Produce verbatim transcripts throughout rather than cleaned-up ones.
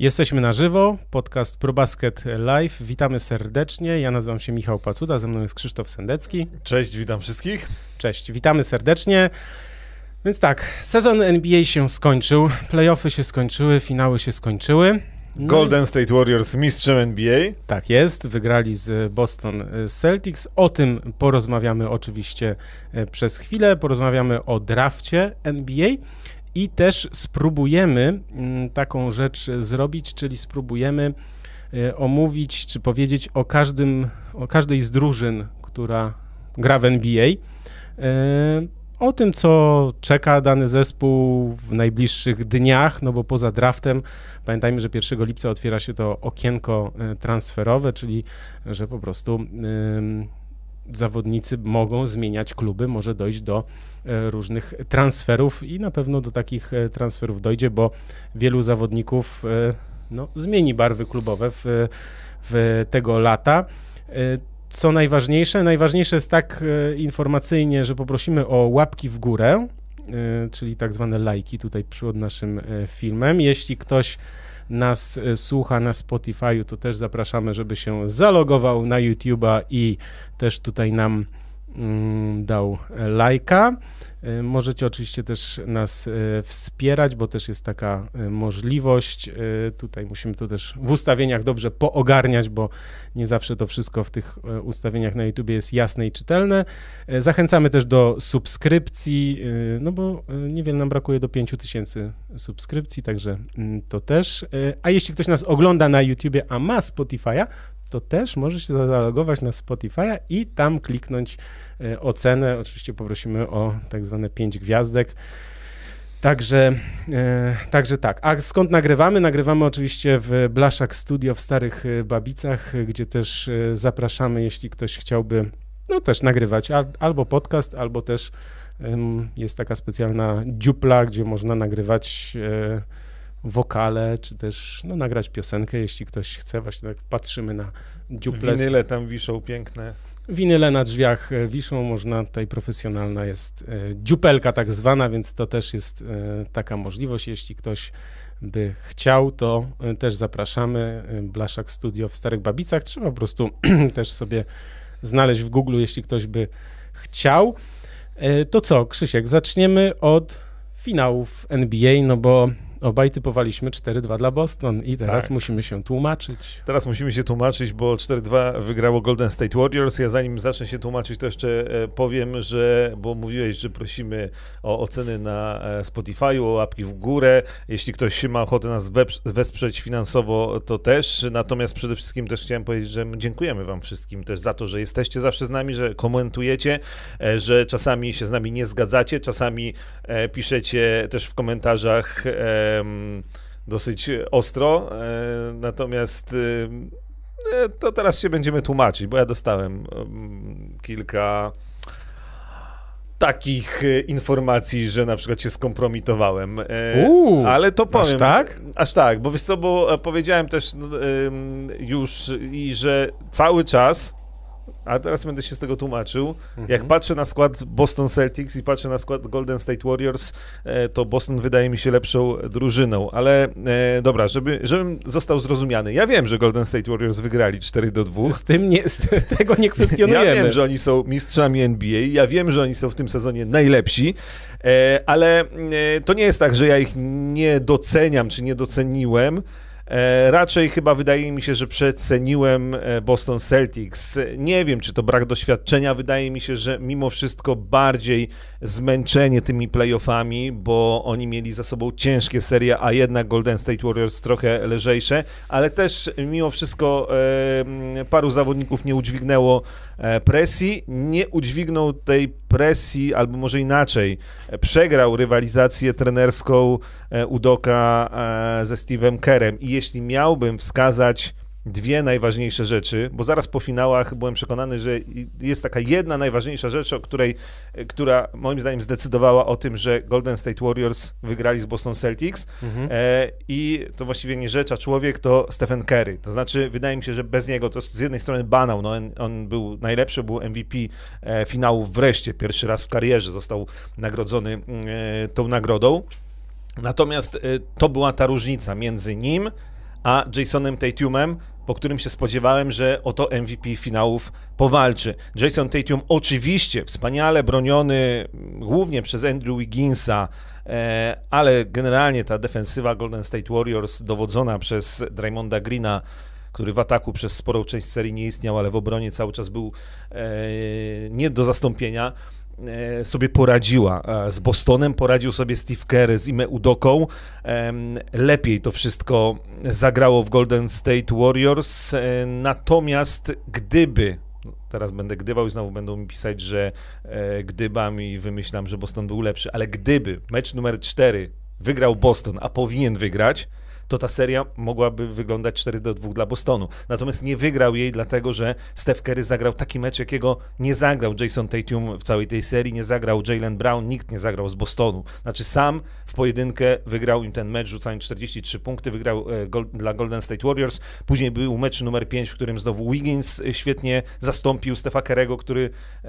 Jesteśmy na żywo, podcast ProBasket Live. Witamy serdecznie. Ja nazywam się Michał Pacuda, ze mną jest Krzysztof Sendecki. Cześć, witam wszystkich. Cześć, witamy serdecznie. Więc tak, sezon N B A się skończył, playoffy się skończyły, finały się skończyły. No Golden i... State Warriors mistrzem N B A. Tak jest, wygrali z Boston Celtics. O tym porozmawiamy oczywiście przez chwilę. Porozmawiamy o drafcie N B A. I też spróbujemy taką rzecz zrobić, czyli spróbujemy omówić, czy powiedzieć o każdym, o każdej z drużyn, która gra w N B A, o tym, co czeka dany zespół w najbliższych dniach, no bo poza draftem, pamiętajmy, że pierwszego lipca otwiera się to okienko transferowe, czyli że po prostu zawodnicy mogą zmieniać kluby, może dojść do różnych transferów i na pewno do takich transferów dojdzie, bo wielu zawodników no, zmieni barwy klubowe w, w tego lata. Co najważniejsze? Najważniejsze jest tak informacyjnie, że poprosimy o łapki w górę, czyli tak zwane lajki tutaj pod naszym filmem. Jeśli ktoś nas słucha na Spotify'u, to też zapraszamy, żeby się zalogował na YouTube'a i też tutaj nam mm, dał lajka. Możecie oczywiście też nas wspierać, bo też jest taka możliwość. Tutaj musimy to też w ustawieniach dobrze poogarniać, bo nie zawsze to wszystko w tych ustawieniach na YouTube jest jasne i czytelne. Zachęcamy też do subskrypcji, no bo niewiele nam brakuje do pięciu tysięcy subskrypcji, także to też. A jeśli ktoś nas ogląda na YouTubie, a ma Spotify'a, to też może się zalogować na Spotify'a i tam kliknąć ocenę. Oczywiście poprosimy o tak zwane pięć gwiazdek. Także, e, także tak. A skąd nagrywamy? Nagrywamy oczywiście w Blaszak Studio w Starych Babicach, gdzie też zapraszamy, jeśli ktoś chciałby no też nagrywać a, albo podcast, albo też um, jest taka specjalna dziupla, gdzie można nagrywać e, wokale, czy też no, nagrać piosenkę, jeśli ktoś chce. Właśnie tak patrzymy na dziuple. Winyle tam wiszą piękne. Winyle na drzwiach wiszą, można, tutaj profesjonalna jest e, dziupelka tak zwana, więc to też jest e, taka możliwość. Jeśli ktoś by chciał, to e, też zapraszamy. E, Blaszak Studio w Starych Babicach. Trzeba po prostu też sobie znaleźć w Google, jeśli ktoś by chciał. E, to co, Krzysiek, zaczniemy od finałów N B A, no bo obaj typowaliśmy cztery dwa dla Boston i teraz tak. musimy się tłumaczyć. Teraz musimy się tłumaczyć, bo cztery dwa wygrało Golden State Warriors. Ja zanim zacznę się tłumaczyć, to jeszcze powiem, że, bo mówiłeś, że prosimy o oceny na Spotify'u, o łapki w górę. Jeśli ktoś ma ochotę nas wesprzeć finansowo, to też. Natomiast przede wszystkim też chciałem powiedzieć, że dziękujemy wam wszystkim też za to, że jesteście zawsze z nami, że komentujecie, że czasami się z nami nie zgadzacie, czasami piszecie też w komentarzach dosyć ostro, natomiast to teraz się będziemy tłumaczyć, bo ja dostałem kilka takich informacji, że na przykład się skompromitowałem, Uuu, ale to powiem. Aż tak? Aż tak, bo wiesz co, bo powiedziałem też już, i że cały czas, a teraz będę się z tego tłumaczył. Mhm. Jak patrzę na skład Boston Celtics i patrzę na skład Golden State Warriors, to Boston wydaje mi się lepszą drużyną, ale e, dobra, żeby, żebym został zrozumiany. Ja wiem, że Golden State Warriors wygrali cztery do dwóch. Z tym nie, z tego nie kwestionujemy. Ja wiem, że oni są mistrzami N B A, ja wiem, że oni są w tym sezonie najlepsi, e, ale e, to nie jest tak, że ja ich nie doceniam, czy nie doceniłem. Raczej chyba wydaje mi się, że przeceniłem Boston Celtics. Nie wiem, czy to brak doświadczenia. Wydaje mi się, że mimo wszystko bardziej zmęczenie tymi playoffami, bo oni mieli za sobą ciężkie serie, a jednak Golden State Warriors trochę lżejsze, ale też mimo wszystko e, paru zawodników nie udźwignęło presji, nie udźwignął tej presji, albo może inaczej, przegrał rywalizację trenerską Udoka ze Steve'em Kerrem. I jeśli miałbym wskazać dwie najważniejsze rzeczy, bo zaraz po finałach byłem przekonany, że jest taka jedna najważniejsza rzecz, o której, która moim zdaniem zdecydowała o tym, że Golden State Warriors wygrali z Boston Celtics mhm. e, i to właściwie nie rzecz, a człowiek, to Stephen Curry. To znaczy, wydaje mi się, że bez niego to z jednej strony banał, no on, on był najlepszy, był M V P e, finałów wreszcie, pierwszy raz w karierze został nagrodzony e, tą nagrodą. Natomiast e, to była ta różnica między nim a Jasonem Tatumem, po którym się spodziewałem, że o to M V P finałów powalczy. Jason Tatum oczywiście wspaniale broniony głównie przez Andrew Wigginsa, ale generalnie ta defensywa Golden State Warriors dowodzona przez Draymonda Greena, który w ataku przez sporą część serii nie istniał, ale w obronie cały czas był nie do zastąpienia, sobie poradziła z Bostonem, poradził sobie Steve Kerr z Ime Udoką. Lepiej to wszystko zagrało w Golden State Warriors, natomiast gdyby, teraz będę gdybał i znowu będą mi pisać, że gdybam i wymyślam, że Boston był lepszy, ale gdyby mecz numer cztery wygrał Boston, a powinien wygrać, to ta seria mogłaby wyglądać cztery do dwóch dla Bostonu. Natomiast nie wygrał jej dlatego, że Steph Curry zagrał taki mecz, jakiego nie zagrał Jason Tatum w całej tej serii, nie zagrał Jaylen Brown, nikt nie zagrał z Bostonu. Znaczy sam w pojedynkę wygrał im ten mecz, rzucając czterdzieści trzy punkty, wygrał e, gol, dla Golden State Warriors. Później był mecz numer pięć, w którym znowu Wiggins świetnie zastąpił Stefa Curry'ego, który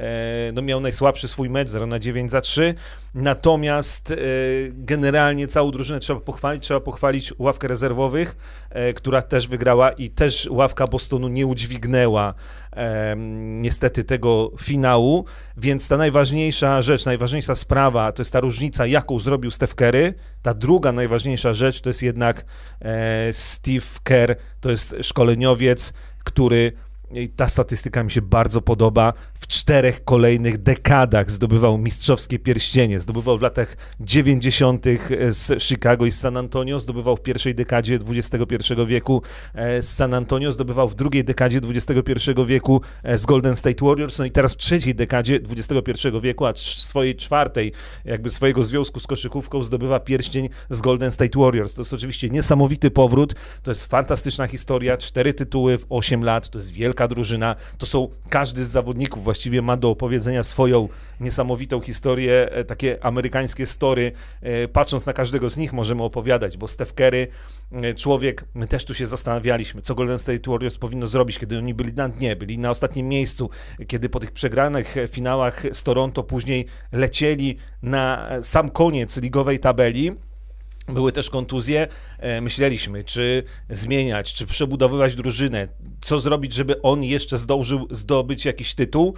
e, no, miał najsłabszy swój mecz, zero na dziewięć za trzy. Natomiast e, generalnie całą drużynę trzeba pochwalić, trzeba pochwalić ławkę rezerwowych, e, która też wygrała i też ławka Bostonu nie udźwignęła e, niestety tego finału, więc ta najważniejsza rzecz, najważniejsza sprawa to jest ta różnica, jaką zrobił Steph Curry. Ta druga najważniejsza rzecz to jest jednak e, Steve Kerr, to jest szkoleniowiec, który, i ta statystyka mi się bardzo podoba, w czterech kolejnych dekadach zdobywał mistrzowskie pierścienie. Zdobywał w latach dziewięćdziesiątych z Chicago i z San Antonio, zdobywał w pierwszej dekadzie dwudziestego pierwszego wieku z San Antonio, zdobywał w drugiej dekadzie dwudziestego pierwszego wieku z Golden State Warriors, no i teraz w trzeciej dekadzie dwudziestego pierwszego wieku, a w swojej czwartej, jakby swojego związku z koszykówką zdobywa pierścień z Golden State Warriors. To jest oczywiście niesamowity powrót, to jest fantastyczna historia, cztery tytuły w osiem lat, to jest wielka drużyna, to są, każdy z zawodników właściwie ma do opowiedzenia swoją niesamowitą historię, takie amerykańskie story, patrząc na każdego z nich możemy opowiadać, bo Steph Curry, człowiek, my też tu się zastanawialiśmy, co Golden State Warriors powinno zrobić, kiedy oni byli na dnie, byli na ostatnim miejscu, kiedy po tych przegranych finałach z Toronto później lecieli na sam koniec ligowej tabeli. Były też kontuzje, myśleliśmy, czy zmieniać, czy przebudowywać drużynę, co zrobić, żeby on jeszcze zdążył zdobyć jakiś tytuł,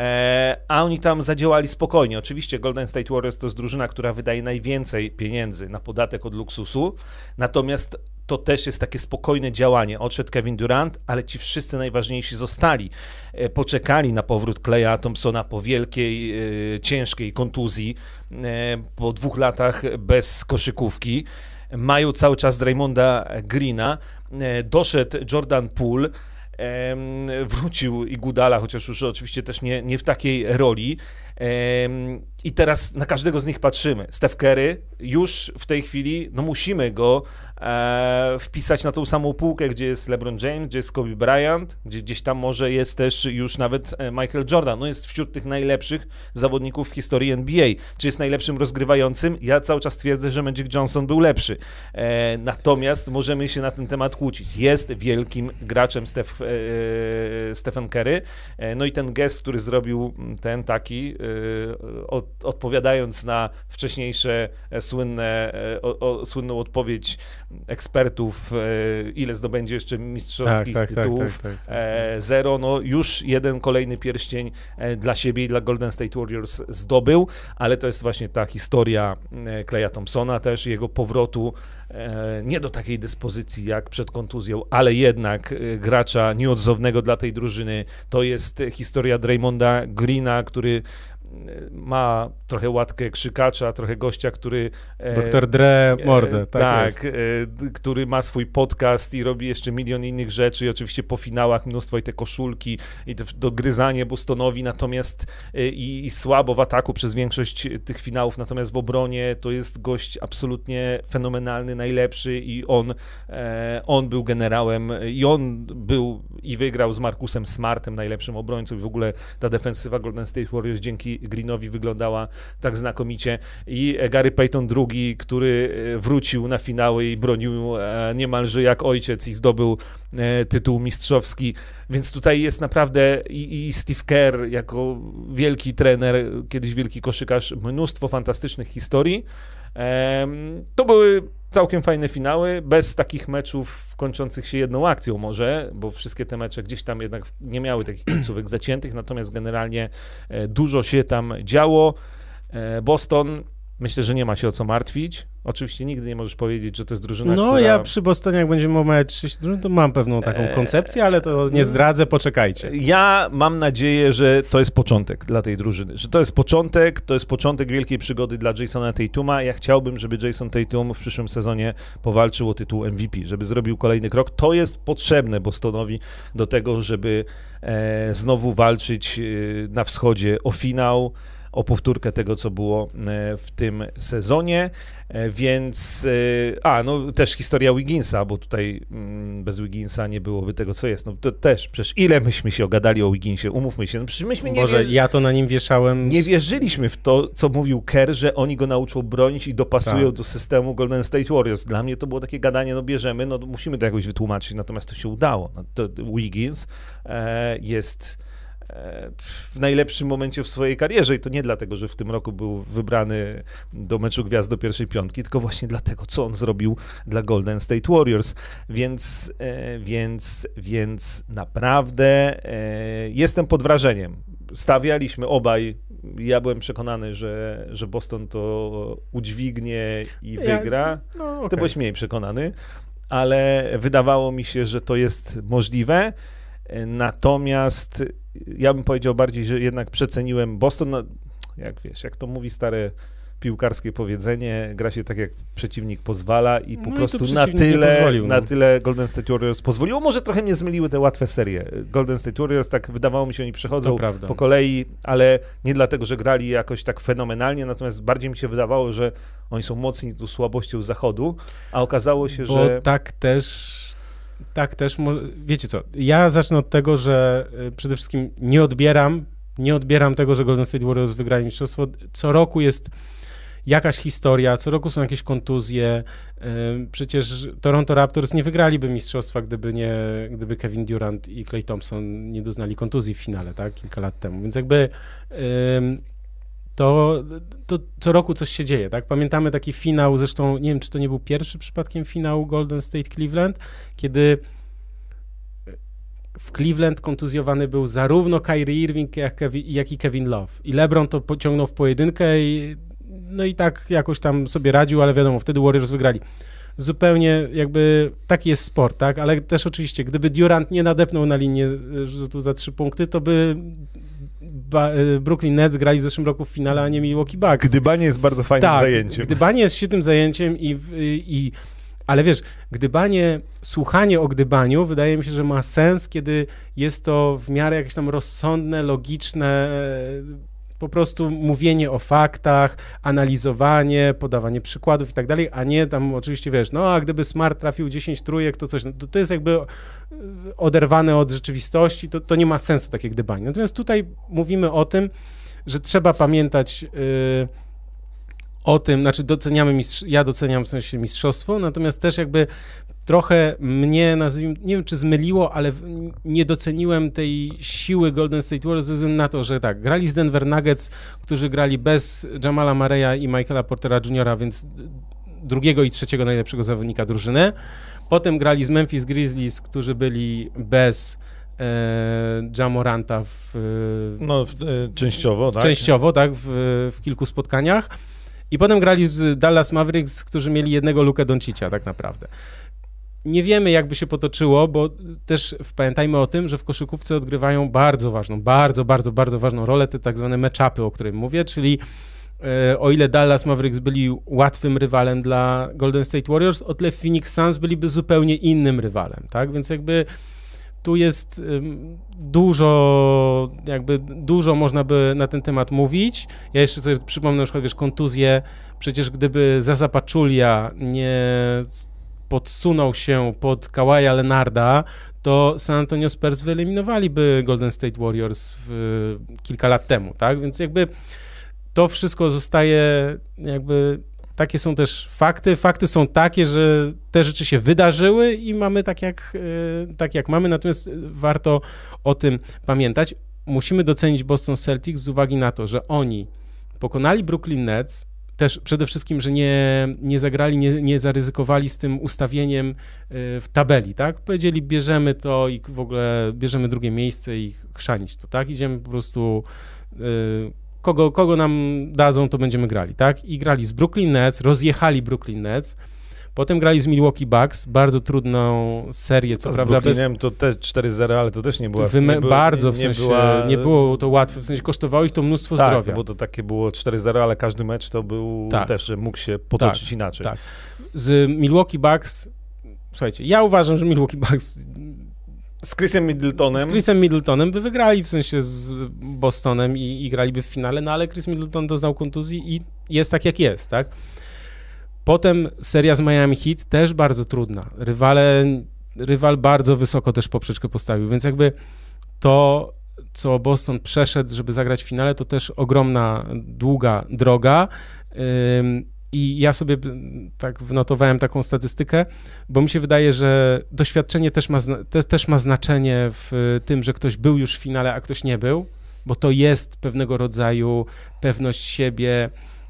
a oni tam zadziałali spokojnie. Oczywiście Golden State Warriors to jest drużyna, która wydaje najwięcej pieniędzy na podatek od luksusu, natomiast to też jest takie spokojne działanie. Odszedł Kevin Durant, ale ci wszyscy najważniejsi zostali. Poczekali na powrót Klaya Thompsona po wielkiej, ciężkiej kontuzji, po dwóch latach bez koszykówki. Mają cały czas Draymonda Greena. Doszedł Jordan Poole, wrócił Iguodala, chociaż już oczywiście też nie, nie w takiej roli. I teraz na każdego z nich patrzymy. Steph Curry już w tej chwili, no musimy go e, wpisać na tą samą półkę, gdzie jest LeBron James, gdzie jest Kobe Bryant, gdzie gdzieś tam może jest też już nawet Michael Jordan. No jest wśród tych najlepszych zawodników w historii N B A. Czy jest najlepszym rozgrywającym? Ja cały czas twierdzę, że Magic Johnson był lepszy. E, natomiast możemy się na ten temat kłócić. Jest wielkim graczem Steph, e, Stephen Curry. E, no i ten gest, który zrobił ten taki, e, od odpowiadając na wcześniejsze słynne, o, o, słynną odpowiedź ekspertów, ile zdobędzie jeszcze mistrzowskich tak, tak, tytułów, tak, tak, tak, tak. zero, no już jeden kolejny pierścień dla siebie i dla Golden State Warriors zdobył, ale to jest właśnie ta historia Klaya Thompsona też, jego powrotu nie do takiej dyspozycji jak przed kontuzją, ale jednak gracza nieodzownego dla tej drużyny. To jest historia Draymonda Greena, który ma trochę łatkę krzykacza, trochę gościa, który... doktor Dre mordę, tak, tak e, który ma swój podcast i robi jeszcze milion innych rzeczy i oczywiście po finałach mnóstwo i te koszulki i to dogryzanie Bostonowi, natomiast e, i, i słabo w ataku przez większość tych finałów, natomiast w obronie to jest gość absolutnie fenomenalny, najlepszy i on, e, on był generałem i on był i wygrał z Marcusem Smartem, najlepszym obrońcą i w ogóle ta defensywa Golden State Warriors dzięki Greenowi wyglądała tak znakomicie i Gary Payton drugi, który wrócił na finały i bronił niemalże jak ojciec i zdobył tytuł mistrzowski, więc tutaj jest naprawdę i, i Steve Kerr jako wielki trener, kiedyś wielki koszykarz, mnóstwo fantastycznych historii, To były całkiem fajne finały, bez takich meczów kończących się jedną akcją może, bo wszystkie te mecze gdzieś tam jednak nie miały takich końcówek zaciętych, natomiast generalnie dużo się tam działo. Boston, myślę, że nie ma się o co martwić. Oczywiście nigdy nie możesz powiedzieć, że to jest drużyna, No, która... ja przy Bostonie, jak będziemy omawiać sześć drużyn, to mam pewną taką koncepcję, ale to nie zdradzę, poczekajcie. Ja mam nadzieję, że to jest początek dla tej drużyny, że to jest początek, to jest początek wielkiej przygody dla Jasona Tatuma. Ja chciałbym, żeby Jason Tatum w przyszłym sezonie powalczył o tytuł M V P, żeby zrobił kolejny krok. To jest potrzebne Bostonowi do tego, żeby e, znowu walczyć e, na wschodzie o finał, o powtórkę tego, co było w tym sezonie, więc, a, no też historia Wigginsa, bo tutaj bez Wigginsa nie byłoby tego, co jest. No to też, przecież ile myśmy się ogadali o Wigginsie, umówmy się, no przecież myśmy nie Boże, wierzy... ja to na nim wieszałem. Nie wierzyliśmy w to, co mówił Kerr, że oni go nauczą bronić i dopasują tak do systemu Golden State Warriors. Dla mnie to było takie gadanie, no bierzemy, no musimy to jakoś wytłumaczyć, natomiast to się udało. No, to Wiggins e, jest... w najlepszym momencie w swojej karierze i to nie dlatego, że w tym roku był wybrany do meczu gwiazd do pierwszej piątki, tylko właśnie dlatego, co on zrobił dla Golden State Warriors, więc, więc, więc naprawdę jestem pod wrażeniem. Stawialiśmy obaj, ja byłem przekonany, że, że Boston to udźwignie i wygra. Ja, no, okay. Ty byłeś mniej przekonany, ale wydawało mi się, że to jest możliwe. Natomiast ja bym powiedział bardziej, że jednak przeceniłem Boston, no, jak wiesz, jak to mówi stare piłkarskie powiedzenie, gra się tak, jak przeciwnik pozwala i po no prostu i na tyle, pozwolił, no. na tyle Golden State Warriors pozwoliło. Może trochę mnie zmyliły te łatwe serie. Golden State Warriors, tak wydawało mi się, oni przechodzą po kolei, ale nie dlatego, że grali jakoś tak fenomenalnie, natomiast bardziej mi się wydawało, że oni są mocni tu słabością zachodu, a okazało się, Bo że... tak też... Tak też, wiecie co, ja zacznę od tego, że przede wszystkim nie odbieram, nie odbieram tego, że Golden State Warriors wygrali mistrzostwo. Co roku jest jakaś historia, co roku są jakieś kontuzje. Przecież Toronto Raptors nie wygraliby mistrzostwa, gdyby nie, gdyby Kevin Durant i Klay Thompson nie doznali kontuzji w finale, tak, kilka lat temu. Więc jakby to, to co roku coś się dzieje, tak? Pamiętamy taki finał, zresztą nie wiem, czy to nie był pierwszy przypadkiem finał Golden State Cleveland, kiedy w Cleveland kontuzjowany był zarówno Kyrie Irving, jak, Kevin, jak i Kevin Love. I LeBron to pociągnął w pojedynkę i no i tak jakoś tam sobie radził, ale wiadomo, wtedy Warriors wygrali. Zupełnie jakby taki jest sport, tak? Ale też oczywiście, gdyby Durant nie nadepnął na linię rzutu za trzy punkty, to by ba- Brooklyn Nets grali w zeszłym roku w finale, a nie Milwaukee Bucks. Gdybanie jest bardzo fajnym tak, zajęciem. Gdybanie jest świetnym zajęciem i, i ale wiesz, gdybanie, słuchanie o gdybaniu wydaje mi się, że ma sens, kiedy jest to w miarę jakieś tam rozsądne, logiczne, po prostu mówienie o faktach, analizowanie, podawanie przykładów i tak dalej, a nie tam oczywiście, wiesz, no a gdyby Smart trafił dziesięć trójek, to coś, no, to, to jest jakby oderwane od rzeczywistości, to, to nie ma sensu takie gdybanie. Natomiast tutaj mówimy o tym, że trzeba pamiętać yy, o tym, znaczy doceniamy, mistrz- ja doceniam w sensie mistrzostwo, natomiast też jakby trochę mnie, nazwijmy, nie wiem czy zmyliło, ale nie doceniłem tej siły Golden State Warriors ze względu na to, że tak, grali z Denver Nuggets, którzy grali bez Jamala Murraya i Michaela Portera juniora, więc drugiego i trzeciego najlepszego zawodnika drużyny. Potem grali z Memphis Grizzlies, którzy byli bez e, Ja Moranta w, no, w, e, częściowo, w, tak? Częściowo, tak, w, w kilku spotkaniach. I potem grali z Dallas Mavericks, którzy mieli jednego Lukę Doncicia tak naprawdę. Nie wiemy, jakby się potoczyło, bo też pamiętajmy o tym, że w koszykówce odgrywają bardzo ważną, bardzo, bardzo, bardzo ważną rolę te tak zwane match-upy, o którym mówię, czyli e, o ile Dallas Mavericks byli łatwym rywalem dla Golden State Warriors, o tyle Phoenix Suns byliby zupełnie innym rywalem, tak? Więc jakby tu jest um, dużo, jakby dużo można by na ten temat mówić. Ja jeszcze sobie przypomnę na przykład, wiesz, kontuzję, przecież gdyby Zaza Pachulia nie podsunął się pod Kawaja Leonarda, to San Antonio Spurs wyeliminowaliby Golden State Warriors w, kilka lat temu, tak? Więc jakby to wszystko zostaje jakby, takie są też fakty. Fakty są takie, że te rzeczy się wydarzyły i mamy tak jak, tak jak mamy, natomiast warto o tym pamiętać. Musimy docenić Boston Celtics z uwagi na to, że oni pokonali Brooklyn Nets, też przede wszystkim, że nie, nie zagrali, nie, nie zaryzykowali z tym ustawieniem y, w tabeli, tak? Powiedzieli, bierzemy to i w ogóle bierzemy drugie miejsce i chrzanić to, tak? Idziemy po prostu, y, kogo, kogo nam dadzą, to będziemy grali, tak? I grali z Brooklyn Nets, rozjechali Brooklyn Nets, potem grali z Milwaukee Bucks, bardzo trudną serię, co to prawda z Brooklynem to te cztery zero, ale to też nie była... Wyme- nie było, bardzo, nie, w nie sensie, była... nie było to łatwe, w sensie kosztowało ich to mnóstwo tak, zdrowia. bo to takie było cztery zero, ale każdy mecz to był tak. też, że mógł się potoczyć tak, inaczej. Tak. Z Milwaukee Bucks, słuchajcie, ja uważam, że Milwaukee Bucks z Chrisem Middletonem. Z Chrisem Middletonem by wygrali, w sensie z Bostonem i, i graliby w finale, no ale Chris Middleton doznał kontuzji i jest tak, jak jest, tak? Potem seria z Miami Heat też bardzo trudna. Rywale, rywal bardzo wysoko też poprzeczkę postawił, więc jakby to, co Boston przeszedł, żeby zagrać w finale, to też ogromna, długa droga. Ym, I ja sobie tak wynotowałem taką statystykę, bo mi się wydaje, że doświadczenie też ma, te, też ma znaczenie w tym, że ktoś był już w finale, a ktoś nie był, bo to jest pewnego rodzaju pewność siebie.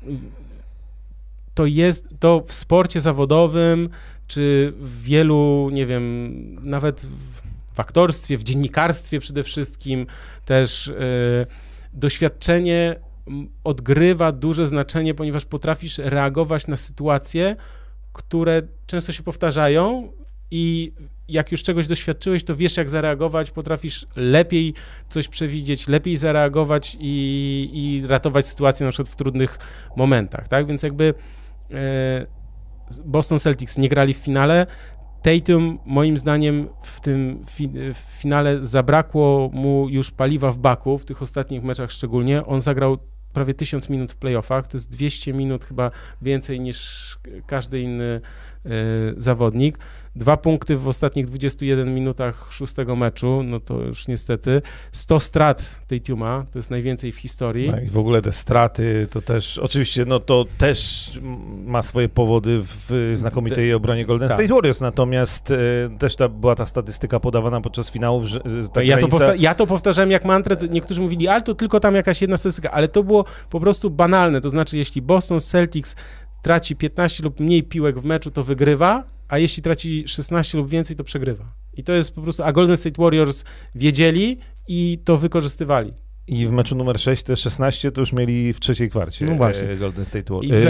To jest, to w sporcie zawodowym, czy w wielu, nie wiem, nawet w aktorstwie, w dziennikarstwie przede wszystkim też yy, doświadczenie odgrywa duże znaczenie, ponieważ potrafisz reagować na sytuacje, które często się powtarzają i jak już czegoś doświadczyłeś, to wiesz, jak zareagować, potrafisz lepiej coś przewidzieć, lepiej zareagować i, i ratować sytuację na przykład w trudnych momentach, tak? Więc jakby e, Boston Celtics nie grali w finale. Tatum, moim zdaniem, w tym fi, w finale zabrakło mu już paliwa w baku, w tych ostatnich meczach szczególnie. On zagrał prawie tysiąc minut w playoffach, to jest dwieście minut chyba więcej niż każdy inny y, zawodnik. Dwa punkty w ostatnich dwudziestu jeden minutach szóstego meczu, no to już niestety. sto strat Tatuma, to jest najwięcej w historii. No i w ogóle te straty to też, oczywiście, no to też ma swoje powody w znakomitej obronie Golden tak. State Warriors, natomiast e, też ta, była ta statystyka podawana podczas finałów, że ta ja, granica... to powta- ja to powtarzałem jak mantrę, niektórzy mówili, ale to tylko tam jakaś jedna statystyka, ale to było po prostu banalne, to znaczy jeśli Boston Celtics traci piętnaście lub mniej piłek w meczu, to wygrywa, a jeśli traci szesnaście lub więcej, to przegrywa. I to jest po prostu, a Golden State Warriors wiedzieli i to wykorzystywali. I w meczu numer sześć te szesnaście to już mieli w trzeciej kwarcie. No właśnie. Golden State Warriors.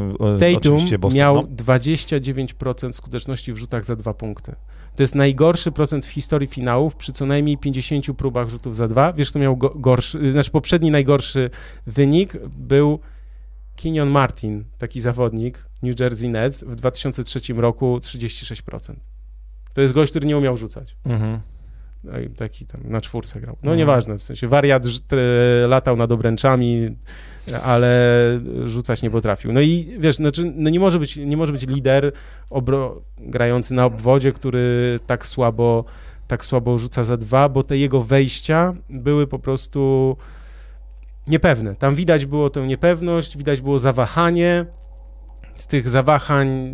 E, Tatum Boston, miał no. dwadzieścia dziewięć procent skuteczności w rzutach za dwa punkty. To jest najgorszy procent w historii finałów przy co najmniej pięćdziesięciu próbach rzutów za dwa. Wiesz, kto miał go- gorszy, znaczy poprzedni najgorszy wynik był Kenyon Martin, taki zawodnik New Jersey Nets w dwa tysiące trzecim roku trzydzieści sześć procent. To jest gość, który nie umiał rzucać. Mhm. No i taki tam na czwórce grał. No mhm. nieważne, w sensie wariat latał nad obręczami, ale rzucać nie potrafił. No i wiesz, znaczy, no nie może być, nie może być lider obro- grający na obwodzie, który tak słabo, tak słabo rzuca za dwa, bo te jego wejścia były po prostu niepewne. Tam widać było tę niepewność, widać było zawahanie. Z tych zawahań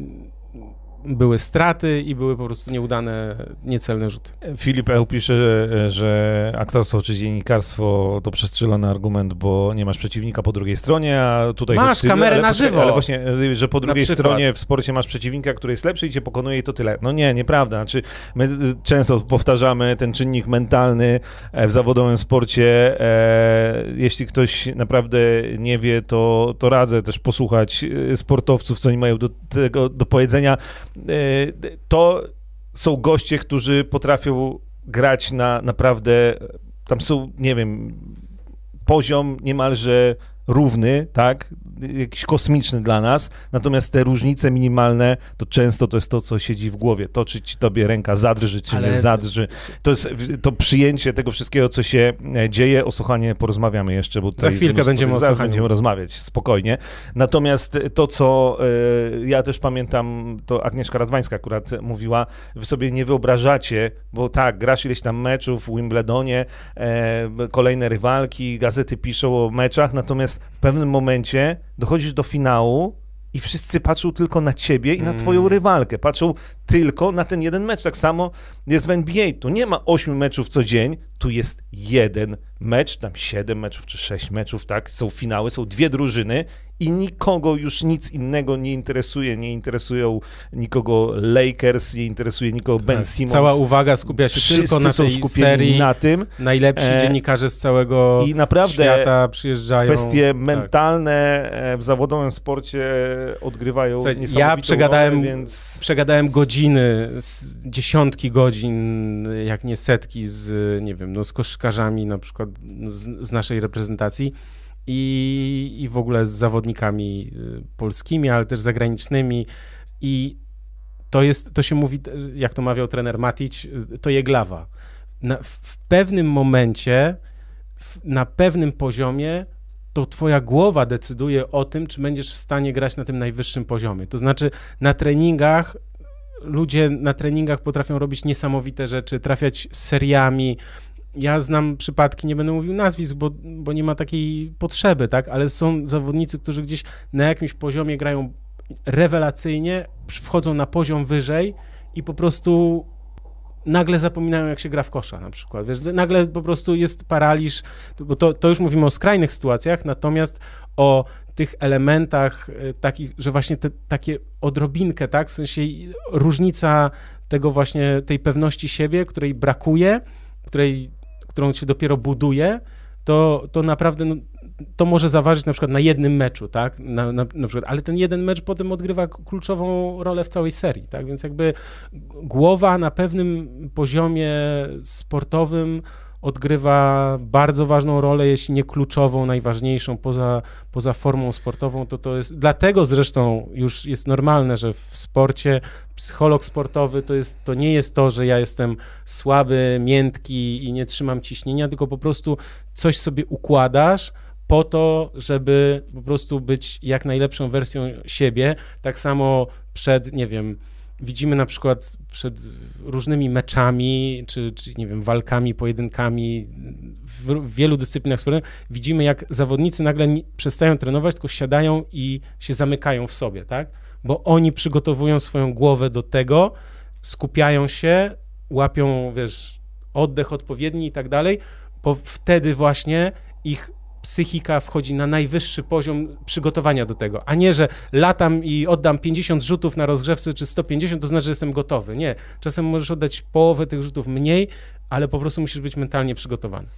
były straty i były po prostu nieudane, niecelne rzuty. Filip Eł pisze, że, że aktorstwo czy dziennikarstwo to przestrzelony argument, bo nie masz przeciwnika po drugiej stronie, a tutaj... Masz ty, kamerę ale, na żywo. Ale właśnie, że po drugiej stronie w sporcie masz przeciwnika, który jest lepszy i cię pokonuje i to tyle. No nie, nieprawda. Znaczy, my często powtarzamy ten czynnik mentalny w zawodowym sporcie. E, jeśli ktoś naprawdę nie wie, to, to radzę też posłuchać sportowców, co oni mają do tego do powiedzenia. To są goście, którzy potrafią grać na naprawdę, tam są, nie wiem, poziom niemalże równy, tak, jakiś kosmiczny dla nas, natomiast te różnice minimalne, to często to jest to, co siedzi w głowie, to, czy ci tobie ręka zadrży, czy Ale... nie zadrży, to jest to przyjęcie tego wszystkiego, co się dzieje. O Sochanie porozmawiamy jeszcze, bo za chwilkę będziemy o Sochaniu. Będziemy rozmawiać, spokojnie. Natomiast to, co y, ja też pamiętam, to Agnieszka Radwańska akurat mówiła, wy sobie nie wyobrażacie, bo tak, grasz ileś tam meczów w Wimbledonie, e, kolejne rywalki, gazety piszą o meczach, natomiast w pewnym momencie dochodzisz do finału i wszyscy patrzą tylko na ciebie i na twoją rywalkę. Patrzą tylko na ten jeden mecz. Tak samo jest w N B A. Tu nie ma ośmiu meczów co dzień, tu jest jeden mecz, tam siedem meczów czy sześć meczów, tak, są finały, są dwie drużyny i nikogo już nic innego nie interesuje, nie interesują nikogo Lakers, nie interesuje nikogo Ben Simmons. Cała uwaga skupia się Wszyscy tylko na są tej skupieni serii. na tym. Najlepsi E, dziennikarze z całego i naprawdę świata przyjeżdżają. Kwestie tak. mentalne w zawodowym sporcie odgrywają Słuchajcie, niesamowitą ja przegadałem, rolę, więc... przegadałem godziny, dziesiątki godzin, jak nie setki z, nie wiem, no z koszykarzami na przykład z, z naszej reprezentacji i, i w ogóle z zawodnikami polskimi, ale też zagranicznymi i to jest, to się mówi, jak to mawiał trener Matic, to jeglawa. Na, w pewnym momencie, w, na pewnym poziomie to twoja głowa decyduje o tym, czy będziesz w stanie grać na tym najwyższym poziomie. To znaczy na treningach, ludzie na treningach potrafią robić niesamowite rzeczy, trafiać seriami. Ja znam przypadki, nie będę mówił nazwisk, bo, bo nie ma takiej potrzeby, tak, ale są zawodnicy, którzy gdzieś na jakimś poziomie grają rewelacyjnie, wchodzą na poziom wyżej i po prostu nagle zapominają, jak się gra w kosza na przykład, wiesz, nagle po prostu jest paraliż, bo to, to już mówimy o skrajnych sytuacjach, natomiast o tych elementach takich, że właśnie te, takie odrobinkę, tak, w sensie różnica tego właśnie, tej pewności siebie, której brakuje, której, którą się dopiero buduje, to, to naprawdę no, to może zaważyć na przykład na jednym meczu, tak, na, na, na przykład, ale ten jeden mecz potem odgrywa kluczową rolę w całej serii, tak, więc jakby głowa na pewnym poziomie sportowym odgrywa bardzo ważną rolę, jeśli nie kluczową, najważniejszą poza, poza formą sportową, to to jest, dlatego zresztą już jest normalne, że w sporcie psycholog sportowy to jest, to nie jest to, że ja jestem słaby, miętki i nie trzymam ciśnienia, tylko po prostu coś sobie układasz po to, żeby po prostu być jak najlepszą wersją siebie, tak samo przed, nie wiem, widzimy na przykład przed różnymi meczami, czy, czy nie wiem, walkami, pojedynkami w, w wielu dyscyplinach sportowych, widzimy jak zawodnicy nagle nie, przestają trenować, tylko siadają i się zamykają w sobie, tak? Bo oni przygotowują swoją głowę do tego, skupiają się, łapią, wiesz, oddech odpowiedni i tak dalej, bo wtedy właśnie ich psychika wchodzi na najwyższy poziom przygotowania do tego, a nie, że latam i oddam pięćdziesiąt rzutów na rozgrzewce czy sto pięćdziesiąt, to znaczy, że jestem gotowy. Nie, czasem możesz oddać połowę tych rzutów mniej, ale po prostu musisz być mentalnie przygotowany.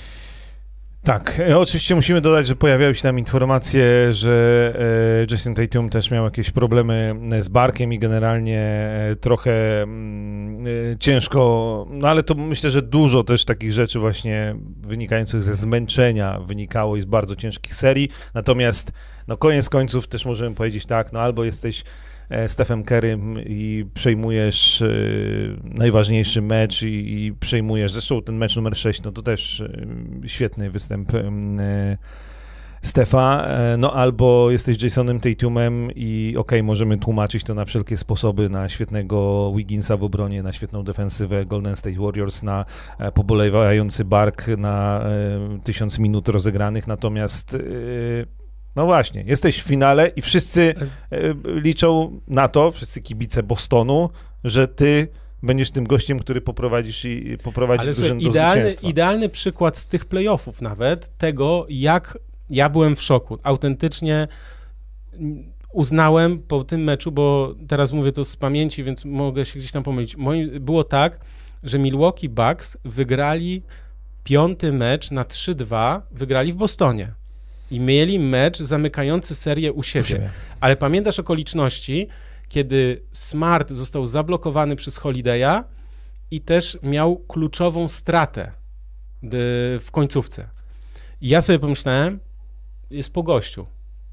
Tak, oczywiście musimy dodać, że pojawiały się tam informacje, że Jason Tatum też miał jakieś problemy z barkiem i generalnie trochę ciężko, no ale to myślę, że dużo też takich rzeczy właśnie wynikających ze zmęczenia wynikało i z bardzo ciężkich serii, natomiast no koniec końców też możemy powiedzieć tak, no albo jesteś Stephem Currym i przejmujesz y, najważniejszy mecz i, i przejmujesz, zresztą ten mecz numer sześć, no to też y, świetny występ y, Stefa, y, no albo jesteś Jasonem Tatumem i okej, okay, możemy tłumaczyć to na wszelkie sposoby, na świetnego Wigginsa w obronie, na świetną defensywę Golden State Warriors, na e, pobolewający bark, na e, tysiąc minut rozegranych, natomiast y, no właśnie, jesteś w finale i wszyscy liczą na to, wszyscy kibice Bostonu, że ty będziesz tym gościem, który poprowadzisz i poprowadzi drużynę do idealny, zwycięstwa. Idealny przykład z tych playoffów nawet, tego jak ja byłem w szoku. Autentycznie uznałem po tym meczu, bo teraz mówię to z pamięci, więc mogę się gdzieś tam pomylić. Było tak, że Milwaukee Bucks wygrali piąty mecz na trzy dwa, wygrali w Bostonie. I mieli mecz zamykający serię u siebie. u siebie. Ale pamiętasz okoliczności, kiedy Smart został zablokowany przez Holiday'a i też miał kluczową stratę w końcówce. I ja sobie pomyślałem, jest po gościu.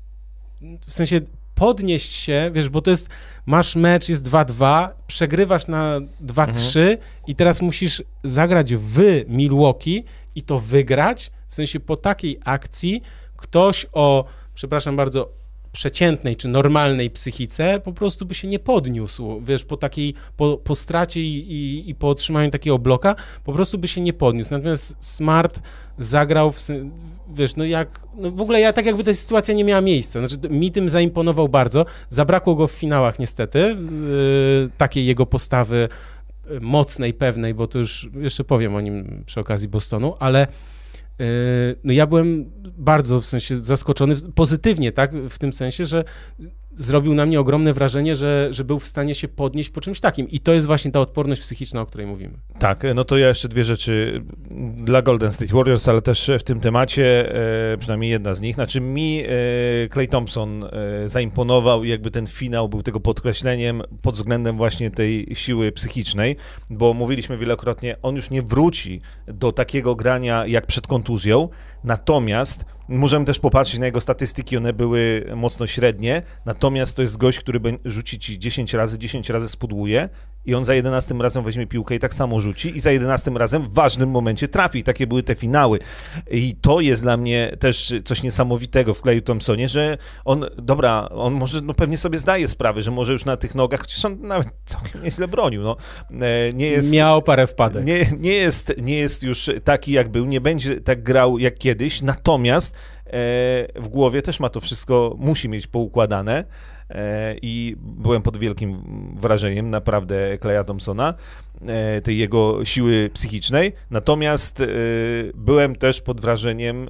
W sensie podnieść się, wiesz, bo to jest, masz mecz, jest dwa dwa, przegrywasz na dwa trzy mhm. i teraz musisz zagrać w Milwaukee i to wygrać, w sensie po takiej akcji ktoś o, przepraszam bardzo, przeciętnej czy normalnej psychice po prostu by się nie podniósł, wiesz, po takiej, po, po stracie i, i, i po otrzymaniu takiego bloka, po prostu by się nie podniósł. Natomiast Smart zagrał, w, wiesz, no jak, no w ogóle ja tak jakby ta sytuacja nie miała miejsca, znaczy mi tym zaimponował bardzo, zabrakło go w finałach niestety, yy, takiej jego postawy mocnej, pewnej, bo to już jeszcze powiem o nim przy okazji Bostonu, ale no ja byłem bardzo w sensie zaskoczony, pozytywnie, tak, w tym sensie, że zrobił na mnie ogromne wrażenie, że, że był w stanie się podnieść po czymś takim. I to jest właśnie ta odporność psychiczna, o której mówimy. Tak, no to ja jeszcze dwie rzeczy dla Golden State Warriors, ale też w tym temacie, e, przynajmniej jedna z nich. Znaczy mi e, Klay Thompson e, zaimponował i jakby ten finał był tego podkreśleniem pod względem właśnie tej siły psychicznej, bo mówiliśmy wielokrotnie, on już nie wróci do takiego grania jak przed kontuzją, natomiast możemy też popatrzeć na jego statystyki, one były mocno średnie, natomiast to jest gość, który rzuci ci dziesięć razy, dziesięć razy spudłuje i on za jedenastym razem weźmie piłkę i tak samo rzuci i za jedenastym razem w ważnym momencie trafi. Takie były te finały. I to jest dla mnie też coś niesamowitego w Klayu Thompsonie, że on, dobra, on może, no pewnie sobie zdaje sprawę, że może już na tych nogach, chociaż on nawet całkiem nieźle bronił, no. Nie jest, Miał parę wpadek. Nie, nie, jest, nie jest już taki jak był, nie będzie tak grał jak kiedyś, natomiast w głowie też ma to wszystko, musi mieć poukładane i byłem pod wielkim wrażeniem naprawdę Klaya Thompsona, tej jego siły psychicznej, natomiast byłem też pod wrażeniem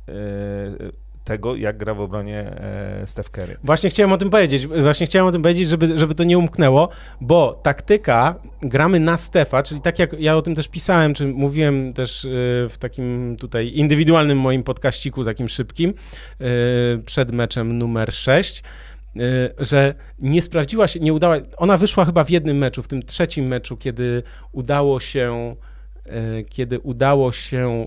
tego, jak gra w obronie Steph Curry. Właśnie chciałem o tym powiedzieć, właśnie chciałem o tym powiedzieć, żeby, żeby to nie umknęło, bo taktyka gramy na Stefa, czyli tak jak ja o tym też pisałem, czy mówiłem też w takim tutaj indywidualnym moim podkaściku, takim szybkim, przed meczem numer sześć, że nie sprawdziła się, nie udała, ona wyszła chyba w jednym meczu, w tym trzecim meczu, kiedy udało się, kiedy udało się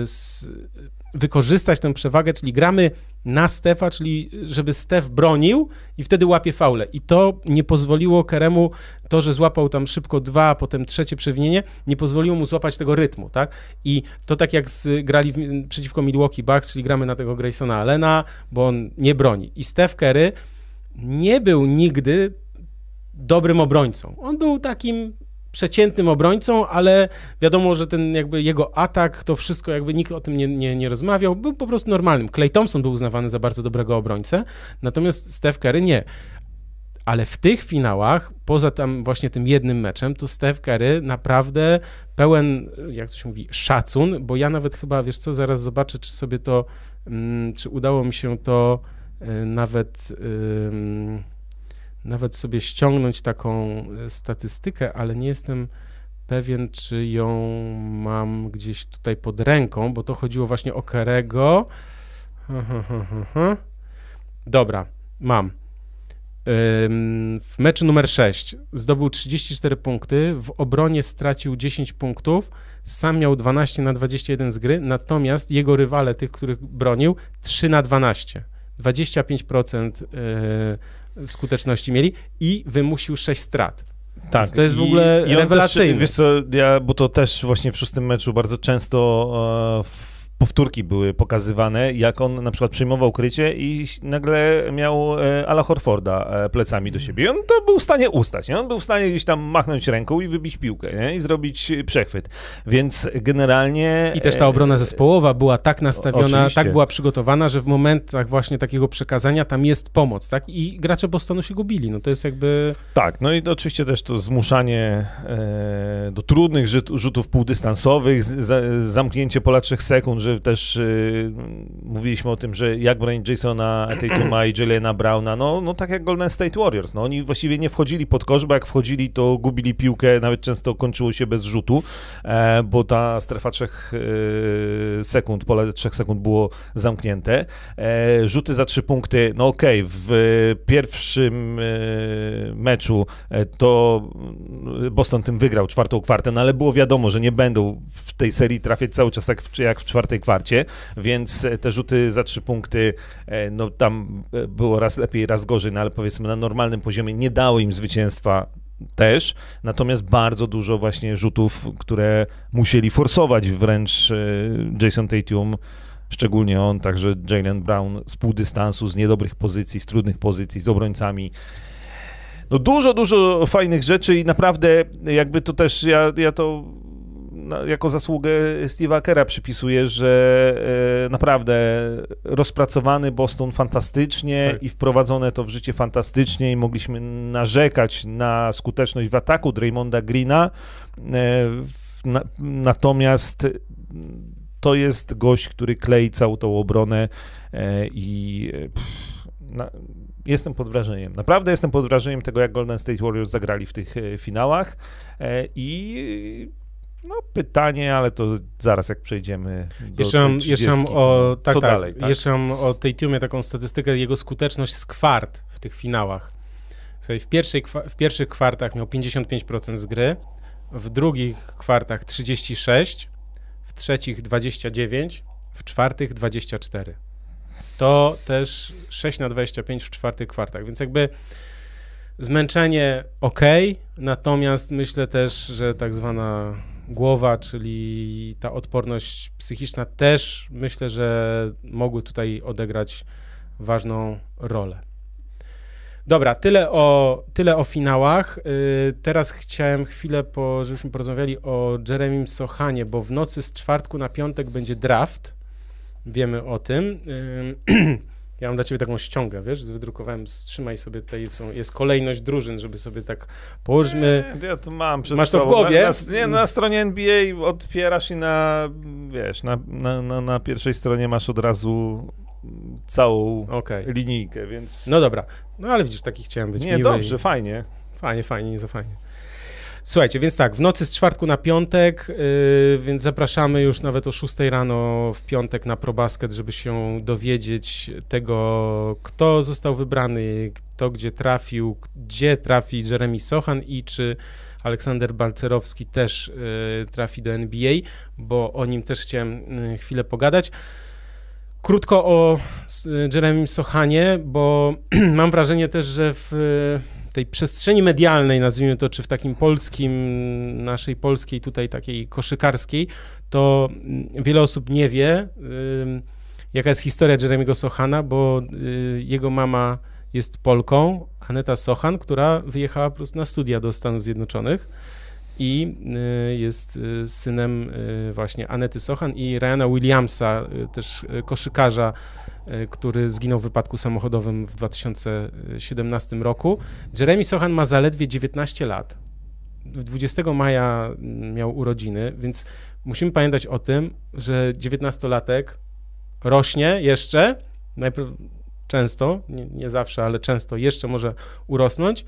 wykorzystać tę przewagę, czyli gramy na Stefa, czyli żeby Steph bronił i wtedy łapie faule. I to nie pozwoliło Keremu, to, że złapał tam szybko dwa, a potem trzecie przewinienie, nie pozwoliło mu złapać tego rytmu, tak? I to tak jak z, grali w, przeciwko Milwaukee Bucks, czyli gramy na tego Graysona Allena, bo on nie broni. I Steph Curry nie był nigdy dobrym obrońcą. On był takim przeciętnym obrońcą, ale wiadomo, że ten jakby jego atak, to wszystko jakby nikt o tym nie, nie, nie rozmawiał, był po prostu normalnym. Klay Thompson był uznawany za bardzo dobrego obrońcę, natomiast Steph Curry nie. Ale w tych finałach, poza tam właśnie tym jednym meczem, to Steph Curry naprawdę pełen, jak to się mówi, szacun, bo ja nawet chyba, wiesz co, zaraz zobaczę, czy sobie to, um, czy udało mi się to y, nawet... Y, nawet sobie ściągnąć taką statystykę, ale nie jestem pewien, czy ją mam gdzieś tutaj pod ręką, bo to chodziło właśnie o Curry'ego. Dobra, mam. W meczu numer sześć zdobył trzydzieści cztery punkty, w obronie stracił dziesięć punktów, sam miał dwanaście na dwadzieścia jeden z gry, natomiast jego rywale, tych, których bronił, trzy na dwanaście. dwadzieścia pięć procent skuteczności mieli i wymusił sześć strat. Tak. Więc to jest w ogóle i, rewelacyjne. Też, wiesz co, ja, bo to też właśnie w szóstym meczu bardzo często e, w powtórki były pokazywane, jak on na przykład przejmował krycie i nagle miał e, Ala Horforda e, plecami do siebie. I on to był w stanie ustać, nie? On był w stanie gdzieś tam machnąć ręką i wybić piłkę, nie? I zrobić przechwyt. Więc generalnie... I też ta obrona zespołowa była tak nastawiona, oczywiście. Tak była przygotowana, że w momentach właśnie takiego przekazania tam jest pomoc, tak? I gracze Bostonu się gubili, no to jest jakby... Tak, no i to oczywiście też to zmuszanie e, do trudnych rzut, rzutów półdystansowych, z, zamknięcie pola trzech sekund, że też y, mówiliśmy o tym, że jak bronić Jasona Tatuma i Jalena Browna, no, no tak jak Golden State Warriors, no oni właściwie nie wchodzili pod kosz, bo jak wchodzili, to gubili piłkę, nawet często kończyło się bez rzutu, e, bo ta strefa trzech e, sekund, pole trzech sekund było zamknięte. E, rzuty za trzy punkty, no okej, okay, w pierwszym e, meczu e, to Boston tym wygrał czwartą kwartę, no ale było wiadomo, że nie będą w tej serii trafiać cały czas jak w, jak w czwartej kwarcie, więc te rzuty za trzy punkty, no tam było raz lepiej, raz gorzej, no ale powiedzmy na normalnym poziomie nie dało im zwycięstwa też, natomiast bardzo dużo właśnie rzutów, które musieli forsować wręcz Jason Tatum, szczególnie on, także Jaylen Brown z pół dystansu, z niedobrych pozycji, z trudnych pozycji, z obrońcami. No dużo, dużo fajnych rzeczy i naprawdę jakby to też, ja, ja to jako zasługę Steve'a Kerra przypisuję, że e, naprawdę rozpracowany Boston fantastycznie tak. I wprowadzone to w życie fantastycznie i mogliśmy narzekać na skuteczność w ataku Draymonda Greena, e, na, natomiast to jest gość, który klei całą tą obronę i pff, na, jestem pod wrażeniem. Naprawdę jestem pod wrażeniem tego, jak Golden State Warriors zagrali w tych finałach i no pytanie, ale to zaraz jak przejdziemy do jeszcze mam, jeszcze mam o, tak, co tak, dalej? Tak? Jeszcze mam o Tatumie taką statystykę, jego skuteczność z kwart w tych finałach. Słuchaj, w, pierwszej, w pierwszych kwartach miał pięćdziesiąt pięć procent z gry, w drugich kwartach trzydzieści sześć, w trzecich dwadzieścia dziewięć, w czwartych dwadzieścia cztery. To też sześć na dwadzieścia pięć w czwartych kwartach, więc jakby zmęczenie ok, natomiast myślę też, że tak zwana głowa, czyli ta odporność psychiczna też myślę, że mogły tutaj odegrać ważną rolę. Dobra, tyle o, tyle o finałach. Yy, teraz chciałem chwilę, po, żebyśmy porozmawiali o Jeremym Sochanie, bo w nocy z czwartku na piątek będzie draft. Wiemy o tym. Yy, ja mam dla ciebie taką ściągę, wiesz, wydrukowałem, trzymaj sobie, tutaj są, jest kolejność drużyn, żeby sobie tak położmy. Nie, ja to mam przed Masz to sobą. w głowie? Na, na, nie, na stronie N B A otwierasz i na, wiesz, na, na, na, na pierwszej stronie masz od razu całą okay. linijkę, więc... No dobra, no ale widzisz, taki chciałem być Nie, miły dobrze, i... fajnie. Fajnie, fajnie, nie za fajnie. Słuchajcie, więc tak, w nocy z czwartku na piątek, yy, więc zapraszamy już nawet o szóstej rano w piątek na ProBasket, żeby się dowiedzieć tego, kto został wybrany, kto gdzie trafił, gdzie trafi Jeremy Sochan i czy Aleksander Balcerowski też yy, trafi do N B A, bo o nim też chciałem yy, chwilę pogadać. Krótko o Jeremym Sochanie, bo mam wrażenie też, że w tej przestrzeni medialnej, nazwijmy to, czy w takim polskim, naszej polskiej tutaj takiej koszykarskiej, to wiele osób nie wie, jaka jest historia Jeremy'ego Sochana, bo jego mama jest Polką, Aneta Sochan, która wyjechała po prostu na studia do Stanów Zjednoczonych i jest synem właśnie Anety Sochan i Ryana Williamsa, też koszykarza, który zginął w wypadku samochodowym w dwa tysiące siedemnastym roku. Jeremy Sochan ma zaledwie dziewiętnaście lat. dwudziestego maja miał urodziny, więc musimy pamiętać o tym, że dziewiętnastolatek rośnie jeszcze, najpierw często, nie, nie zawsze, ale często jeszcze może urosnąć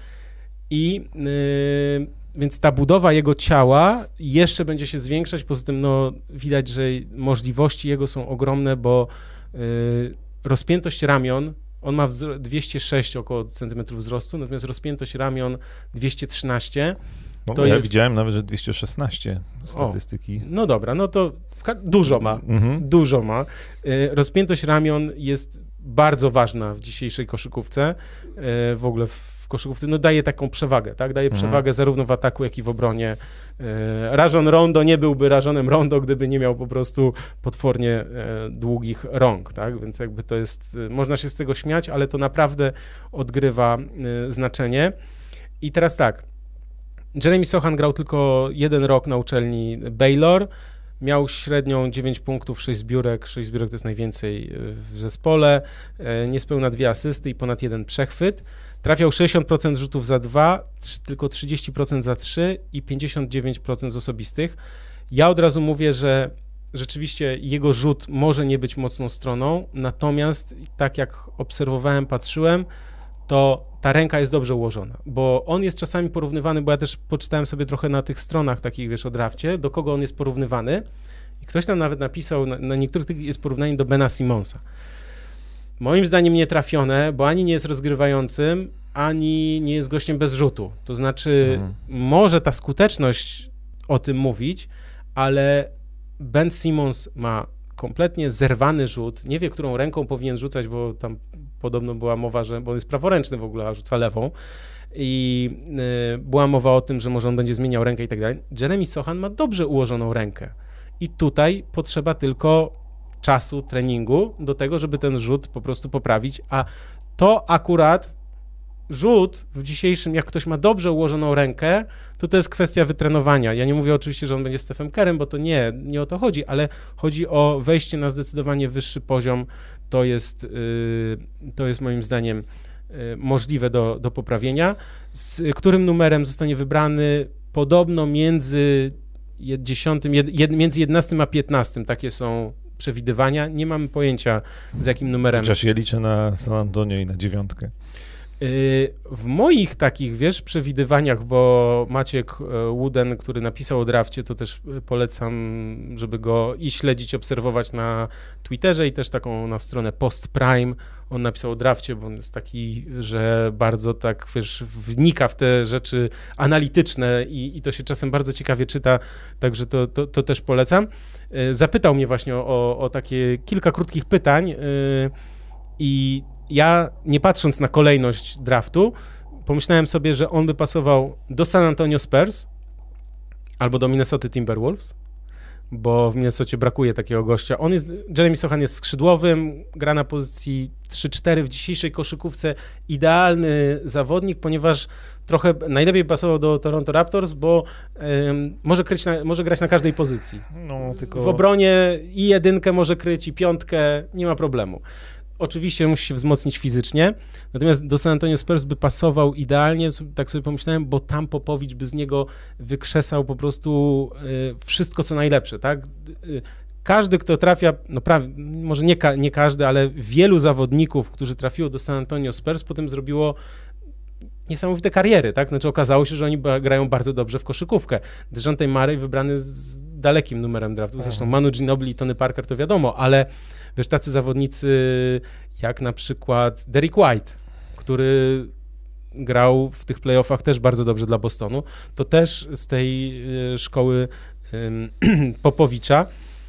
i yy, więc ta budowa jego ciała jeszcze będzie się zwiększać, poza tym no, widać, że możliwości jego są ogromne, bo yy, rozpiętość ramion, on ma wzro- dwieście sześć około centymetrów wzrostu, natomiast rozpiętość ramion dwieście trzynaście. No, to ja jest... widziałem nawet, że dwieście szesnaście statystyki. O, no dobra, no to ka- dużo ma, mhm. dużo ma. Yy, rozpiętość ramion jest bardzo ważna w dzisiejszej koszykówce, yy, w ogóle w w koszykówce, no daje taką przewagę, tak? Daje mhm. przewagę zarówno w ataku, jak i w obronie. Rajon Rondo nie byłby Rajonem Rondo, gdyby nie miał po prostu potwornie długich rąk, tak? Więc jakby to jest, można się z tego śmiać, ale to naprawdę odgrywa znaczenie. I teraz tak, Jeremy Sochan grał tylko jeden rok na uczelni Baylor, miał średnią dziewięć punktów, sześć zbiórek, sześć zbiórek to jest najwięcej w zespole, niespełna dwie asysty i ponad jeden przechwyt. Trafiał sześćdziesiąt procent rzutów za dwa, tylko trzydzieści procent za trzy i pięćdziesiąt dziewięć procent z osobistych. Ja od razu mówię, że rzeczywiście jego rzut może nie być mocną stroną, natomiast tak jak obserwowałem, patrzyłem, to ta ręka jest dobrze ułożona, bo on jest czasami porównywany, bo ja też poczytałem sobie trochę na tych stronach takich, wiesz, o drafcie, do kogo on jest porównywany i ktoś tam nawet napisał, na, na niektórych tych jest porównanie do Bena Simonsa. Moim zdaniem nietrafione, bo ani nie jest rozgrywającym, ani nie jest gościem bez rzutu. To znaczy, mhm. może ta skuteczność o tym mówić, ale Ben Simmons ma kompletnie zerwany rzut, nie wie, którą ręką powinien rzucać, bo tam podobno była mowa, że bo on jest praworęczny w ogóle, a rzuca lewą i y, była mowa o tym, że może on będzie zmieniał rękę i tak dalej. Jeremy Sochan ma dobrze ułożoną rękę i tutaj potrzeba tylko czasu, treningu do tego, żeby ten rzut po prostu poprawić, a to akurat rzut w dzisiejszym, jak ktoś ma dobrze ułożoną rękę, to to jest kwestia wytrenowania. Ja nie mówię oczywiście, że on będzie Stephem Currym, bo to nie, nie o to chodzi, ale chodzi o wejście na zdecydowanie wyższy poziom. To jest, yy, to jest moim zdaniem yy, możliwe do, do poprawienia. Z którym numerem zostanie wybrany? Podobno między dziesiątym, jed, jed, między jedenastym a piętnastym takie są przewidywania. Nie mamy pojęcia, z jakim numerem. Chociaż ja liczę na San Antonio i na dziewiątkę. W moich takich, wiesz, przewidywaniach, bo Maciek Wooden, który napisał o drafcie, to też polecam, żeby go i śledzić, obserwować na Twitterze i też taką na stronę Post Prime. On napisał o drafcie, bo on jest taki, że bardzo tak, wiesz, wnika w te rzeczy analityczne i, i to się czasem bardzo ciekawie czyta, także to, to, to też polecam. Zapytał mnie właśnie o, o takie kilka krótkich pytań i ja, nie patrząc na kolejność draftu, pomyślałem sobie, że on by pasował do San Antonio Spurs albo do Minnesota Timberwolves, bo w Minnesocie brakuje takiego gościa. On jest, Jeremy Sochan jest skrzydłowym, gra na pozycji trzy cztery w dzisiejszej koszykówce, idealny zawodnik, ponieważ trochę najlepiej pasował do Toronto Raptors, bo um, może, kryć na, może grać na każdej pozycji. No, tylko... W obronie i jedynkę może kryć, i piątkę, nie ma problemu. Oczywiście musi się wzmocnić fizycznie, natomiast do San Antonio Spurs by pasował idealnie, tak sobie pomyślałem, bo tam Popowicz by z niego wykrzesał po prostu y, wszystko, co najlepsze, tak? Y, każdy, kto trafia, no prawie, może nie, ka- nie każdy, ale wielu zawodników, którzy trafiło do San Antonio Spurs, potem zrobiło niesamowite kariery, tak? Znaczy okazało się, że oni ba- grają bardzo dobrze w koszykówkę. DeJounte Murray wybrany z dalekim numerem draftu, zresztą Manu Ginobili i Tony Parker to wiadomo, ale wiesz, tacy zawodnicy jak na przykład Derrick White, który grał w tych playoffach też bardzo dobrze dla Bostonu, to też z tej szkoły um, Popowicza.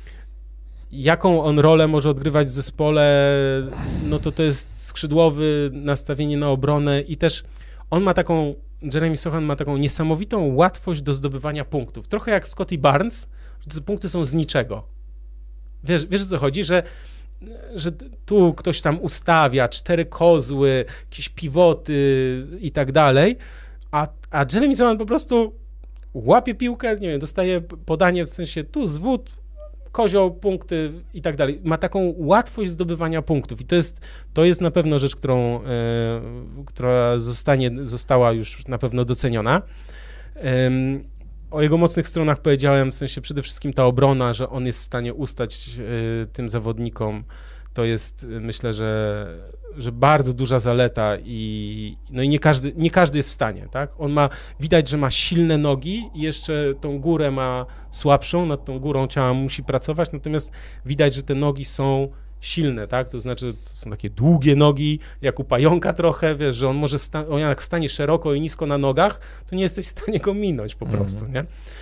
Jaką on rolę może odgrywać w zespole, no to to jest skrzydłowy, nastawienie na obronę i też on ma taką, Jeremy Sochan ma taką niesamowitą łatwość do zdobywania punktów. Trochę jak Scottie Barnes, że te punkty są z niczego. Wiesz, wiesz o co chodzi, że że tu ktoś tam ustawia cztery kozły, jakieś pivoty i tak dalej, a, a Jeremy Sochan po prostu łapie piłkę, nie wiem, dostaje podanie w sensie tu zwód, kozioł, punkty i tak dalej. Ma taką łatwość zdobywania punktów i to jest, to jest na pewno rzecz, którą, e, która zostanie, została już na pewno doceniona. E, O jego mocnych stronach powiedziałem, w sensie przede wszystkim ta obrona, że on jest w stanie ustać y, tym zawodnikom, to jest y, myślę, że, że bardzo duża zaleta i no i nie każdy, nie każdy jest w stanie, tak? On ma, widać, że ma silne nogi i jeszcze tą górę ma słabszą, nad tą górą ciała musi pracować, natomiast widać, że te nogi są silne, tak? To znaczy, to są takie długie nogi, jak u pająka trochę, wiesz, że on może, sta- on jak stanie szeroko i nisko na nogach, to nie jesteś w stanie go minąć po prostu, mm. nie?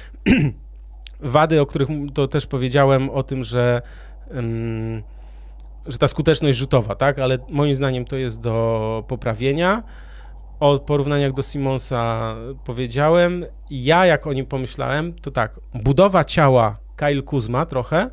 Wady, o których to też powiedziałem, o tym, że, um, że ta skuteczność rzutowa, tak? Ale moim zdaniem to jest do poprawienia. O porównaniach do Simonsa powiedziałem. Ja, jak o nim pomyślałem, to tak, budowa ciała Kyle Kuzma trochę.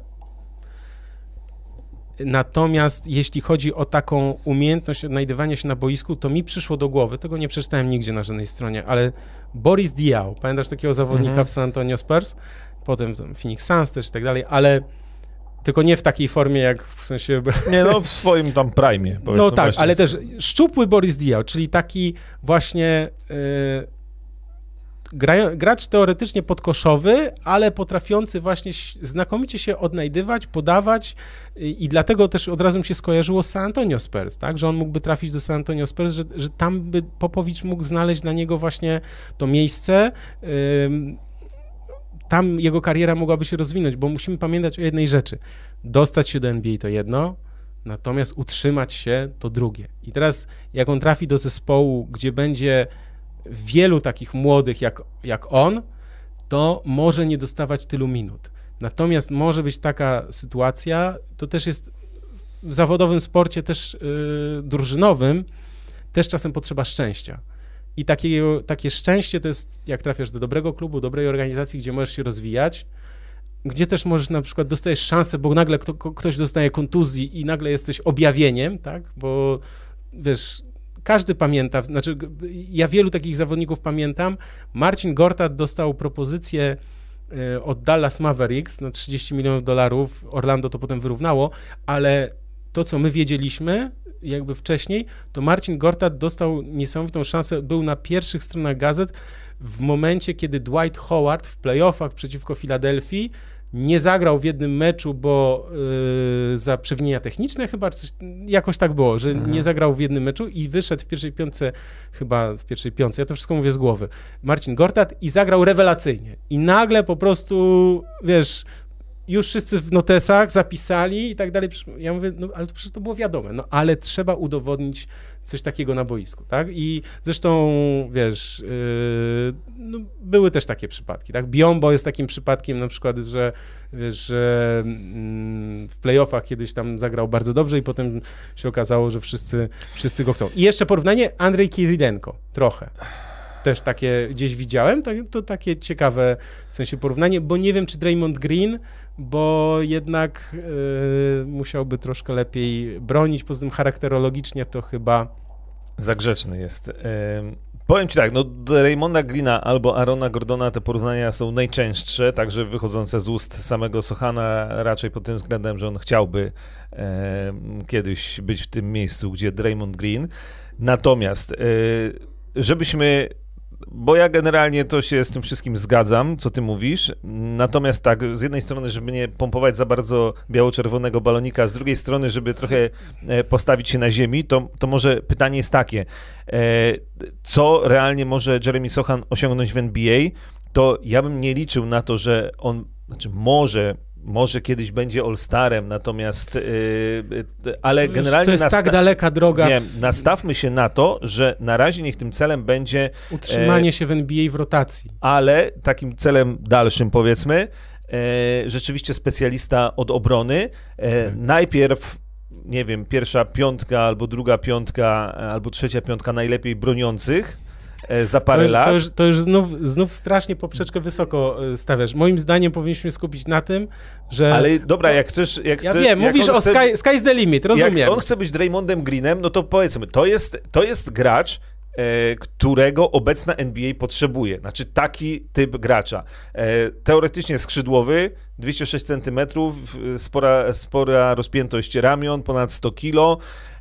Natomiast jeśli chodzi o taką umiejętność odnajdywania się na boisku, to mi przyszło do głowy, tego nie przeczytałem nigdzie na żadnej stronie, ale Boris Diaw, pamiętasz takiego zawodnika mhm. w San Antonio Spurs? Potem Phoenix Suns też i tak dalej, ale tylko nie w takiej formie, jak w sensie... Nie, no w swoim tam prime. No tak, ale też szczupły Boris Diaw, czyli taki właśnie... Yy, gracz teoretycznie podkoszowy, ale potrafiący właśnie znakomicie się odnajdywać, podawać i dlatego też od razu mi się skojarzyło z San Antonio Spurs, tak, że on mógłby trafić do San Antonio Spurs, że, że tam by Popowicz mógł znaleźć dla niego właśnie to miejsce, tam jego kariera mogłaby się rozwinąć, bo musimy pamiętać o jednej rzeczy, dostać się do N B A to jedno, natomiast utrzymać się to drugie. I teraz jak on trafi do zespołu, gdzie będzie wielu takich młodych jak, jak on, to może nie dostawać tylu minut. Natomiast może być taka sytuacja, to też jest w zawodowym sporcie, też yy, drużynowym, też czasem potrzeba szczęścia. I takie, takie szczęście to jest, jak trafiasz do dobrego klubu, dobrej organizacji, gdzie możesz się rozwijać, gdzie też możesz na przykład dostajesz szansę, bo nagle kto, ktoś dostaje kontuzji i nagle jesteś objawieniem, tak, bo wiesz, każdy pamięta, znaczy ja wielu takich zawodników pamiętam. Marcin Gortat dostał propozycję od Dallas Mavericks na trzydzieści milionów dolarów, Orlando to potem wyrównało, ale to, co my wiedzieliśmy jakby wcześniej, to Marcin Gortat dostał niesamowitą szansę, był na pierwszych stronach gazet w momencie, kiedy Dwight Howard w playoffach przeciwko Filadelfii nie zagrał w jednym meczu, bo yy, za przewinienia techniczne chyba coś, jakoś tak było, że mhm. nie zagrał w jednym meczu i wyszedł w pierwszej piątce, chyba w pierwszej piątce, ja to wszystko mówię z głowy, Marcin Gortat i zagrał rewelacyjnie. I nagle po prostu, wiesz, już wszyscy w notesach zapisali i tak dalej. Ja mówię, no ale to przecież to było wiadome, no ale trzeba udowodnić coś takiego na boisku, tak? I zresztą, wiesz, yy, no, były też takie przypadki, tak? Biombo jest takim przypadkiem na przykład, że, wiesz, że mm, w playoffach kiedyś tam zagrał bardzo dobrze i potem się okazało, że wszyscy, wszyscy go chcą. I jeszcze porównanie, Andrzej Kirilenko, trochę. Też takie gdzieś widziałem, to, to takie ciekawe w sensie porównanie, bo nie wiem, czy Draymond Green, bo jednak yy, musiałby troszkę lepiej bronić, poza tym charakterologicznie to chyba... Za grzeczny jest. Yy, powiem ci tak, no do Raymonda Greena albo Aarona Gordona te porównania są najczęstsze, także wychodzące z ust samego Sochana, raczej pod tym względem, że on chciałby yy, kiedyś być w tym miejscu, gdzie Draymond Green. Natomiast, yy, żebyśmy... Bo ja generalnie to się z tym wszystkim zgadzam, co ty mówisz, natomiast tak, z jednej strony, żeby nie pompować za bardzo biało-czerwonego balonika, z drugiej strony, żeby trochę postawić się na ziemi, to, to może pytanie jest takie, co realnie może Jeremy Sochan osiągnąć w N B A, to ja bym nie liczył na to, że on, znaczy może... Może kiedyś będzie All-Starem, natomiast, yy, ale generalnie... To jest nasta- tak daleka droga. Wiem, nastawmy się na to, że na razie niech tym celem będzie... Utrzymanie e, się w N B A w rotacji. Ale takim celem dalszym, powiedzmy, e, rzeczywiście specjalista od obrony. E, tak. Najpierw, nie wiem, pierwsza piątka albo druga piątka, albo trzecia piątka najlepiej broniących, za parę to już, lat. To już, to już znów, znów strasznie poprzeczkę wysoko stawiasz. Moim zdaniem powinniśmy skupić na tym, że... Ale dobra, jak chcesz... Jak ja chce, wiem, jak mówisz o chce, sky, sky's the limit, rozumiem. Jak on chce być Draymondem Greenem, no to powiedzmy, to jest, to jest gracz, e, którego obecna N B A potrzebuje. Znaczy taki typ gracza. E, teoretycznie skrzydłowy, dwieście sześć centymetrów, spora, spora rozpiętość ramion, ponad sto kilo,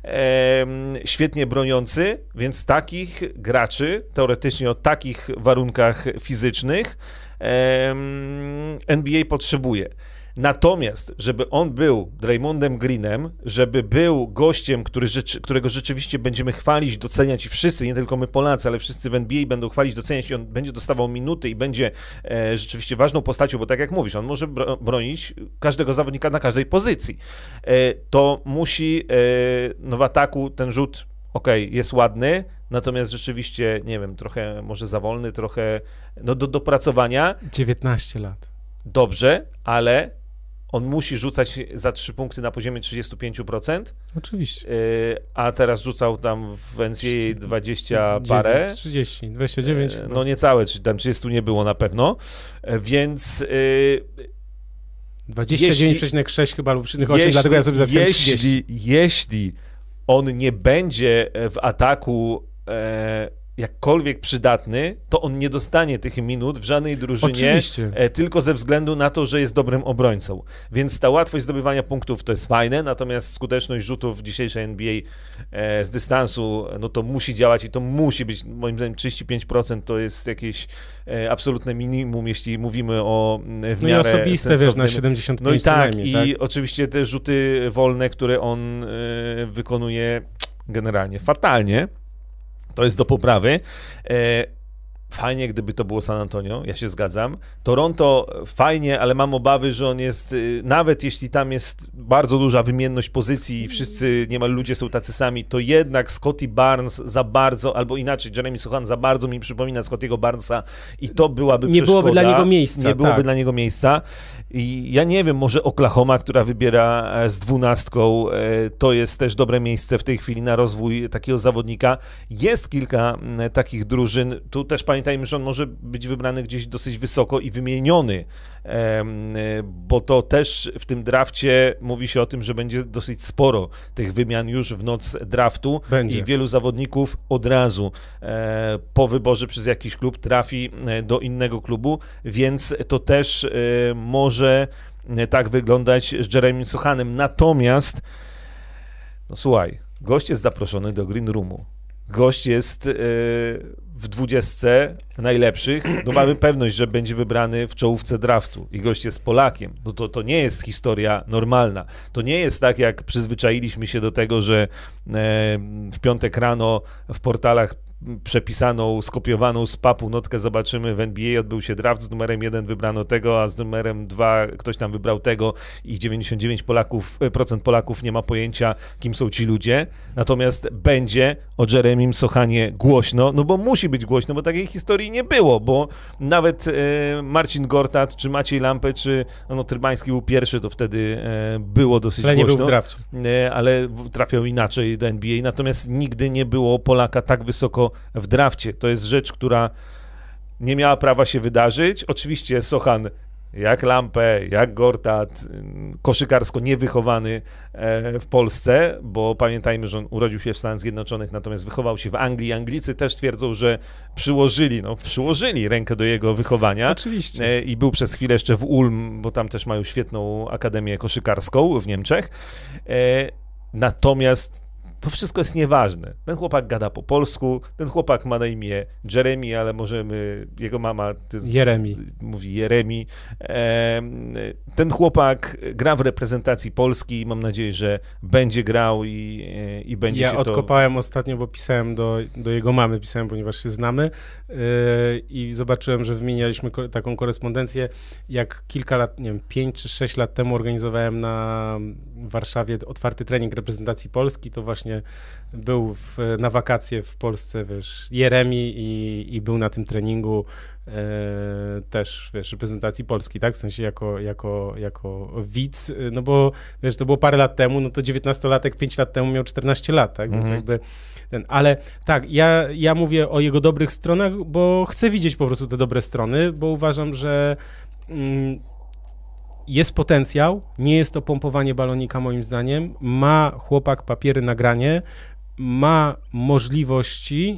e, świetnie broniący, więc takich graczy, teoretycznie o takich warunkach fizycznych e, N B A potrzebuje. Natomiast, żeby on był Draymondem Greenem, żeby był gościem, który rzeczy, którego rzeczywiście będziemy chwalić, doceniać i wszyscy, nie tylko my Polacy, ale wszyscy w N B A będą chwalić, doceniać i on będzie dostawał minuty i będzie e, rzeczywiście ważną postacią, bo tak jak mówisz, on może bro- bronić każdego zawodnika na każdej pozycji. E, to musi e, no w ataku ten rzut, okej, okay, jest ładny, natomiast rzeczywiście, nie wiem, trochę może za wolny, trochę no, do dopracowania. dziewiętnaście lat. Dobrze, ale on musi rzucać za trzy punkty na poziomie trzydzieści pięć procent. Oczywiście. Yy, a teraz rzucał tam w N C A A dwadzieścia parę. trzydzieści, dwadzieścia dziewięć. Yy, no niecałe, czy tam trzydzieści nie było na pewno. Yy, więc... Yy, dwadzieścia dziewięć przecinek sześć chyba lub przecinek osiem, dlatego ja sobie zapisałem jeśli, trzydzieści. Jeśli on nie będzie w ataku... Yy, jakkolwiek przydatny, to on nie dostanie tych minut w żadnej drużynie, Oczywiście. tylko ze względu na to, że jest dobrym obrońcą. Więc ta łatwość zdobywania punktów to jest fajne, natomiast skuteczność rzutów w dzisiejszej N B A z dystansu, no to musi działać i to musi być, moim zdaniem trzydzieści pięć procent to jest jakieś absolutne minimum, jeśli mówimy o w no miarę i osobiste, sensownym. wiesz, na siedemdziesiąt pięć No i tak, i tak? oczywiście te rzuty wolne, które on wykonuje generalnie fatalnie, to jest do poprawy. Fajnie, gdyby to było San Antonio, ja się zgadzam. Toronto fajnie, ale mam obawy, że on jest, nawet jeśli tam jest bardzo duża wymienność pozycji i wszyscy niemal ludzie są tacy sami, to jednak Scottie Barnes za bardzo, albo inaczej, Jeremy Sochan za bardzo mi przypomina Scottiego Barnesa i to byłaby nie przeszkoda. byłoby dla niego miejsca. Nie byłoby tak. dla niego miejsca. I ja nie wiem, może Oklahoma, która wybiera z dwunastką, to jest też dobre miejsce w tej chwili na rozwój takiego zawodnika. Jest kilka takich drużyn. Tu też pamiętajmy, że on może być wybrany gdzieś dosyć wysoko i wymieniony, bo to też w tym drafcie mówi się o tym, że będzie dosyć sporo tych wymian już w noc draftu będzie. I wielu zawodników od razu po wyborze przez jakiś klub trafi do innego klubu, więc to też może tak wyglądać z Jeremy Sochanem. Natomiast, no słuchaj, gość jest zaproszony do Green Roomu. gość jest yy, w dwudziestce najlepszych, no mamy pewność, że będzie wybrany w czołówce draftu i gość jest Polakiem. No to, to nie jest historia normalna. To nie jest tak, jak przyzwyczailiśmy się do tego, że yy, w piątek rano w portalach przepisaną, skopiowaną z papu notkę zobaczymy, w N B A odbył się draft, z numerem jeden wybrano tego, a z numerem dwa ktoś tam wybrał tego i dziewięćdziesiąt dziewięć Polaków, procent Polaków nie ma pojęcia, kim są ci ludzie. Natomiast będzie o Jeremim Sochanie głośno, no bo musi być głośno, bo takiej historii nie było, bo nawet e, Marcin Gortat, czy Maciej Lampę, czy no, Trybański był pierwszy, to wtedy e, było dosyć ale głośno. nie był w drafcie. E, ale trafiał inaczej do N B A, natomiast nigdy nie było Polaka tak wysoko w drafcie. To jest rzecz, która nie miała prawa się wydarzyć. Oczywiście Sochan, jak Lampę, jak Gortat, koszykarsko niewychowany w Polsce, bo pamiętajmy, że on urodził się w Stanach Zjednoczonych, natomiast wychował się w Anglii. Anglicy też twierdzą, że przyłożyli, no przyłożyli rękę do jego wychowania. Oczywiście. I był przez chwilę jeszcze w Ulm, bo tam też mają świetną akademię koszykarską w Niemczech. Natomiast to wszystko jest nieważne. Ten chłopak gada po polsku, ten chłopak ma na imię Jeremy, ale możemy, jego mama z, Jeremi. mówi Jeremi. E, ten chłopak gra w reprezentacji Polski i mam nadzieję, że będzie grał i, i będzie ja się to... to... Ja odkopałem ostatnio, bo pisałem do, do jego mamy, pisałem, ponieważ się znamy yy, i zobaczyłem, że wymienialiśmy ko- taką korespondencję, jak kilka lat, nie wiem, pięć czy sześć lat temu organizowałem na Warszawie otwarty trening reprezentacji Polski, to właśnie był w, na wakacje w Polsce, wiesz, Jeremi i, i był na tym treningu e, też, wiesz, reprezentacji Polski, tak, w sensie jako, jako, jako widz, no bo, wiesz, to było parę lat temu, no to dziewiętnastolatek pięć lat temu miał czternaście lat, tak, więc mhm. jakby ten, ale tak, ja, ja mówię o jego dobrych stronach, bo chcę widzieć po prostu te dobre strony, bo uważam, że mm, jest potencjał, nie jest to pompowanie balonika moim zdaniem, ma chłopak papiery na granie, ma możliwości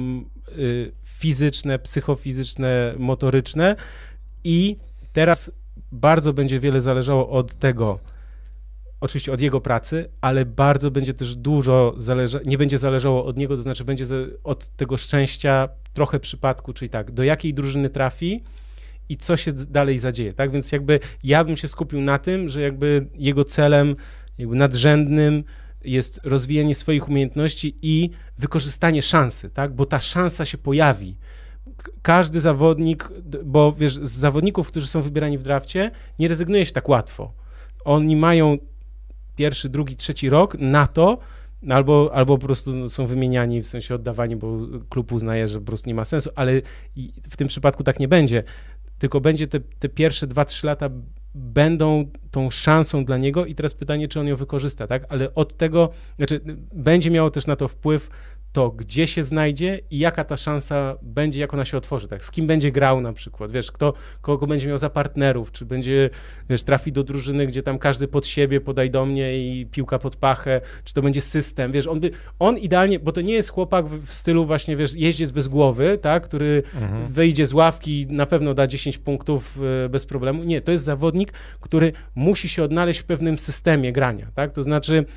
y, fizyczne, psychofizyczne, motoryczne i teraz bardzo będzie wiele zależało od tego, oczywiście od jego pracy, ale bardzo będzie też dużo zależało, nie będzie zależało od niego, to znaczy będzie od tego szczęścia, trochę przypadku, czyli tak, do jakiej drużyny trafi i co się dalej zadzieje, tak? Więc jakby ja bym się skupił na tym, że jakby jego celem jakby nadrzędnym jest rozwijanie swoich umiejętności i wykorzystanie szansy, tak? Bo ta szansa się pojawi. Każdy zawodnik, bo wiesz, z zawodników, którzy są wybierani w drafcie, nie rezygnuje się tak łatwo. Oni mają pierwszy, drugi, trzeci rok na to, albo, albo po prostu są wymieniani, w sensie oddawani, bo klub uznaje, że po prostu nie ma sensu, ale w tym przypadku tak nie będzie. Tylko będzie te, te pierwsze dwa, trzy lata będą tą szansą dla niego i teraz pytanie, czy on ją wykorzysta, tak? Ale od tego, znaczy będzie miało też na to wpływ to, gdzie się znajdzie i jaka ta szansa będzie, jak ona się otworzy, tak? Z kim będzie grał na przykład, wiesz, kto, kogo będzie miał za partnerów, czy będzie, wiesz, trafi do drużyny, gdzie tam każdy pod siebie, podaj do mnie i piłka pod pachę, czy to będzie system, wiesz, on by, on idealnie, bo to nie jest chłopak w, w stylu właśnie, wiesz, jeździec bez głowy, tak, który mhm. wyjdzie z ławki i na pewno da dziesięć punktów y, bez problemu, nie, to jest zawodnik, który musi się odnaleźć w pewnym systemie grania, tak, to znaczy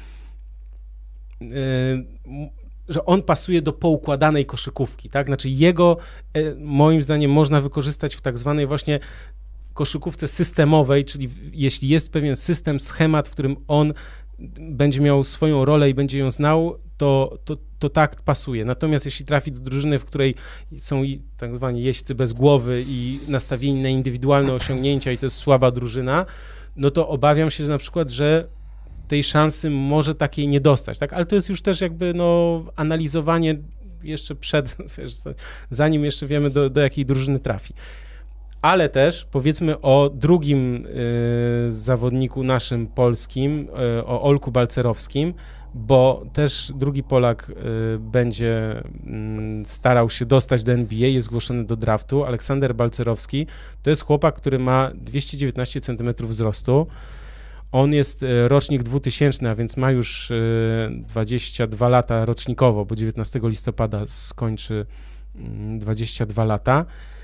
y, że on pasuje do poukładanej koszykówki, tak? Znaczy jego, moim zdaniem, można wykorzystać w tak zwanej właśnie koszykówce systemowej, czyli jeśli jest pewien system, schemat, w którym on będzie miał swoją rolę i będzie ją znał, to, to, to tak pasuje. Natomiast jeśli trafi do drużyny, w której są tak zwani jeźdźcy bez głowy i nastawieni na indywidualne osiągnięcia i to jest słaba drużyna, no to obawiam się, że na przykład, że tej szansy może takiej nie dostać, tak? Ale to jest już też jakby no analizowanie jeszcze przed, wiesz, zanim jeszcze wiemy do, do jakiej drużyny trafi. Ale też powiedzmy o drugim y, zawodniku naszym polskim, y, o Olku Balcerowskim, bo też drugi Polak y, będzie y, starał się dostać do N B A, jest zgłoszony do draftu. Aleksander Balcerowski to jest chłopak, który ma dwieście dziewiętnaście centymetrów wzrostu. On jest rocznik dwutysięczny, a więc ma już dwadzieścia dwa lata rocznikowo, bo dziewiętnastego listopada skończy dwadzieścia dwa lata.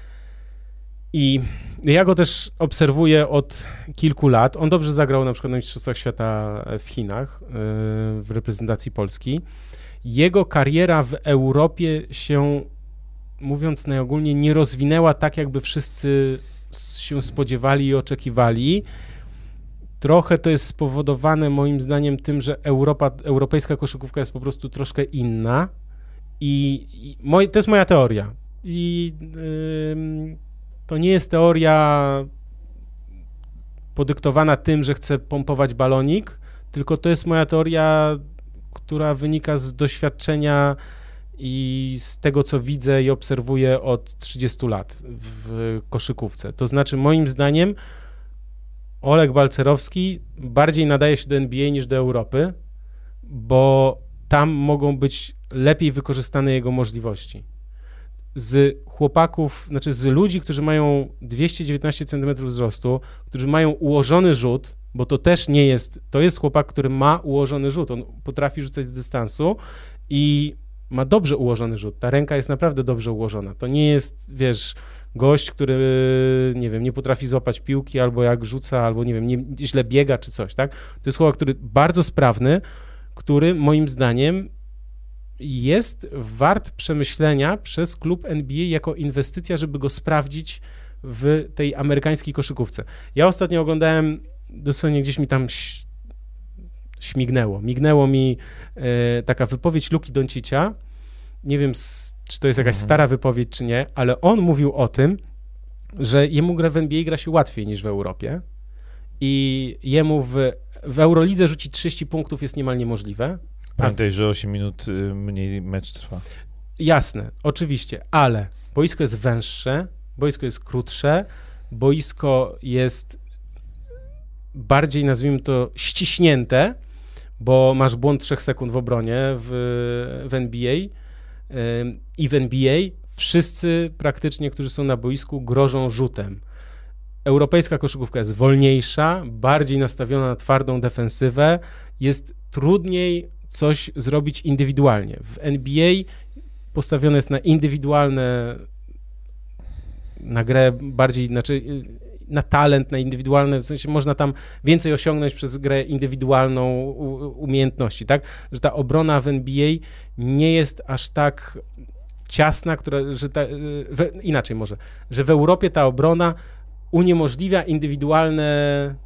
I ja go też obserwuję od kilku lat. On dobrze zagrał na przykład na Mistrzostwach Świata w Chinach w reprezentacji Polski. jego kariera w Europie się, mówiąc najogólniej, nie rozwinęła tak, jakby wszyscy się spodziewali i oczekiwali. Trochę to jest spowodowane moim zdaniem tym, że Europa, europejska koszykówka jest po prostu troszkę inna i, i moj, to jest moja teoria. I yy, to nie jest teoria podyktowana tym, że chcę pompować balonik, tylko to jest moja teoria, która wynika z doświadczenia i z tego, co widzę i obserwuję od trzydziestu lat w koszykówce. To znaczy, moim zdaniem, Oleg Balcerowski bardziej nadaje się do N B A niż do Europy, bo tam mogą być lepiej wykorzystane jego możliwości. Z chłopaków, znaczy z ludzi, którzy mają dwieście dziewiętnaście centymetrów wzrostu, którzy mają ułożony rzut, bo to też nie jest, to jest chłopak, który ma ułożony rzut, on potrafi rzucać z dystansu i ma dobrze ułożony rzut, ta ręka jest naprawdę dobrze ułożona, to nie jest, wiesz, gość, który, nie wiem, nie potrafi złapać piłki, albo jak rzuca, albo nie wiem, nie, źle biega, czy coś, tak? To jest chłopak, który bardzo sprawny, który moim zdaniem jest wart przemyślenia przez klub N B A jako inwestycja, żeby go sprawdzić w tej amerykańskiej koszykówce. Ja ostatnio oglądałem, dosłownie gdzieś mi tam śmignęło, mignęło mi e, taka wypowiedź Luki Doncicia, nie wiem, czy to jest jakaś mhm. stara wypowiedź, czy nie, ale on mówił o tym, że jemu gra w N B A gra się łatwiej niż w Europie i jemu w, w Eurolidze rzucić trzydzieści punktów jest niemal niemożliwe. Pamiętaj, że osiem minut mniej mecz trwa. Jasne, oczywiście, ale boisko jest węższe, boisko jest krótsze, boisko jest bardziej, nazwijmy to, ściśnięte, bo masz błąd trzech sekund w obronie w, w N B A i w N B A wszyscy praktycznie, którzy są na boisku, grożą rzutem. Europejska koszykówka jest wolniejsza, bardziej nastawiona na twardą defensywę, jest trudniej coś zrobić indywidualnie. W N B A postawione jest na indywidualne, na grę bardziej, znaczy na talent, na indywidualne, w sensie można tam więcej osiągnąć przez grę indywidualną umiejętności, tak? Że ta obrona w N B A nie jest aż tak ciasna, która, że ta, w, inaczej może, że w Europie ta obrona uniemożliwia indywidualne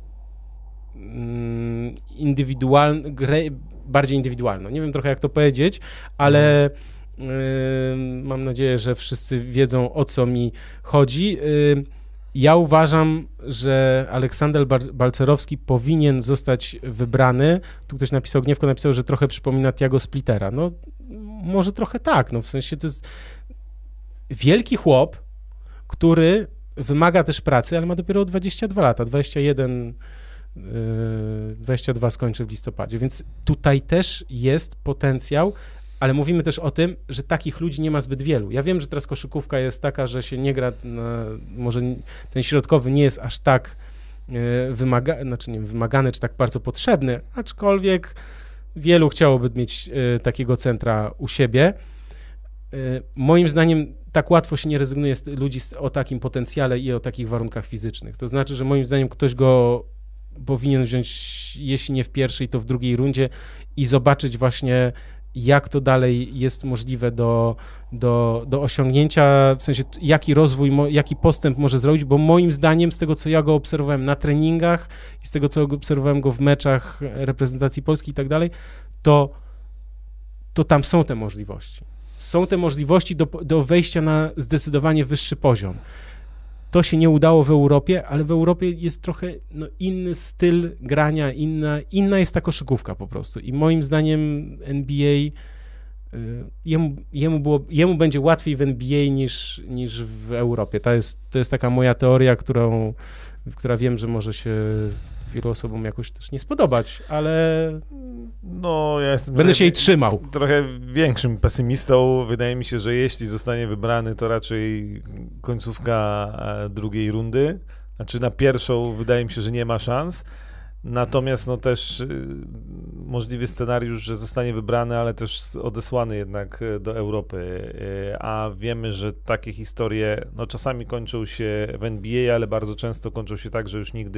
indywidualne, grę bardziej indywidualną. Nie wiem trochę jak to powiedzieć, ale yy, mam nadzieję, że wszyscy wiedzą, o co mi chodzi. Yy, ja uważam, że Aleksander Balcerowski powinien zostać wybrany. Tu ktoś napisał, Gniewko napisał, że trochę przypomina Thiago Splittera. No może trochę tak, no w sensie to jest wielki chłop, który wymaga też pracy, ale ma dopiero dwadzieścia dwa lata, dwadzieścia jeden, dwadzieścia dwa skończy w listopadzie, więc tutaj też jest potencjał, ale mówimy też o tym, że takich ludzi nie ma zbyt wielu. Ja wiem, że teraz koszykówka jest taka, że się nie gra, na, może ten środkowy nie jest aż tak wymaga, znaczy nie wiem, wymagany, czy tak bardzo potrzebny, aczkolwiek wielu chciałoby mieć takiego centra u siebie. Moim zdaniem tak łatwo się nie rezygnuje z ludzi o takim potencjale i o takich warunkach fizycznych. To znaczy, że moim zdaniem ktoś go powinien wziąć, jeśli nie w pierwszej, to w drugiej rundzie i zobaczyć właśnie, jak to dalej jest możliwe do, do, do osiągnięcia, w sensie jaki rozwój, jaki postęp może zrobić, bo moim zdaniem, z tego co ja go obserwowałem na treningach i z tego co obserwowałem go w meczach reprezentacji Polski i tak dalej, to, to tam są te możliwości. Są te możliwości do, do wejścia na zdecydowanie wyższy poziom. To się nie udało w Europie, ale w Europie jest trochę no, inny styl grania, inna, inna jest ta koszykówka po prostu. I moim zdaniem N B A, y, jemu, jemu, było, jemu będzie łatwiej w N B A niż, niż w Europie. To jest, to jest taka moja teoria, którą, która wiem, że może się wielu osobom jakoś też nie spodobać, ale no, ja jestem będę się jej trzymał. Trochę większym pesymistą. Wydaje mi się, że jeśli zostanie wybrany, to raczej końcówka drugiej rundy. Znaczy na pierwszą wydaje mi się, że nie ma szans. Natomiast no też możliwy scenariusz, że zostanie wybrany, ale też odesłany jednak do Europy. A wiemy, że takie historie no czasami kończą się w N B A, ale bardzo często kończą się tak, że już nigdy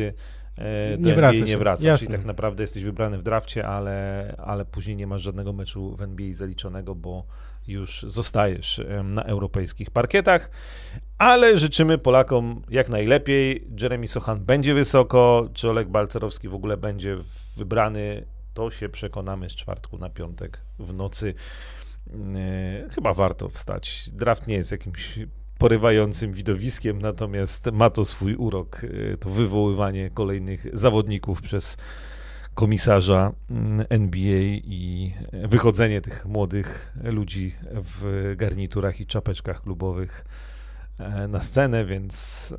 do nie N B A wraca nie wracasz. Jasne. I tak naprawdę jesteś wybrany w drafcie, ale, ale później nie masz żadnego meczu w N B A zaliczonego, bo już zostajesz na europejskich parkietach. Ale życzymy Polakom jak najlepiej. Jeremy Sochan będzie wysoko, czy Oleg Balcerowski w ogóle będzie wybrany, to się przekonamy z czwartku na piątek w nocy. Chyba warto wstać. Draft nie jest jakimś porywającym widowiskiem, natomiast ma to swój urok, to wywoływanie kolejnych zawodników przez komisarza N B A i wychodzenie tych młodych ludzi w garniturach i czapeczkach klubowych na scenę, więc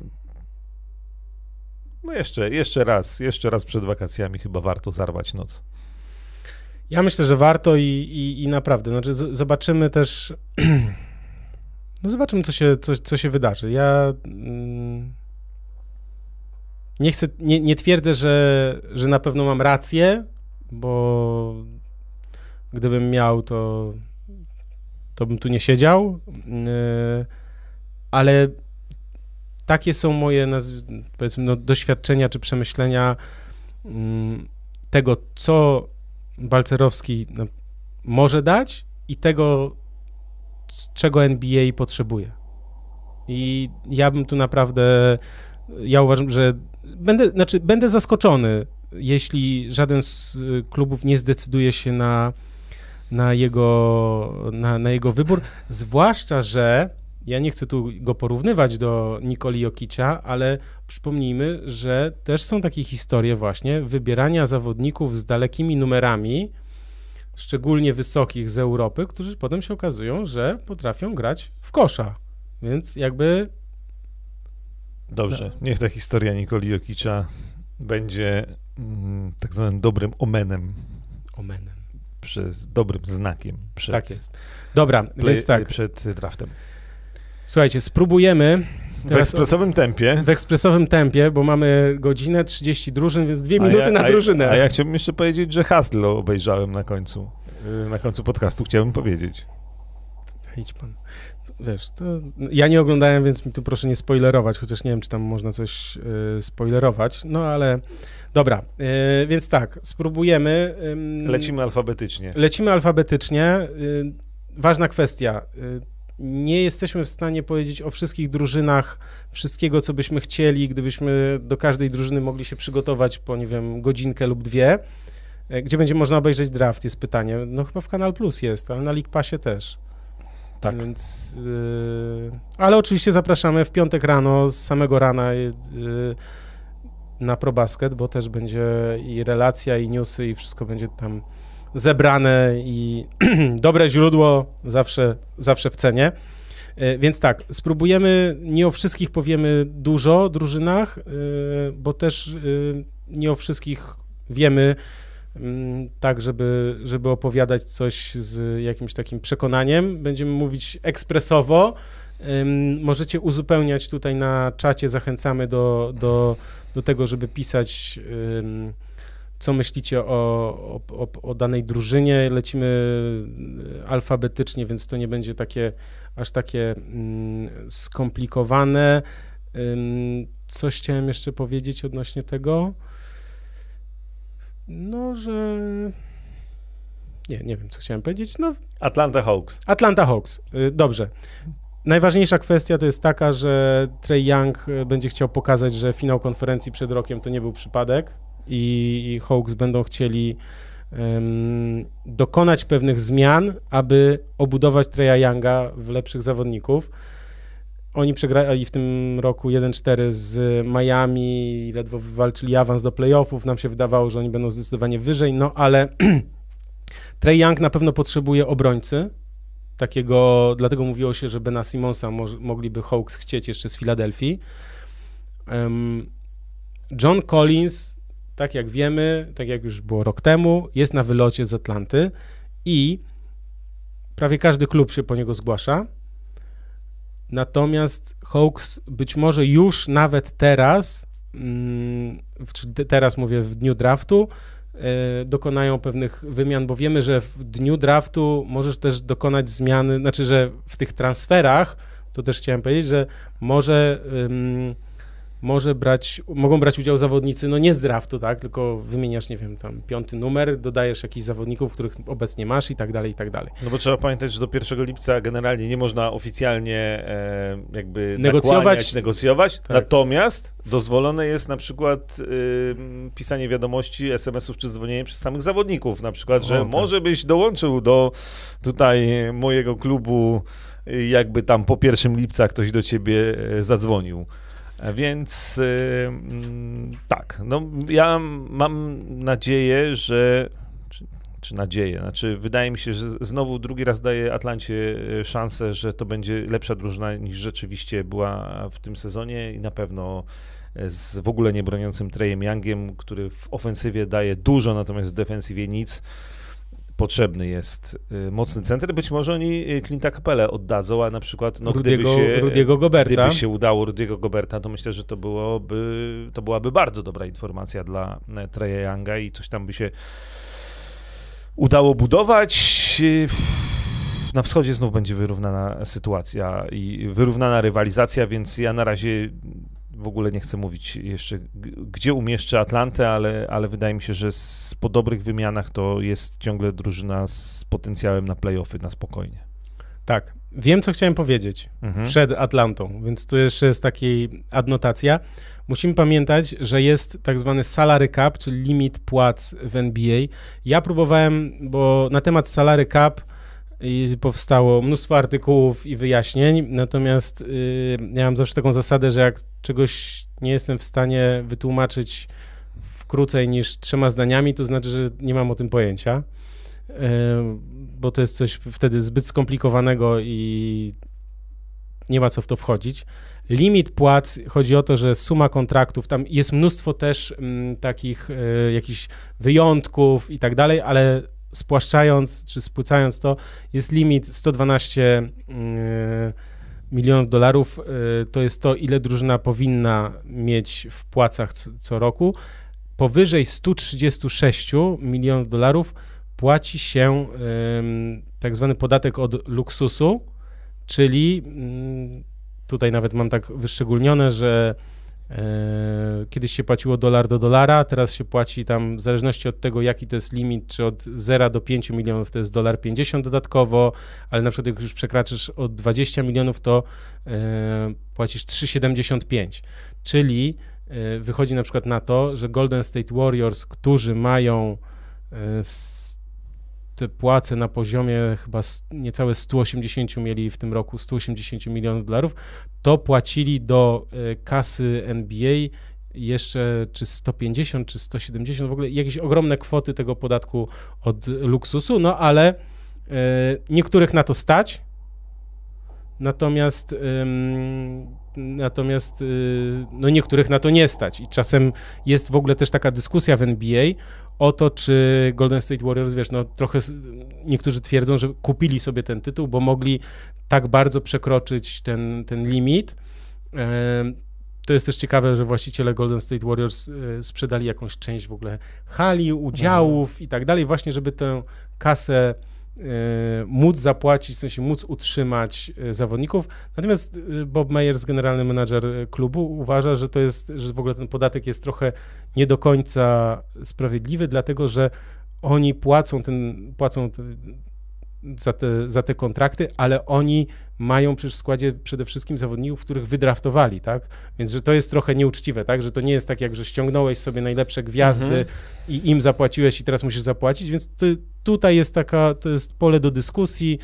no jeszcze, jeszcze raz, jeszcze raz przed wakacjami chyba warto zarwać noc. Ja myślę, że warto i, i, i naprawdę, znaczy z, zobaczymy też, no zobaczymy, co się, co, co się wydarzy. Ja mm, nie chcę, nie, nie twierdzę, że, że na pewno mam rację, bo gdybym miał, to, to bym tu nie siedział, yy, ale takie są moje, nazw- powiedzmy, no, doświadczenia czy przemyślenia yy, tego, co Balcerowski no, może dać i tego, czego N B A potrzebuje. I ja bym tu naprawdę, ja uważam, że będę, znaczy będę zaskoczony, jeśli żaden z klubów nie zdecyduje się na, na, jego, na, na jego wybór, zwłaszcza, że ja nie chcę tu go porównywać do Nikoli Jokicia, ale przypomnijmy, że też są takie historie właśnie wybierania zawodników z dalekimi numerami, szczególnie wysokich z Europy, którzy potem się okazują, że potrafią grać w kosza. Więc jakby... Dobrze, niech ta historia Nikoli Jokicia będzie mm, tak zwanym dobrym omenem. Omenem. Przez dobrym znakiem. Przed, tak jest. Dobra, play, więc tak. Przed draftem. Słuchajcie, spróbujemy... W ekspresowym tempie. W ekspresowym tempie, bo mamy godzinę, trzydzieści drużyn, więc dwie minuty ja, na drużynę. A ja chciałbym jeszcze powiedzieć, że Hustle obejrzałem na końcu. Na końcu podcastu chciałbym powiedzieć. Idź pan. Wiesz, to ja nie oglądałem, więc mi tu proszę nie spoilerować, chociaż nie wiem, czy tam można coś y, spoilerować, no ale dobra, y, więc tak, spróbujemy. Y, Lecimy alfabetycznie. Lecimy alfabetycznie. Y, ważna kwestia. Y, nie jesteśmy w stanie powiedzieć o wszystkich drużynach, wszystkiego, co byśmy chcieli, gdybyśmy do każdej drużyny mogli się przygotować po, nie wiem, godzinkę lub dwie. Y, gdzie będzie można obejrzeć draft, jest pytanie. No chyba w Kanal Plus jest, ale na League Passie też. Tak. Więc, yy, ale oczywiście zapraszamy w piątek rano, z samego rana yy, na ProBasket, bo też będzie i relacja, i newsy, i wszystko będzie tam zebrane i dobre źródło zawsze, zawsze w cenie. Yy, więc tak, spróbujemy, nie o wszystkich powiemy dużo drużynach, yy, bo też yy, nie o wszystkich wiemy, tak, żeby, żeby opowiadać coś z jakimś takim przekonaniem. Będziemy mówić ekspresowo. Możecie uzupełniać tutaj na czacie, zachęcamy do, do, do tego, żeby pisać, co myślicie o, o, o danej drużynie. Lecimy alfabetycznie, więc to nie będzie takie aż takie skomplikowane. Coś chciałem jeszcze powiedzieć odnośnie tego. No, że... Nie, nie wiem, co chciałem powiedzieć. No, Atlanta Hawks. Atlanta Hawks. Dobrze. Najważniejsza kwestia to jest taka, że Trae Young będzie chciał pokazać, że finał konferencji przed rokiem to nie był przypadek i Hawks będą chcieli um, dokonać pewnych zmian, aby obudować Trae'a Younga w lepszych zawodników. Oni przegrali w tym roku jeden cztery z Miami, ledwo wywalczyli awans do playoffów. Nam się wydawało, że oni będą zdecydowanie wyżej, no ale Trae Young na pewno potrzebuje obrońcy. Takiego, dlatego mówiło się, że Bena Simonsa mo- mogliby Hawks chcieć jeszcze z Filadelfii. Um, John Collins, tak jak wiemy, tak jak już było rok temu, jest na wylocie z Atlanty i prawie każdy klub się po niego zgłasza. Natomiast Hawks być może już nawet teraz, czy teraz mówię w dniu draftu, dokonają pewnych wymian, bo wiemy, że w dniu draftu możesz też dokonać zmiany, znaczy, że w tych transferach, to też chciałem powiedzieć, że może może brać, mogą brać udział zawodnicy, no nie z draftu, tak, tylko wymieniasz, nie wiem, tam piąty numer, dodajesz jakichś zawodników, których obecnie masz i tak dalej, i tak dalej. No bo trzeba pamiętać, że do pierwszego lipca generalnie nie można oficjalnie e, jakby negocjować, nakłaniać, negocjować, tak. Natomiast dozwolone jest na przykład y, pisanie wiadomości, es em esów czy dzwonienie przez samych zawodników, na przykład, że o, tak. może byś dołączył do tutaj mojego klubu, jakby tam po pierwszego lipca ktoś do ciebie zadzwonił. Więc yy, tak, no ja mam nadzieję, że, czy, czy nadzieję, znaczy wydaje mi się, że znowu drugi raz daje Atlancie szansę, że to będzie lepsza drużyna niż rzeczywiście była w tym sezonie i na pewno z w ogóle niebroniącym Trae'em Youngiem, który w ofensywie daje dużo, natomiast w defensywie nic. Potrzebny jest mocny center. Być może oni Clint'a Capellę oddadzą, a na przykład no, Rudiego, gdyby, się, Rudiego Goberta. gdyby się udało Rudiego Goberta, to myślę, że to byłoby, to byłaby bardzo dobra informacja dla Trae'a Younga i coś tam by się udało budować. Na wschodzie znów będzie wyrównana sytuacja i wyrównana rywalizacja, więc ja na razie w ogóle nie chcę mówić jeszcze, gdzie umieszczę Atlantę, ale, ale wydaje mi się, że z, po dobrych wymianach to jest ciągle drużyna z potencjałem na play-offy na spokojnie. Tak, wiem, co chciałem powiedzieć mhm. przed Atlantą, więc tu jeszcze jest taka adnotacja. Musimy pamiętać, że jest tak zwany salary cap, czyli limit płac w N B A. Ja próbowałem, bo na temat salary cap i powstało mnóstwo artykułów i wyjaśnień, natomiast yy, ja mam zawsze taką zasadę, że jak czegoś nie jestem w stanie wytłumaczyć w krócej niż trzema zdaniami, to znaczy, że nie mam o tym pojęcia, yy, bo to jest coś wtedy zbyt skomplikowanego i nie ma co w to wchodzić. Limit płac, chodzi o to, że suma kontraktów, tam jest mnóstwo też m, takich y, jakichś wyjątków i tak dalej, ale spłaszczając czy spłycając to, jest limit sto dwanaście y, milionów dolarów. Y, to jest to, ile drużyna powinna mieć w płacach co, co roku. Powyżej sto trzydzieści sześć milionów dolarów płaci się y, tak zwany podatek od luksusu, czyli y, tutaj nawet mam tak wyszczególnione, że e, kiedyś się płaciło dolar do dolara, teraz się płaci tam w zależności od tego, jaki to jest limit, czy od zera do pięciu milionów to jest dolar pięćdziesiąt dodatkowo, ale na przykład jak już przekraczysz od dwudziestu milionów, to e, płacisz trzy siedemdziesiąt pięć, czyli e, wychodzi na przykład na to, że Golden State Warriors, którzy mają e, te płace na poziomie chyba niecałe sto osiemdziesiąt mieli w tym roku, sto osiemdziesiąt milionów dolarów, to płacili do kasy N B A jeszcze czy sto pięćdziesiąt, czy sto siedemdziesiąt, w ogóle jakieś ogromne kwoty tego podatku od luksusu, no ale niektórych na to stać, natomiast natomiast no niektórych na to nie stać i czasem jest w ogóle też taka dyskusja w N B A o to, czy Golden State Warriors, wiesz, no trochę niektórzy twierdzą, że kupili sobie ten tytuł, bo mogli tak bardzo przekroczyć ten, ten limit. To jest też ciekawe, że właściciele Golden State Warriors sprzedali jakąś część w ogóle hali, udziałów mhm. i tak dalej, właśnie żeby tę kasę móc zapłacić, w sensie móc utrzymać zawodników. Natomiast Bob Myers, generalny menadżer klubu, uważa, że to jest, że w ogóle ten podatek jest trochę nie do końca sprawiedliwy, dlatego że oni płacą ten, płacą te, za, te, za te kontrakty, ale oni mają przecież w składzie przede wszystkim zawodników, których wydraftowali, tak? Więc, że to jest trochę nieuczciwe, tak? Że to nie jest tak, jak że ściągnąłeś sobie najlepsze gwiazdy mhm. i im zapłaciłeś i teraz musisz zapłacić, więc ty, tutaj jest taka, to jest pole do dyskusji,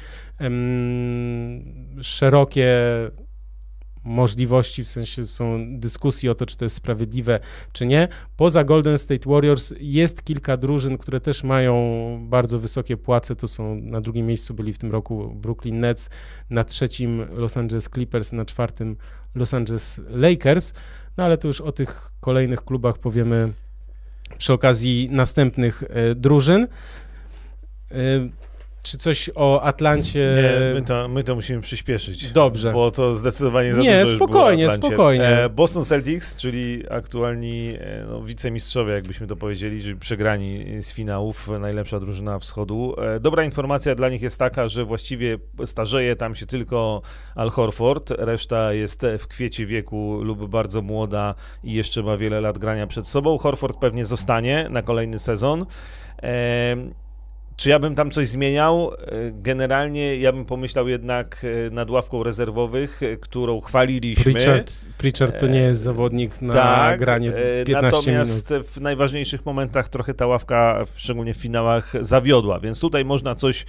um, szerokie możliwości, w sensie są dyskusje o to, czy to jest sprawiedliwe, czy nie. Poza Golden State Warriors jest kilka drużyn, które też mają bardzo wysokie płace, to są na drugim miejscu byli w tym roku Brooklyn Nets, na trzecim Los Angeles Clippers, na czwartym Los Angeles Lakers, no ale to już o tych kolejnych klubach powiemy przy okazji następnych e, drużyn. E, Czy coś o Atlancie? Nie, my to, my to musimy przyspieszyć. Dobrze. Bo to zdecydowanie za Nie, dużo spokojnie, już było spokojnie. E, Boston Celtics, czyli aktualni e, no, wicemistrzowie, jakbyśmy to powiedzieli, czyli przegrani z finałów, najlepsza drużyna wschodu. E, dobra informacja dla nich jest taka, że właściwie starzeje tam się tylko Al Horford, reszta jest w kwiecie wieku lub bardzo młoda i jeszcze ma wiele lat grania przed sobą. Horford pewnie zostanie na kolejny sezon. E, Czy ja bym tam coś zmieniał? Generalnie ja bym pomyślał jednak nad ławką rezerwowych, którą chwaliliśmy. Pritchard, Pritchard to nie jest zawodnik na tak, granie piętnaście natomiast minut. w najważniejszych momentach trochę ta ławka, szczególnie w finałach, zawiodła, więc tutaj można coś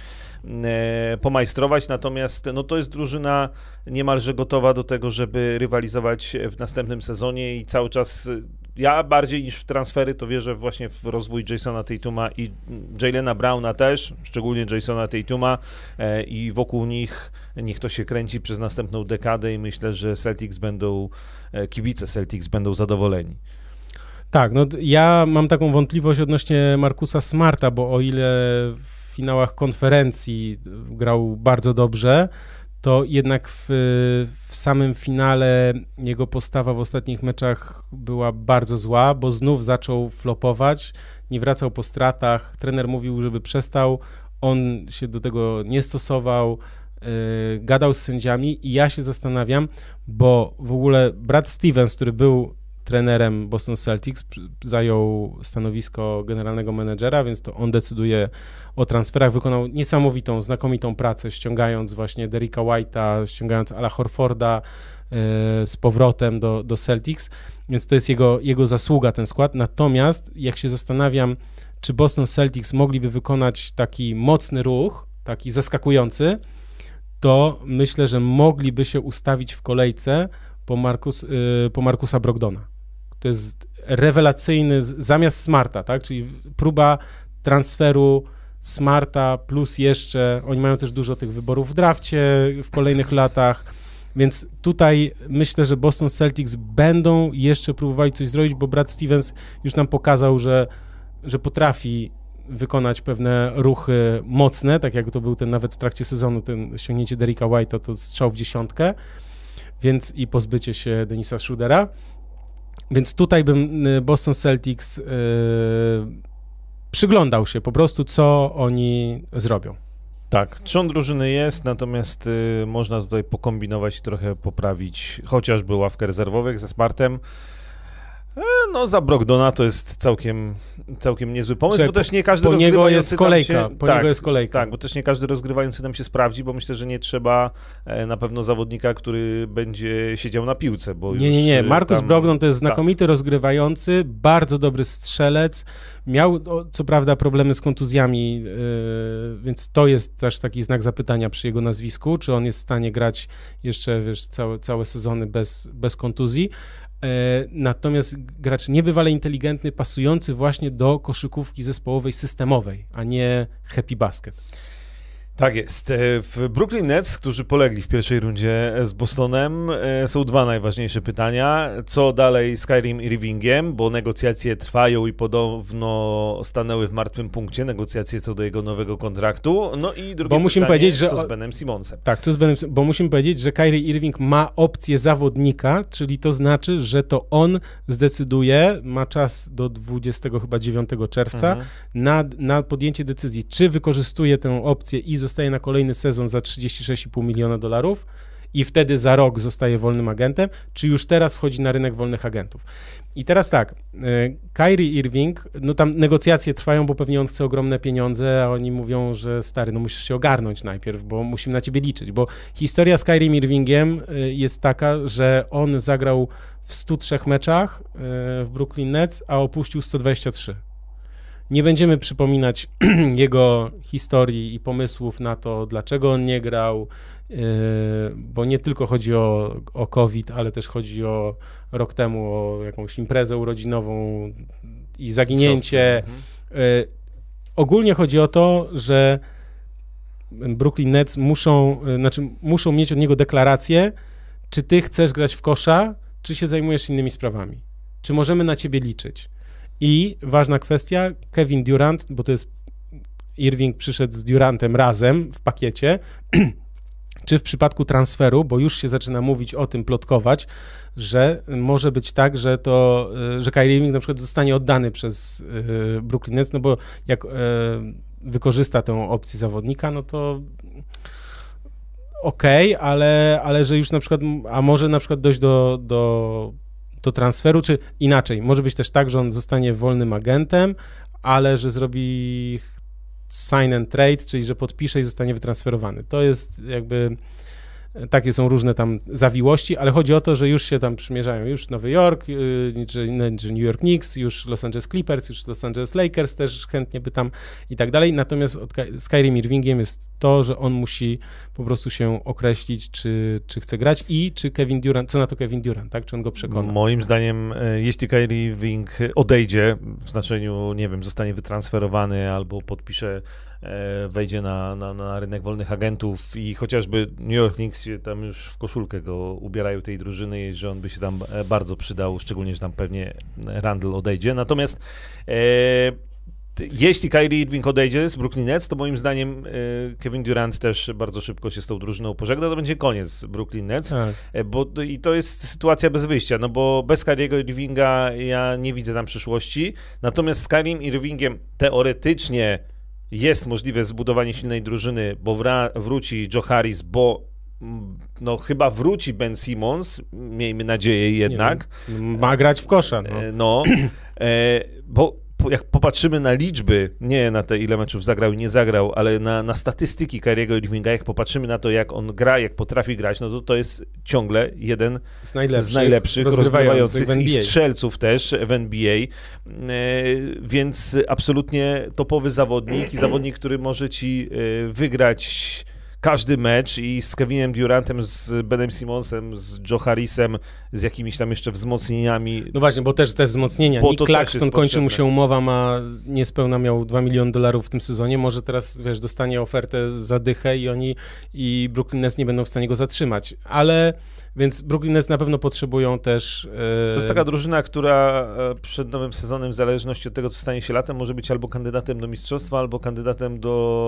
e, pomajstrować, natomiast no, to jest drużyna niemalże gotowa do tego, żeby rywalizować w następnym sezonie i cały czas ja bardziej niż w transfery to wierzę właśnie w rozwój Jasona Tatuma i Jaylena Browna też, szczególnie Jasona Tatuma e, i wokół nich niech to się kręci przez następną dekadę i myślę, że Celtics będą, e, kibice Celtics będą zadowoleni. Tak, no ja mam taką wątpliwość odnośnie Marcusa Smarta, bo o ile w finałach konferencji grał bardzo dobrze, to jednak w, w samym finale jego postawa w ostatnich meczach była bardzo zła, bo znów zaczął flopować, nie wracał po stratach, trener mówił, żeby przestał, on się do tego nie stosował, yy, gadał z sędziami i ja się zastanawiam, bo w ogóle Brad Stevens, który był trenerem Boston Celtics, zajął stanowisko generalnego menedżera, więc to on decyduje o transferach. Wykonał niesamowitą, znakomitą pracę, ściągając właśnie Derricka White'a, ściągając Ala Horforda yy, z powrotem do, do Celtics, więc to jest jego, jego zasługa, ten skład. Natomiast jak się zastanawiam, czy Boston Celtics mogliby wykonać taki mocny ruch, taki zaskakujący, to myślę, że mogliby się ustawić w kolejce po, Marcus, yy, po Marcusa Brogdona. To jest rewelacyjny, zamiast Smarta, tak? Czyli próba transferu Smarta plus jeszcze, oni mają też dużo tych wyborów w drafcie w kolejnych latach, więc tutaj myślę, że Boston Celtics będą jeszcze próbowali coś zrobić, bo Brad Stevens już nam pokazał, że, że potrafi wykonać pewne ruchy mocne, tak jak to był ten nawet w trakcie sezonu, ten ściągnięcie Derricka White'a, to strzał w dziesiątkę, więc i pozbycie się Denisa Schrödera. Więc tutaj bym Boston Celtics yy, przyglądał się po prostu, co oni zrobią. Tak, trzon drużyny jest, natomiast y, można tutaj pokombinować i trochę poprawić chociażby ławkę rezerwowych ze Smartem. E, no za Brogdona to jest całkiem, całkiem niezły pomysł, Słuchaj, bo też nie każdy po niego rozgrywający jest kolejka, tam się, po tak, niego jest kolejka. Tak, bo też nie każdy rozgrywający nam się sprawdzi, bo myślę, że nie trzeba e, na pewno zawodnika, który będzie siedział na piłce, bo Nie, już nie, nie. Marcus tam, Brogdon to jest znakomity tak. rozgrywający, bardzo dobry strzelec. Miał co prawda problemy z kontuzjami, yy, więc to jest też taki znak zapytania przy jego nazwisku, czy on jest w stanie grać jeszcze, wiesz, całe, całe sezony bez, bez kontuzji. Natomiast gracz niebywale inteligentny, pasujący właśnie do koszykówki zespołowej, systemowej, a nie happy basket. Tak jest. W Brooklyn Nets, którzy polegli w pierwszej rundzie z Bostonem, są dwa najważniejsze pytania. Co dalej z Kyrie Irvingiem, bo negocjacje trwają i podobno stanęły w martwym punkcie, negocjacje co do jego nowego kontraktu. No i drugie bo musimy pytanie, powiedzieć, że co z Benem Simmonsem? Tak, co z Benem, bo musimy powiedzieć, że Kyrie Irving ma opcję zawodnika, czyli to znaczy, że to on zdecyduje, ma czas do dwudziestego dziewiątego czerwca mhm. na, na podjęcie decyzji, czy wykorzystuje tę opcję i zostaje na kolejny sezon za trzydzieści sześć i pół miliona dolarów i wtedy za rok zostaje wolnym agentem, czy już teraz wchodzi na rynek wolnych agentów. I teraz tak, Kyrie Irving, no tam negocjacje trwają, bo pewnie on chce ogromne pieniądze, a oni mówią, że stary, no musisz się ogarnąć najpierw, bo musimy na ciebie liczyć, bo historia z Kyrie Irvingiem jest taka, że on zagrał w stu trzech meczach w Brooklyn Nets, a opuścił sto dwadzieścia trzy. Nie będziemy przypominać jego historii i pomysłów na to, dlaczego on nie grał, yy, bo nie tylko chodzi o, o COVID, ale też chodzi o rok temu o jakąś imprezę urodzinową i zaginięcie. Yy, ogólnie chodzi o to, że Brooklyn Nets muszą, yy, znaczy muszą mieć od niego deklarację, czy ty chcesz grać w kosza, czy się zajmujesz innymi sprawami. Czy możemy na ciebie liczyć. I ważna kwestia, Kevin Durant, bo to jest Irving przyszedł z Durantem razem w pakiecie, czy w przypadku transferu, bo już się zaczyna mówić o tym, plotkować, że może być tak, że to, że Kyrie Irving na przykład zostanie oddany przez Brooklyn Nets, no bo jak wykorzysta tę opcję zawodnika, no to okej, okay, ale, ale że już na przykład, a może na przykład dojść do, do, do transferu, czy inaczej, może być też tak, że on zostanie wolnym agentem, ale że zrobi sign and trade, czyli że podpisze i zostanie wytransferowany. To jest jakby, takie są różne tam zawiłości, ale chodzi o to, że już się tam przymierzają, już Nowy Jork, czy, czy New York Knicks, już Los Angeles Clippers, już Los Angeles Lakers też chętnie by tam i tak dalej. Natomiast od, z Kyrie Irvingiem jest to, że on musi po prostu się określić, czy, czy chce grać i czy Kevin Durant, co na to Kevin Durant, tak? Czy on go przekona? Moim zdaniem, jeśli Kyrie Irving odejdzie, w znaczeniu, nie wiem, zostanie wytransferowany albo podpisze, wejdzie na, na, na rynek wolnych agentów i chociażby New York Knicks się tam już w koszulkę go ubierają tej drużyny, że on by się tam bardzo przydał, szczególnie, że tam pewnie Randle odejdzie. Natomiast e, jeśli Kyrie Irving odejdzie z Brooklyn Nets, to moim zdaniem e, Kevin Durant też bardzo szybko się z tą drużyną pożegna, to będzie koniec Brooklyn Nets, tak. e, bo, i to jest sytuacja bez wyjścia, no bo bez Kyriego Irvinga ja nie widzę tam przyszłości, natomiast z Kyrim Irvingiem teoretycznie jest możliwe zbudowanie silnej drużyny, bo wra- wróci Joe Harris, bo no chyba wróci Ben Simmons, miejmy nadzieję jednak. Nie, ma grać w kosza. No, no e, bo jak popatrzymy na liczby, nie na te ile meczów zagrał i nie zagrał, ale na, na statystyki Kyriego Irvinga, jak popatrzymy na to, jak on gra, jak potrafi grać, no to to jest ciągle jeden z najlepszych, z najlepszych rozgrywających i strzelców też w N B A, e, więc absolutnie topowy zawodnik i zawodnik, który może ci e, wygrać każdy mecz i z Kevinem Durantem, z Benem Simmonsem, z Joe Harrisem, z jakimiś tam jeszcze wzmocnieniami. No właśnie, bo też te wzmocnienia. Nick Claxton kończy mu się umowa, ma niespełna miał dwa miliony dolarów w tym sezonie, może teraz, wiesz, dostanie ofertę za dychę i oni i Brooklyn Nets nie będą w stanie go zatrzymać, ale więc Brooklyn Nets na pewno potrzebują też... Yy... To jest taka drużyna, która przed nowym sezonem, w zależności od tego, co stanie się latem, może być albo kandydatem do mistrzostwa, albo kandydatem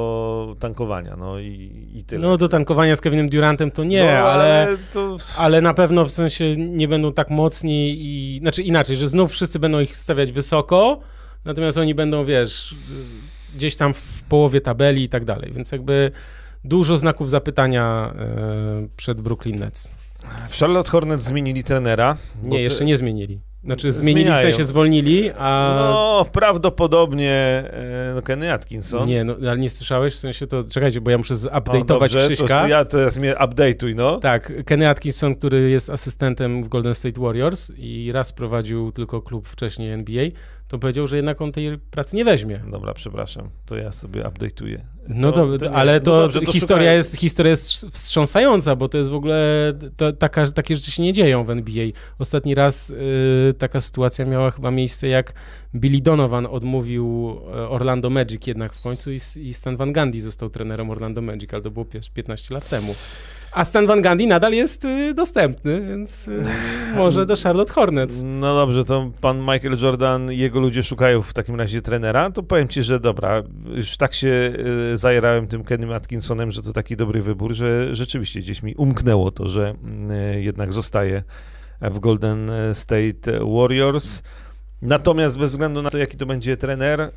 do tankowania, no i, i tyle. No do tankowania z Kevinem Durantem to nie, no, ale, ale, to... ale na pewno w sensie nie będą tak mocni i... Znaczy inaczej, że znów wszyscy będą ich stawiać wysoko, natomiast oni będą, wiesz, gdzieś tam w połowie tabeli i tak dalej, więc jakby dużo znaków zapytania yy, przed Brooklyn Nets. W Charlotte Hornets zmienili trenera. Nie, ty... jeszcze nie zmienili. Znaczy zmienili, Zmieniają. w sensie zwolnili, a... No, prawdopodobnie no, Kenny Atkinson. Nie, no, ale nie słyszałeś? W sensie to, czekajcie, bo ja muszę zupdate'ować no, Krzyśka. To ja teraz mnie update'uj, no. Tak, Kenny Atkinson, który jest asystentem w Golden State Warriors i raz prowadził tylko klub wcześniej N B A, to powiedział, że jednak on tej pracy nie weźmie. Dobra, przepraszam, to ja sobie update'uję. No to, to, ale to, no dobrze, to historia, jest, historia jest wstrząsająca, bo to jest w ogóle, to, taka, takie rzeczy się nie dzieją w N B A. Ostatni raz y, taka sytuacja miała chyba miejsce, jak Billy Donovan odmówił Orlando Magic jednak w końcu i, i Stan Van Gundy został trenerem Orlando Magic, ale to było piętnaście lat temu. A Stan Van Gundy nadal jest y, dostępny, więc y, może do Charlotte Hornets. No dobrze, to pan Michael Jordan i jego ludzie szukają w takim razie trenera, to powiem ci, że dobra, już tak się y, zajerałem tym Kennym Atkinsonem, że to taki dobry wybór, że rzeczywiście gdzieś mi umknęło to, że y, jednak zostaje w Golden State Warriors. Natomiast bez względu na to, jaki to będzie trener, y,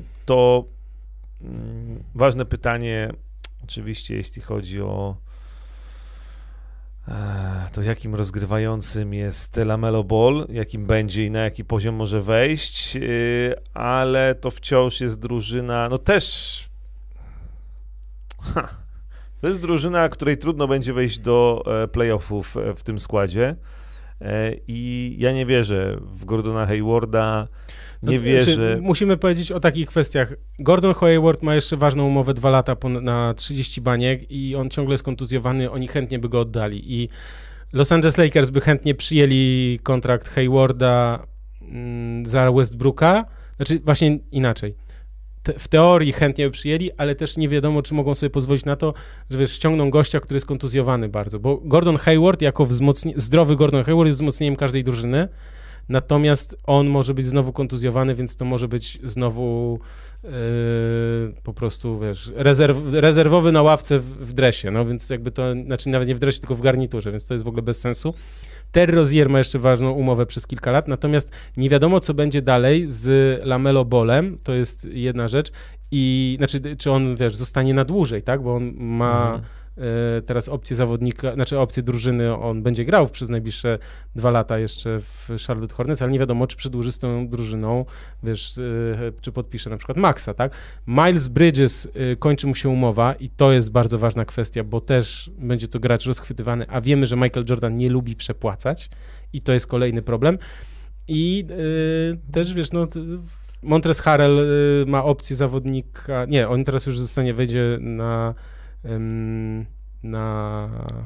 to y, ważne pytanie, oczywiście jeśli chodzi o to jakim rozgrywającym jest LaMelo Ball, jakim będzie i na jaki poziom może wejść, ale to wciąż jest drużyna, no też ha, to jest drużyna, której trudno będzie wejść do playoffów w tym składzie i ja nie wierzę w Gordona Haywarda, nie no, wierzę. Znaczy, musimy powiedzieć o takich kwestiach. Gordon Hayward ma jeszcze ważną umowę, dwa lata na trzydzieści baniek i on ciągle jest kontuzjowany, oni chętnie by go oddali i Los Angeles Lakers by chętnie przyjęli kontrakt Haywarda mm, za Westbrooka, znaczy właśnie inaczej. Te, w teorii chętnie by przyjęli, ale też nie wiadomo, czy mogą sobie pozwolić na to, że wiesz, ściągną gościa, który jest kontuzjowany bardzo, bo Gordon Hayward jako wzmocni- zdrowy Gordon Hayward jest wzmocnieniem każdej drużyny. natomiast on może być znowu kontuzjowany, więc to może być znowu yy, po prostu, wiesz, rezerw, rezerwowy na ławce w, w dresie, no więc jakby to, znaczy nawet nie w dresie, tylko w garniturze, więc to jest w ogóle bez sensu. Terry Rozier ma jeszcze ważną umowę przez kilka lat, natomiast nie wiadomo, co będzie dalej z LaMelo Ballem, to jest jedna rzecz, i znaczy, czy on, wiesz, zostanie na dłużej, tak, bo on ma mhm. y, teraz opcję zawodnika, znaczy opcję drużyny, on będzie grał przez najbliższe dwa lata jeszcze w Charlotte Hornets, ale nie wiadomo, czy przedłuży z tą drużyną, wiesz, y, czy podpisze na przykład Maxa, tak. Miles Bridges y, kończy mu się umowa i to jest bardzo ważna kwestia, bo też będzie to gracz rozchwytywany, a wiemy, że Michael Jordan nie lubi przepłacać i to jest kolejny problem. I y, też, wiesz, no... Montrezl Harrell y, ma opcję zawodnika, nie, on teraz już zostanie, wejdzie na ym, na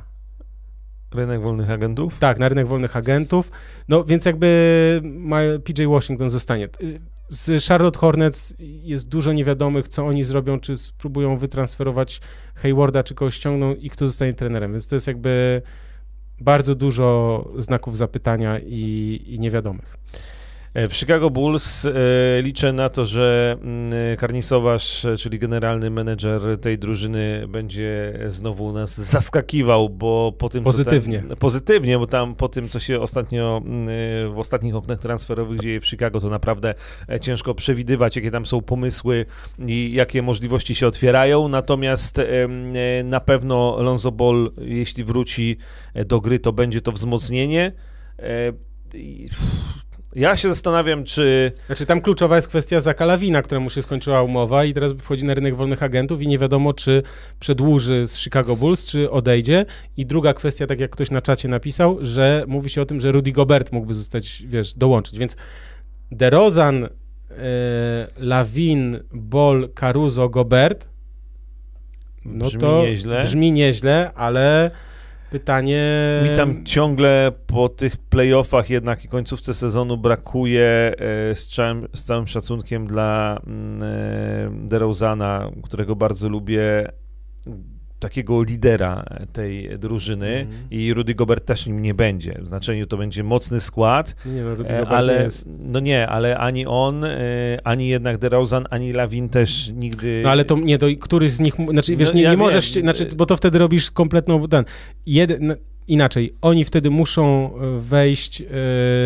rynek wolnych agentów? Tak, na rynek wolnych agentów, no więc jakby ma, P J Washington zostanie. Z Charlotte Hornets jest dużo niewiadomych, co oni zrobią, czy spróbują wytransferować Haywarda, czy kogoś ściągną i kto zostanie trenerem, więc to jest jakby bardzo dużo znaków zapytania i, i niewiadomych. W Chicago Bulls e, liczę na to, że Karnisowasz, czyli generalny menedżer tej drużyny, będzie znowu nas zaskakiwał, bo po tym, pozytywnie. Co tam, pozytywnie, bo tam po tym, co się ostatnio w ostatnich oknach transferowych dzieje w Chicago, to naprawdę ciężko przewidywać, jakie tam są pomysły i jakie możliwości się otwierają, natomiast e, na pewno Lonzo Ball, jeśli wróci do gry, to będzie to wzmocnienie. E, i, Ja się zastanawiam, czy... Znaczy tam kluczowa jest kwestia Zaka Lawina, któremu się skończyła umowa i teraz wchodzi na rynek wolnych agentów i nie wiadomo, czy przedłuży z Chicago Bulls, czy odejdzie. I druga kwestia, tak jak ktoś na czacie napisał, że mówi się o tym, że Rudy Gobert mógłby zostać, wiesz, dołączyć. Więc DeRozan, e, Lawin, Ball, Caruso, Gobert, no brzmi to nieźle. brzmi nieźle, ale... Pytanie... Mi tam ciągle po tych playoffach jednak i końcówce sezonu brakuje e, z, całym, z całym szacunkiem dla e, DeRozana, którego bardzo lubię, takiego lidera tej drużyny mm. i Rudy Gobert też nim nie będzie. W znaczeniu to będzie mocny skład, nie, no, Rudy e, ale nie jest... no nie, ale ani on, e, ani jednak DeRozan, ani Lawin też nigdy... No ale to nie, to któryś z nich, znaczy wiesz, no, nie, ja nie możesz, wiem. znaczy, bo to wtedy robisz kompletną, ten, jeden, inaczej, oni wtedy muszą wejść, yy,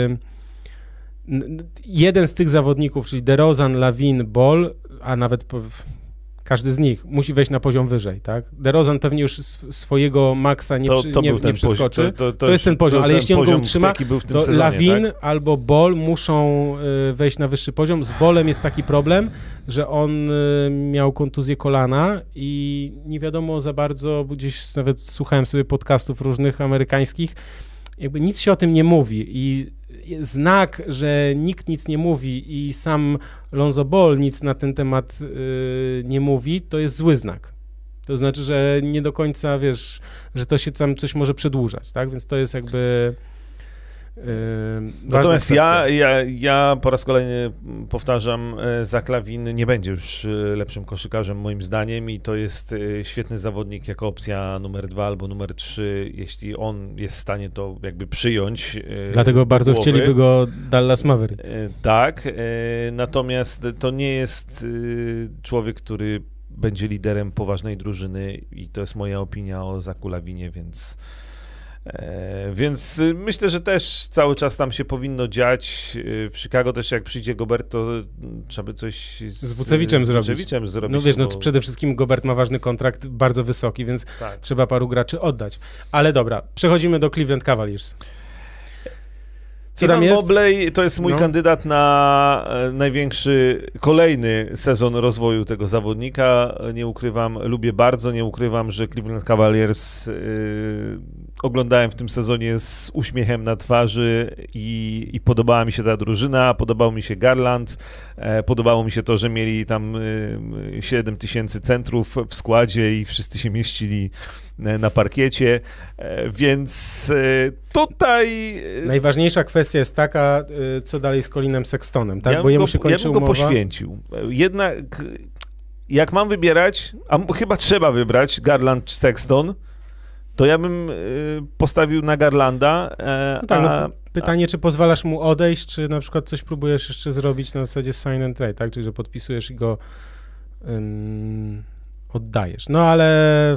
jeden z tych zawodników, czyli DeRozan, Lawin, Ball, a nawet po, każdy z nich musi wejść na poziom wyżej, tak? DeRozan pewnie już swojego maksa nie, to, to nie, nie przeskoczy. Poziom, to, to, to, to jest ten poziom, ale jeśli on go utrzyma, to sezonie, Lawin tak? albo Ball muszą y, wejść na wyższy poziom. Z Ballem jest taki problem, że on y, miał kontuzję kolana i nie wiadomo za bardzo, bo gdzieś nawet słuchałem sobie podcastów różnych amerykańskich, jakby nic się o tym nie mówi i znak, że nikt nic nie mówi i sam Lonzo Ball nic na ten temat yy, nie mówi, to jest zły znak. To znaczy, że nie do końca, wiesz, że to się tam coś może przedłużać, tak? Więc to jest jakby... Yy, Natomiast ja, ja, ja po raz kolejny powtarzam, Zach Lawin nie będzie już lepszym koszykarzem moim zdaniem i to jest świetny zawodnik jako opcja numer dwa albo numer trzy, jeśli on jest w stanie to jakby przyjąć. Dlatego bardzo głowy. Chcieliby go Dallas Mavericks. Tak, natomiast to nie jest człowiek, który będzie liderem poważnej drużyny i to jest moja opinia o Zachu Lawinie, więc... Więc myślę, że też cały czas tam się powinno dziać. W Chicago też jak przyjdzie Gobert, to trzeba by coś z, z Wucewiczem zrobić. Wucewiczem zrobić. No wiesz, bo... no przede wszystkim Gobert ma ważny kontrakt, bardzo wysoki, więc tak. trzeba paru graczy oddać. Ale dobra, przechodzimy do Cleveland Cavaliers. Co Ivan Mobley to jest mój no. kandydat na największy kolejny sezon rozwoju tego zawodnika. Nie ukrywam, lubię bardzo, nie ukrywam, że Cleveland Cavaliers yy, oglądałem w tym sezonie z uśmiechem na twarzy i, i podobała mi się ta drużyna, podobał mi się Garland, e, podobało mi się to, że mieli tam y, siedem tysięcy centrów w składzie i wszyscy się mieścili na parkiecie, więc tutaj... Najważniejsza kwestia jest taka, co dalej z Colinem Sextonem, tak? Ja Bo jemu go, się kończy ja bym go umowa. poświęcił. Jednak jak mam wybierać, a chyba trzeba wybrać Garland czy Sexton, to ja bym y, postawił na Garlanda. E, no tak, a, no, pytanie, a... czy pozwalasz mu odejść, czy na przykład coś próbujesz jeszcze zrobić na zasadzie sign and trade, tak? Czyli, że podpisujesz i go ym, oddajesz. No ale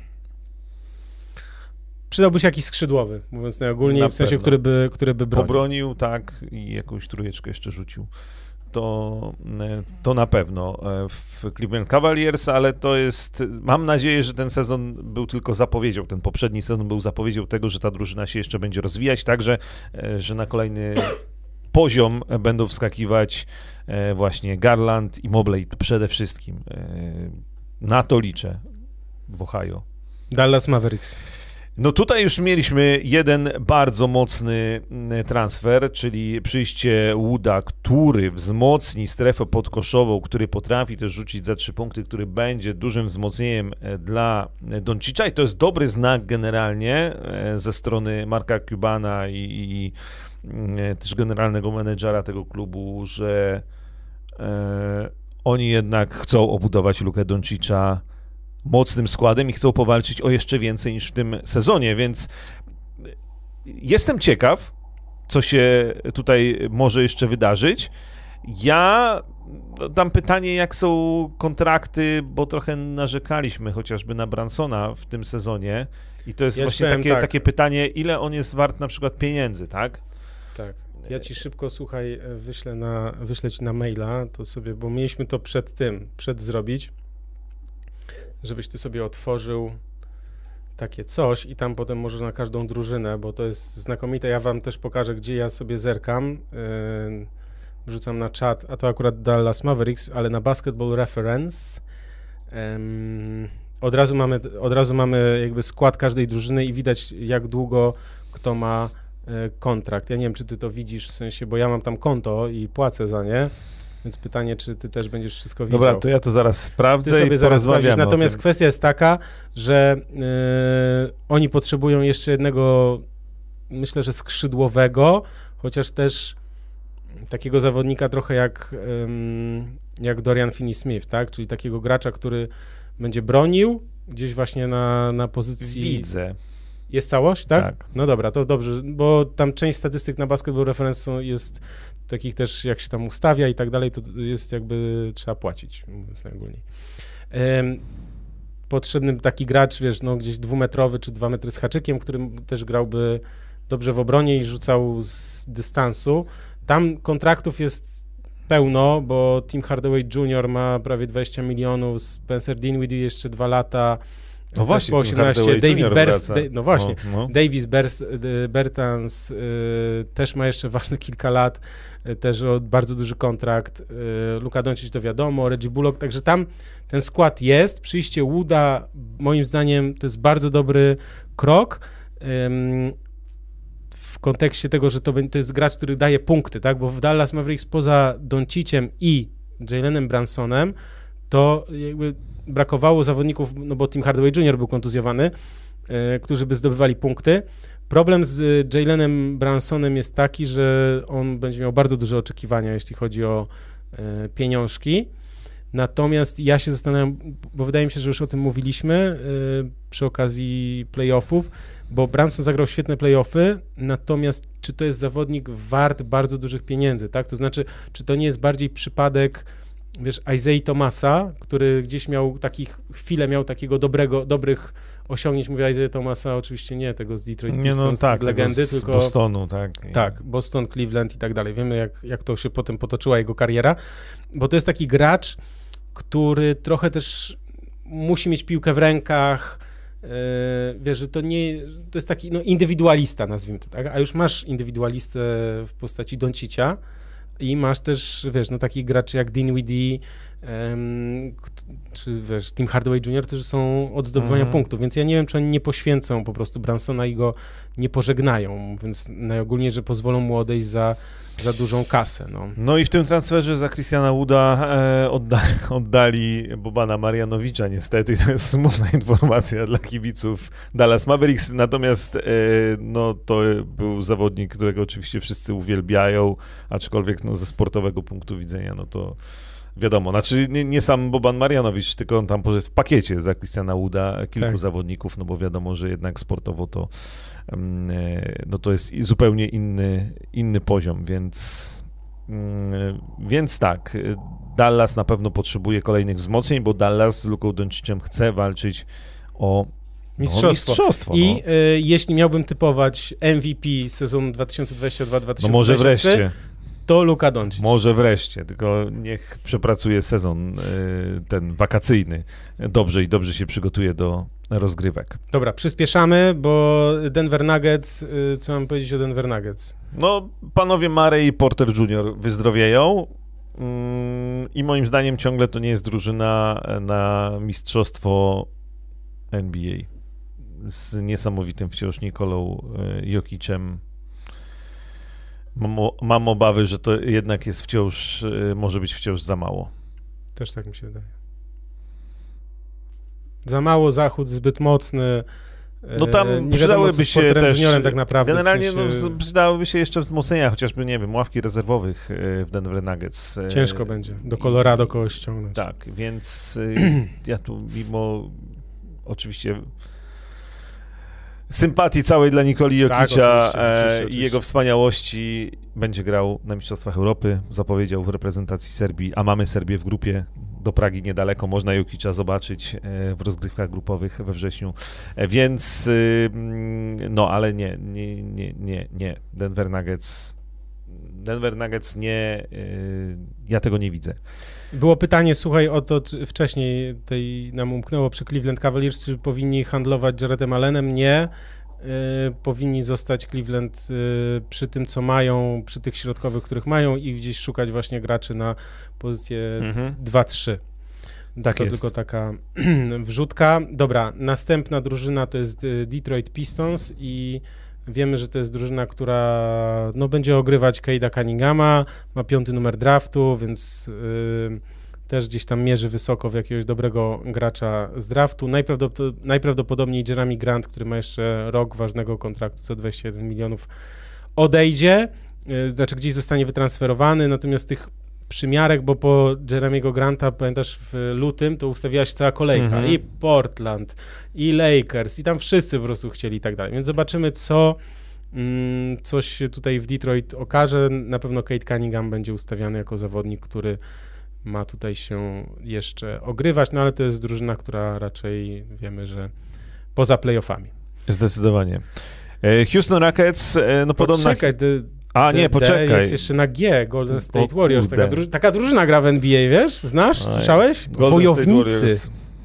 przydałby się jakiś skrzydłowy, mówiąc najogólniej, na w sensie, pewno. który by, który by bronił. Pobronił, tak, i jakąś trójeczkę jeszcze rzucił. To, to na pewno w Cleveland Cavaliers, ale to jest, mam nadzieję, że ten sezon był tylko zapowiedzią, ten poprzedni sezon był zapowiedzią tego, że ta drużyna się jeszcze będzie rozwijać, także, że na kolejny poziom będą wskakiwać właśnie Garland i Mobley przede wszystkim. Na to liczę w Ohio. Dallas Mavericks. No tutaj już mieliśmy jeden bardzo mocny transfer, czyli przyjście Wooda, który wzmocni strefę podkoszową, który potrafi też rzucić za trzy punkty, który będzie dużym wzmocnieniem dla Doncicza i to jest dobry znak generalnie ze strony Marka Cubana i, i też generalnego menedżera tego klubu, że e, oni jednak chcą obudować Lukę Doncicza mocnym składem i chcą powalczyć o jeszcze więcej niż w tym sezonie, więc jestem ciekaw, co się tutaj może jeszcze wydarzyć. Ja dam pytanie, jak są kontrakty, bo trochę narzekaliśmy chociażby na Bransona w tym sezonie i to jest ja właśnie takie, tak. takie pytanie, ile on jest wart na przykład pieniędzy, tak? Tak. Ja ci szybko, słuchaj, wyślę, na, wyślę ci na maila, to sobie, bo mieliśmy to przed tym, przed zrobić, żebyś ty sobie otworzył takie coś i tam potem może na każdą drużynę, bo to jest znakomite. Ja wam też pokażę, gdzie ja sobie zerkam. Yy, wrzucam na czat, a to akurat Dallas Mavericks, ale na Basketball Reference yy, od razu mamy, od razu mamy jakby skład każdej drużyny i widać, jak długo kto ma yy, kontrakt. Ja nie wiem, czy ty to widzisz, w sensie, bo ja mam tam konto i płacę za nie. Więc pytanie, czy ty też będziesz wszystko widział. Dobra, to ja to zaraz sprawdzę ty sobie i zaraz sprawdzisz. Natomiast tym. kwestia jest taka, że yy, oni potrzebują jeszcze jednego, myślę, że skrzydłowego, chociaż też takiego zawodnika trochę jak, yy, jak Dorian Finney-Smith, tak? Czyli takiego gracza, który będzie bronił gdzieś właśnie na, na pozycji... Widzę. Jest całość, tak? Tak. No dobra, to dobrze, bo tam część statystyk na Basketball Reference jest takich też, jak się tam ustawia i tak dalej, to jest jakby trzeba płacić, mówiąc najogólniej. Um, potrzebny taki gracz, wiesz, no gdzieś dwumetrowy czy dwa metry z haczykiem, który też grałby dobrze w obronie i rzucał z dystansu. Tam kontraktów jest pełno, bo Tim Hardaway junior ma prawie dwadzieścia milionów, Spencer Dinwiddie jeszcze dwa lata, no właśnie, po osiemnaście, David Bers, da, no właśnie, no, no. Davis Bers, Bertans y, też ma jeszcze ważne kilka lat, y, też o, bardzo duży kontrakt, y, Luka Doncic to wiadomo, Reggie Bullock, także tam ten skład jest, przyjście Wooda moim zdaniem to jest bardzo dobry krok, ym, w kontekście tego, że to, to jest gracz, który daje punkty, tak, bo w Dallas Mavericks poza Donciciem i Jalenem Bransonem to jakby brakowało zawodników, no bo Tim Hardaway junior był kontuzjowany, e, którzy by zdobywali punkty. Problem z Jalenem Bransonem jest taki, że on będzie miał bardzo duże oczekiwania, jeśli chodzi o e, pieniążki. Natomiast ja się zastanawiam, bo wydaje mi się, że już o tym mówiliśmy e, przy okazji playoffów, bo Branson zagrał świetne playoffy, natomiast czy to jest zawodnik wart bardzo dużych pieniędzy, tak? To znaczy, czy to nie jest bardziej przypadek, wiesz, Isaiah Thomasa, który gdzieś miał takich, chwilę miał takiego dobrego, dobrych osiągnięć, mówię Isaiah Thomasa, oczywiście nie tego z Detroit Pistons, nie, no, tak, legendy, z tylko... Bostonu, tak. Tak, Boston, Cleveland i tak dalej. Wiemy, jak, jak to się potem potoczyła jego kariera, bo to jest taki gracz, który trochę też musi mieć piłkę w rękach, yy, wiesz, że to nie, to jest taki, no, indywidualista, nazwijmy to, tak, a już masz indywidualistę w postaci Doncicia, i masz też, wiesz, no takich graczy jak Dinwiddie, um, czy wiesz, Tim Hardaway junior, którzy są od zdobywania mm. punktów, więc ja nie wiem, czy oni nie poświęcą po prostu Bransona i go nie pożegnają, więc najogólniej, że pozwolą mu odejść za, za dużą kasę. No. no i w tym transferze za Christiana Wooda e, odda, oddali Bobana Marjanowicza niestety i to jest smutna informacja dla kibiców Dallas Mavericks, natomiast e, no, to był zawodnik, którego oczywiście wszyscy uwielbiają, aczkolwiek no, ze sportowego punktu widzenia no to wiadomo, znaczy nie, nie sam Boban Marjanowicz, tylko on tam poszedł w pakiecie za Christiana Wooda kilku tak. zawodników, no bo wiadomo, że jednak sportowo to, no to jest zupełnie inny, inny poziom, więc, więc tak, Dallas na pewno potrzebuje kolejnych wzmocnień, bo Dallas z Luką Doncicem chce walczyć o mistrzostwo. No, mistrzostwo I no. y, jeśli miałbym typować M V P sezonu dwa tysiące dwudziestego drugiego dwa tysiące dwudziestego trzeciego, no może wreszcie. To Luka Doncic. Może wreszcie, tylko niech przepracuje sezon y, ten wakacyjny dobrze i dobrze się przygotuje do rozgrywek. Dobra, przyspieszamy, bo Denver Nuggets, y, co mam powiedzieć o Denver Nuggets? No, panowie Murray i Porter junior wyzdrowieją mm, i moim zdaniem ciągle to nie jest drużyna na mistrzostwo N B A. Z niesamowitym wciąż Nikolą Jokicem. Mam, mam obawy, że to jednak jest wciąż, może być wciąż za mało. Też tak mi się wydaje. Za mało, Zachód zbyt mocny. No tam nie przydałyby się też, tak naprawdę. Generalnie w sensie... no, przydałyby się jeszcze wzmocnienia, chociażby, nie wiem, ławki rezerwowych w Denver Nuggets. Ciężko będzie do Colorado kogoś ściągnąć. Tak, więc ja tu mimo oczywiście sympatii całej dla Nikoli Jokicia tak, oczywiście, e, oczywiście, i oczywiście. jego wspaniałości będzie grał na Mistrzostwach Europy, zapowiedział w reprezentacji Serbii, a mamy Serbię w grupie, do Pragi niedaleko, można Jokicza zobaczyć e, w rozgrywkach grupowych we wrześniu, e, więc y, no ale nie, nie, nie, nie, nie, Denver Nuggets, Denver Nuggets nie, y, ja tego nie widzę. Było pytanie, słuchaj, o to, czy wcześniej tutaj nam umknęło przy Cleveland Cavaliers, czy powinni handlować Jaredem Allenem? Nie. Yy, powinni zostać Cleveland yy, przy tym, co mają, przy tych środkowych, których mają i gdzieś szukać właśnie graczy na pozycję mhm. dwa trzy. Tak to jest. tylko taka wrzutka. Dobra, następna drużyna to jest Detroit Pistons i wiemy, że to jest drużyna, która no, będzie ogrywać Cade'a Cunninghama, ma piąty numer draftu, więc yy, też gdzieś tam mierzy wysoko w jakiegoś dobrego gracza z draftu. Najprawdopod- najprawdopodobniej Jeremy Grant, który ma jeszcze rok ważnego kontraktu za dwadzieścia jeden milionów, odejdzie, yy, znaczy gdzieś zostanie wytransferowany, natomiast tych przymiarek, bo po Jeremiego Granta, pamiętasz, w lutym to ustawiła się cała kolejka, mhm. i Portland, i Lakers, i tam wszyscy po prostu chcieli i tak dalej. Więc zobaczymy, co mm, coś się tutaj w Detroit okaże. Na pewno Cade Cunningham będzie ustawiany jako zawodnik, który ma tutaj się jeszcze ogrywać, no ale to jest drużyna, która raczej wiemy, że poza playoffami. Zdecydowanie. Houston Rockets, no podobno... Poczekaj, ty... A, nie, poczekaj. Jest jeszcze na G, Golden State Warriors. Taka, druż- taka drużyna gra w N B A, wiesz? Znasz? Słyszałeś? Golden Wojownicy.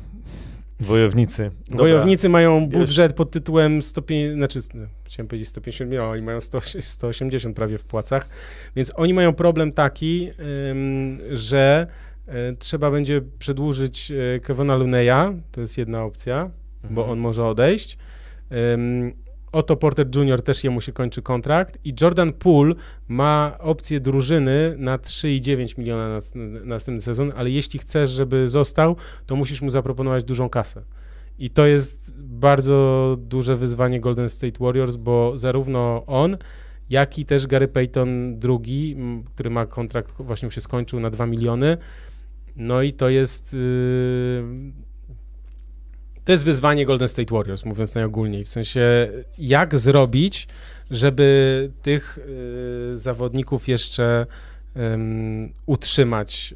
Wojownicy. Dobra. Wojownicy mają budżet pod tytułem sto pięćdziesiąt, znaczy, chciałem powiedzieć sto pięćdziesiąt milionów, oni mają sto, sto osiemdziesiąt prawie w płacach, więc oni mają problem taki, ym, że y, trzeba będzie przedłużyć y, Kevona Looney'a, to jest jedna opcja, mhm. bo on może odejść. Ym, Otto Porter junior też jemu się kończy kontrakt i Jordan Poole ma opcję drużyny na trzy i dziewięć miliona na, na następny sezon, ale jeśli chcesz, żeby został, to musisz mu zaproponować dużą kasę. I to jest bardzo duże wyzwanie Golden State Warriors, bo zarówno on, jak i też Gary Payton drugi, który ma kontrakt, właśnie mu się skończył na dwa miliony, no i to jest... Yy, To jest wyzwanie Golden State Warriors, mówiąc najogólniej, w sensie jak zrobić, żeby tych y, zawodników jeszcze y, utrzymać y,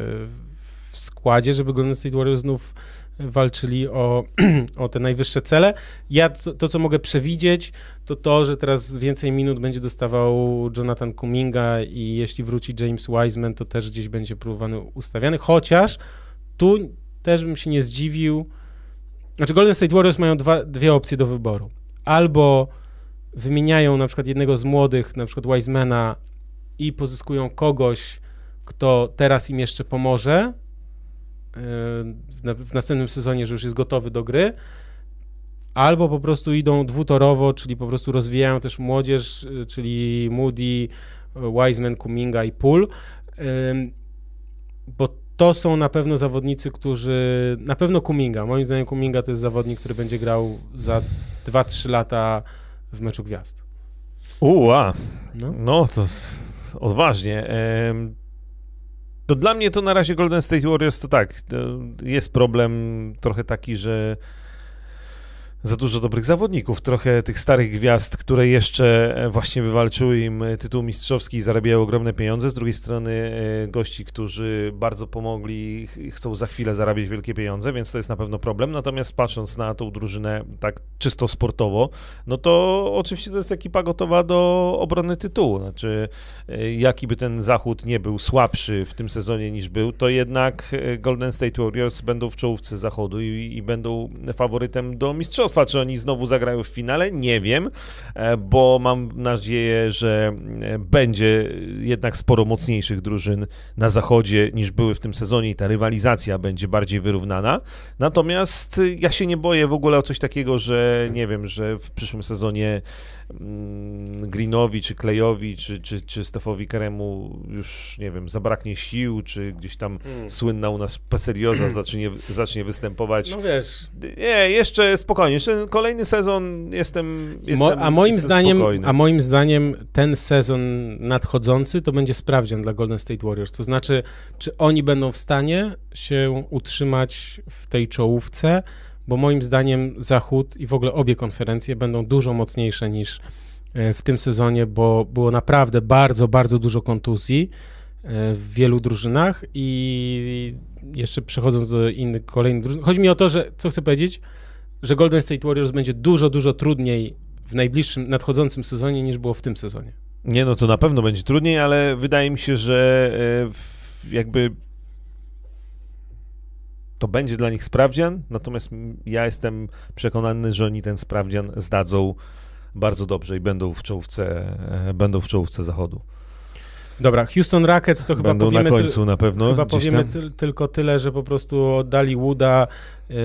w składzie, żeby Golden State Warriors znów walczyli o, o te najwyższe cele. Ja to, to, co mogę przewidzieć, to to, że teraz więcej minut będzie dostawał Jonathan Kuminga i jeśli wróci James Wiseman, to też gdzieś będzie próbowany ustawiany, chociaż tu też bym się nie zdziwił. Znaczy Golden State Warriors mają dwa, dwie opcje do wyboru. Albo wymieniają na przykład jednego z młodych, na przykład Wisemana i pozyskują kogoś, kto teraz im jeszcze pomoże yy, w, w następnym sezonie, że już jest gotowy do gry, albo po prostu idą dwutorowo, czyli po prostu rozwijają też młodzież, yy, czyli Moody, Wiseman, Kuminga i Poole, yy, bo to są na pewno zawodnicy, którzy... Na pewno Kuminga. Moim zdaniem Kuminga to jest zawodnik, który będzie grał za dwa trzy lata w meczu gwiazd. Uła, no. no to odważnie. To dla mnie to na razie Golden State Warriors to tak, to jest problem trochę taki, że za dużo dobrych zawodników, trochę tych starych gwiazd, które jeszcze właśnie wywalczyły im tytuł mistrzowski i zarabiają ogromne pieniądze. Z drugiej strony gości, którzy bardzo pomogli, chcą za chwilę zarabiać wielkie pieniądze, więc to jest na pewno problem. Natomiast patrząc na tą drużynę tak czysto sportowo, no to oczywiście to jest ekipa gotowa do obrony tytułu. Znaczy, jaki by ten Zachód nie był słabszy w tym sezonie niż był, to jednak Golden State Warriors będą w czołówce Zachodu i, i będą faworytem do mistrzostwa. Czy oni znowu zagrają w finale? Nie wiem, bo mam nadzieję, że będzie jednak sporo mocniejszych drużyn na zachodzie niż były w tym sezonie i ta rywalizacja będzie bardziej wyrównana. Natomiast ja się nie boję w ogóle o coś takiego, że nie wiem, że w przyszłym sezonie Greenowi, czy Clayowi, czy, czy, czy Stefowi Curry'emu już, nie wiem, zabraknie sił, czy gdzieś tam hmm. słynna u nas Peselioza zacznie, zacznie występować. No wiesz. Nie, jeszcze spokojnie, jeszcze kolejny sezon jestem, jestem Mo, a moim jestem zdaniem, spokojny. A moim zdaniem ten sezon nadchodzący to będzie sprawdzian dla Golden State Warriors, to znaczy, czy oni będą w stanie się utrzymać w tej czołówce, bo moim zdaniem Zachód i w ogóle obie konferencje będą dużo mocniejsze niż w tym sezonie, bo było naprawdę bardzo, bardzo dużo kontuzji w wielu drużynach i jeszcze przechodząc do innych, kolejnych drużyn, chodzi mi o to, że, co chcę powiedzieć, że Golden State Warriors będzie dużo, dużo trudniej w najbliższym, nadchodzącym sezonie niż było w tym sezonie. Nie, no to na pewno będzie trudniej, ale wydaje mi się, że jakby to będzie dla nich sprawdzian, natomiast ja jestem przekonany, że oni ten sprawdzian zdadzą bardzo dobrze i będą w czołówce, będą w czołówce Zachodu. Dobra, Houston Rockets to chyba będą powiemy... na końcu na pewno. Chyba powiemy ty, tylko tyle, że po prostu oddali Wooda, yy,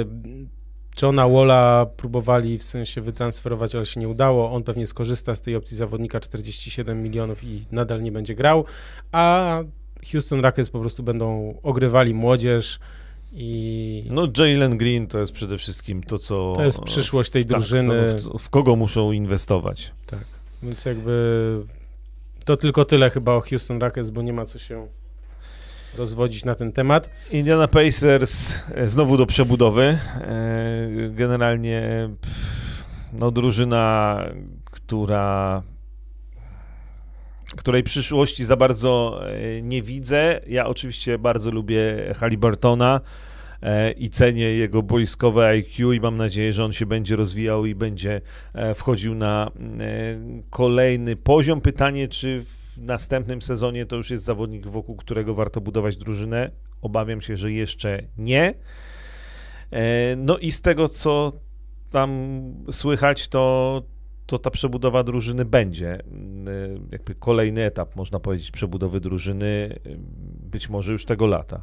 Johna Walla próbowali w sensie wytransferować, ale się nie udało. On pewnie skorzysta z tej opcji zawodnika czterdzieści siedem milionów i nadal nie będzie grał, a Houston Rockets po prostu będą ogrywali młodzież i... No Jalen Green to jest przede wszystkim to, co... To jest przyszłość tej w, drużyny. Tak, w, w kogo muszą inwestować. Tak, więc jakby to tylko tyle chyba o Houston Rockets, bo nie ma co się rozwodzić na ten temat. Indiana Pacers znowu do przebudowy. Generalnie no drużyna, która... której przyszłości za bardzo nie widzę. Ja oczywiście bardzo lubię Haliburtona i cenię jego boiskowe I Q i mam nadzieję, że on się będzie rozwijał i będzie wchodził na kolejny poziom. Pytanie, czy w następnym sezonie to już jest zawodnik, wokół którego warto budować drużynę? Obawiam się, że jeszcze nie. No i z tego, co tam słychać, to to ta przebudowa drużyny będzie. Jakby kolejny etap, można powiedzieć, przebudowy drużyny, być może już tego lata.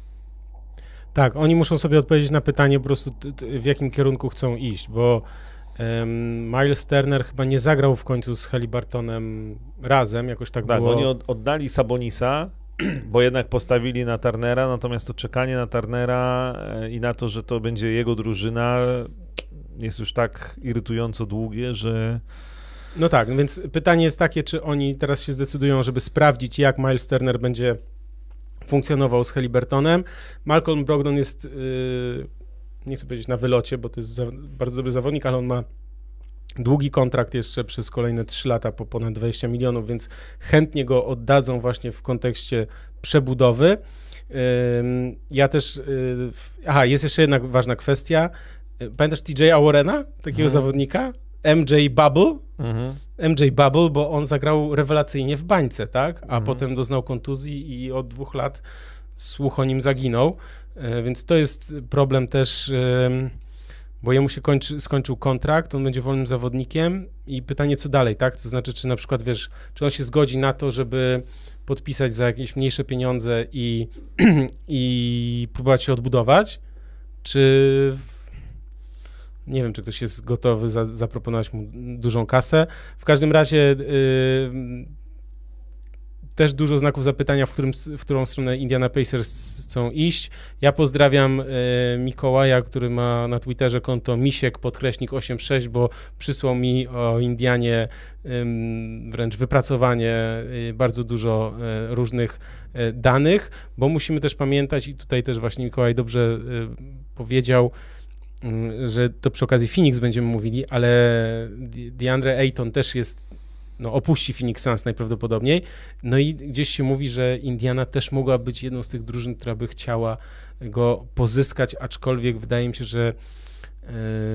Tak, oni muszą sobie odpowiedzieć na pytanie po prostu, w jakim kierunku chcą iść, bo um, Miles Turner chyba nie zagrał w końcu z Haliburtonem razem, jakoś tak, tak było. Oni od, oddali Sabonisa, bo jednak postawili na Turnera, natomiast to czekanie na Turnera i na to, że to będzie jego drużyna, jest już tak irytująco długie, że... No tak, więc pytanie jest takie, czy oni teraz się zdecydują, żeby sprawdzić, jak Miles Turner będzie funkcjonował z Haliburtonem. Malcolm Brogdon jest, yy, nie chcę powiedzieć na wylocie, bo to jest za, bardzo dobry zawodnik, ale on ma długi kontrakt jeszcze przez kolejne trzy lata po ponad dwadzieścia milionów, więc chętnie go oddadzą właśnie w kontekście przebudowy. Yy, ja też... Yy, aha, jest jeszcze jedna ważna kwestia. Pamiętasz T J Warrena, takiego mhm. zawodnika? M J Bubble? Mhm. M J Bubble, bo on zagrał rewelacyjnie w bańce, tak? A mhm. potem doznał kontuzji i od dwóch lat słuch o nim zaginął. Więc to jest problem też, bo jemu się kończy, skończył kontrakt, on będzie wolnym zawodnikiem i pytanie, co dalej, tak? To znaczy, czy na przykład, wiesz, czy on się zgodzi na to, żeby podpisać za jakieś mniejsze pieniądze i, i próbować się odbudować, czy... Nie wiem, czy ktoś jest gotowy za, zaproponować mu dużą kasę. W każdym razie yy, też dużo znaków zapytania, w, którym, w którą stronę Indiana Pacers chcą iść. Ja pozdrawiam e, Mikołaja, który ma na Twitterze konto misiek podkreśnik osiem sześć, bo przysłał mi o Indianie e, wręcz wypracowanie e, bardzo dużo e, różnych e, danych, bo musimy też pamiętać, i tutaj też właśnie Mikołaj dobrze e, powiedział, że to przy okazji Phoenix będziemy mówili, ale DeAndre Ayton też jest, no opuści Phoenix Suns najprawdopodobniej, no i gdzieś się mówi, że Indiana też mogła być jedną z tych drużyn, która by chciała go pozyskać, aczkolwiek wydaje mi się, że yy,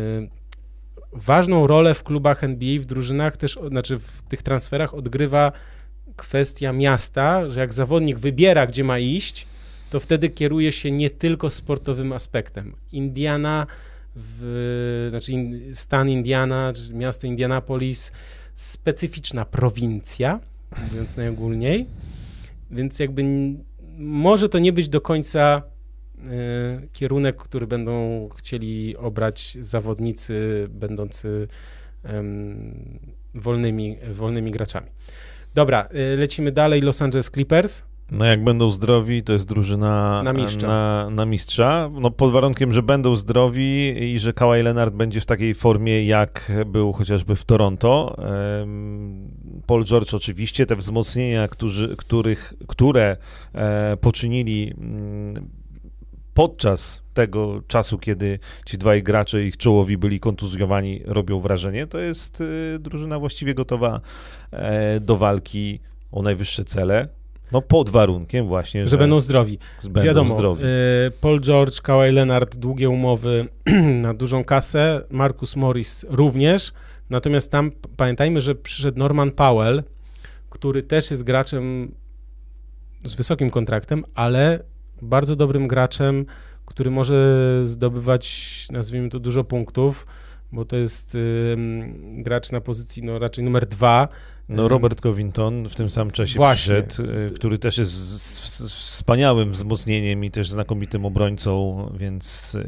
ważną rolę w klubach N B A, w drużynach też, znaczy w tych transferach odgrywa kwestia miasta, że jak zawodnik wybiera, gdzie ma iść, to wtedy kieruje się nie tylko sportowym aspektem. Indiana, w, znaczy stan Indiana, czy miasto Indianapolis, specyficzna prowincja, mówiąc najogólniej, więc jakby może to nie być do końca y, kierunek, który będą chcieli obrać zawodnicy będący y, wolnymi, wolnymi graczami. Dobra, y, lecimy dalej. Los Angeles Clippers. No jak będą zdrowi, to jest drużyna na mistrza. Na, na mistrza. No pod warunkiem, że będą zdrowi i że Kawhi Leonard będzie w takiej formie, jak był chociażby w Toronto. Paul George oczywiście, te wzmocnienia, którzy, których, które e, poczynili m, podczas tego czasu, kiedy ci dwaj gracze, ich czołowi byli kontuzjowani, robią wrażenie. To jest y, drużyna właściwie gotowa e, do walki o najwyższe cele. No pod warunkiem właśnie, że, że będą zdrowi. Będą Wiadomo, zdrowi. Y, Paul George, Kawhi Leonard, długie umowy na dużą kasę, Marcus Morris również, natomiast tam pamiętajmy, że przyszedł Norman Powell, który też jest graczem z wysokim kontraktem, ale bardzo dobrym graczem, który może zdobywać, nazwijmy to, dużo punktów, bo to jest y, gracz na pozycji no, raczej numer dwa. No Robert Covington w tym samym czasie Właśnie. przyszedł, który też jest z, z, wspaniałym wzmocnieniem i też znakomitym obrońcą, więc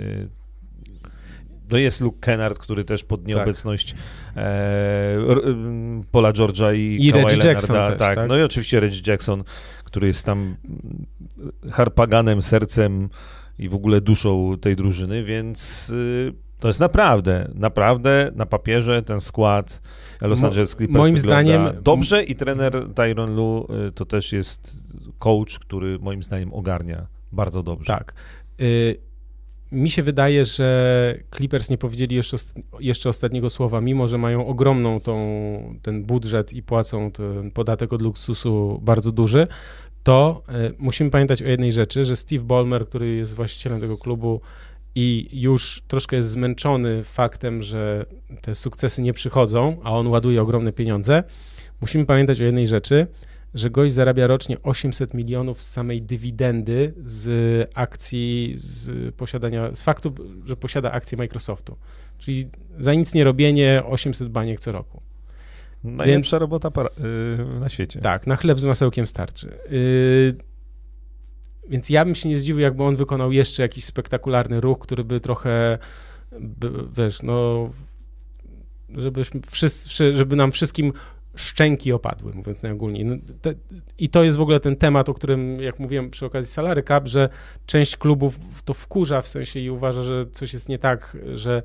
no jest Luke Kennard, który też pod nieobecność tak. e, Paula George'a i, I Kawhi Reggie Jackson Leonarda, też, tak. tak? No i oczywiście Reggie Jackson, który jest tam harpaganem, sercem i w ogóle duszą tej drużyny, więc to jest naprawdę, naprawdę na papierze ten skład Los Angeles Clippers moim wygląda zdaniem dobrze i trener Tyronn Lue to też jest coach, który moim zdaniem ogarnia bardzo dobrze. Tak. Y, mi się wydaje, że Clippers nie powiedzieli jeszcze, jeszcze ostatniego słowa, mimo że mają ogromną tą, ten budżet i płacą ten podatek od luksusu bardzo duży, to y, musimy pamiętać o jednej rzeczy, że Steve Ballmer, który jest właścicielem tego klubu i już troszkę jest zmęczony faktem, że te sukcesy nie przychodzą, a on ładuje ogromne pieniądze, musimy pamiętać o jednej rzeczy, że gość zarabia rocznie osiemset milionów z samej dywidendy z akcji, z posiadania, z faktu, że posiada akcje Microsoftu. Czyli za nic nie robienie osiemset baniek co roku. Najlepsza Więc, robota para, yy, na świecie. Tak, na chleb z masełkiem starczy. Yy, Więc ja bym się nie zdziwił, jakby on wykonał jeszcze jakiś spektakularny ruch, który by trochę, by, wiesz, no, żebyśmy wszyscy, żeby nam wszystkim szczęki opadły, mówiąc najogólniej. No, te, I to jest w ogóle ten temat, o którym, jak mówiłem przy okazji salary cap, że część klubów to wkurza w sensie i uważa, że coś jest nie tak, że,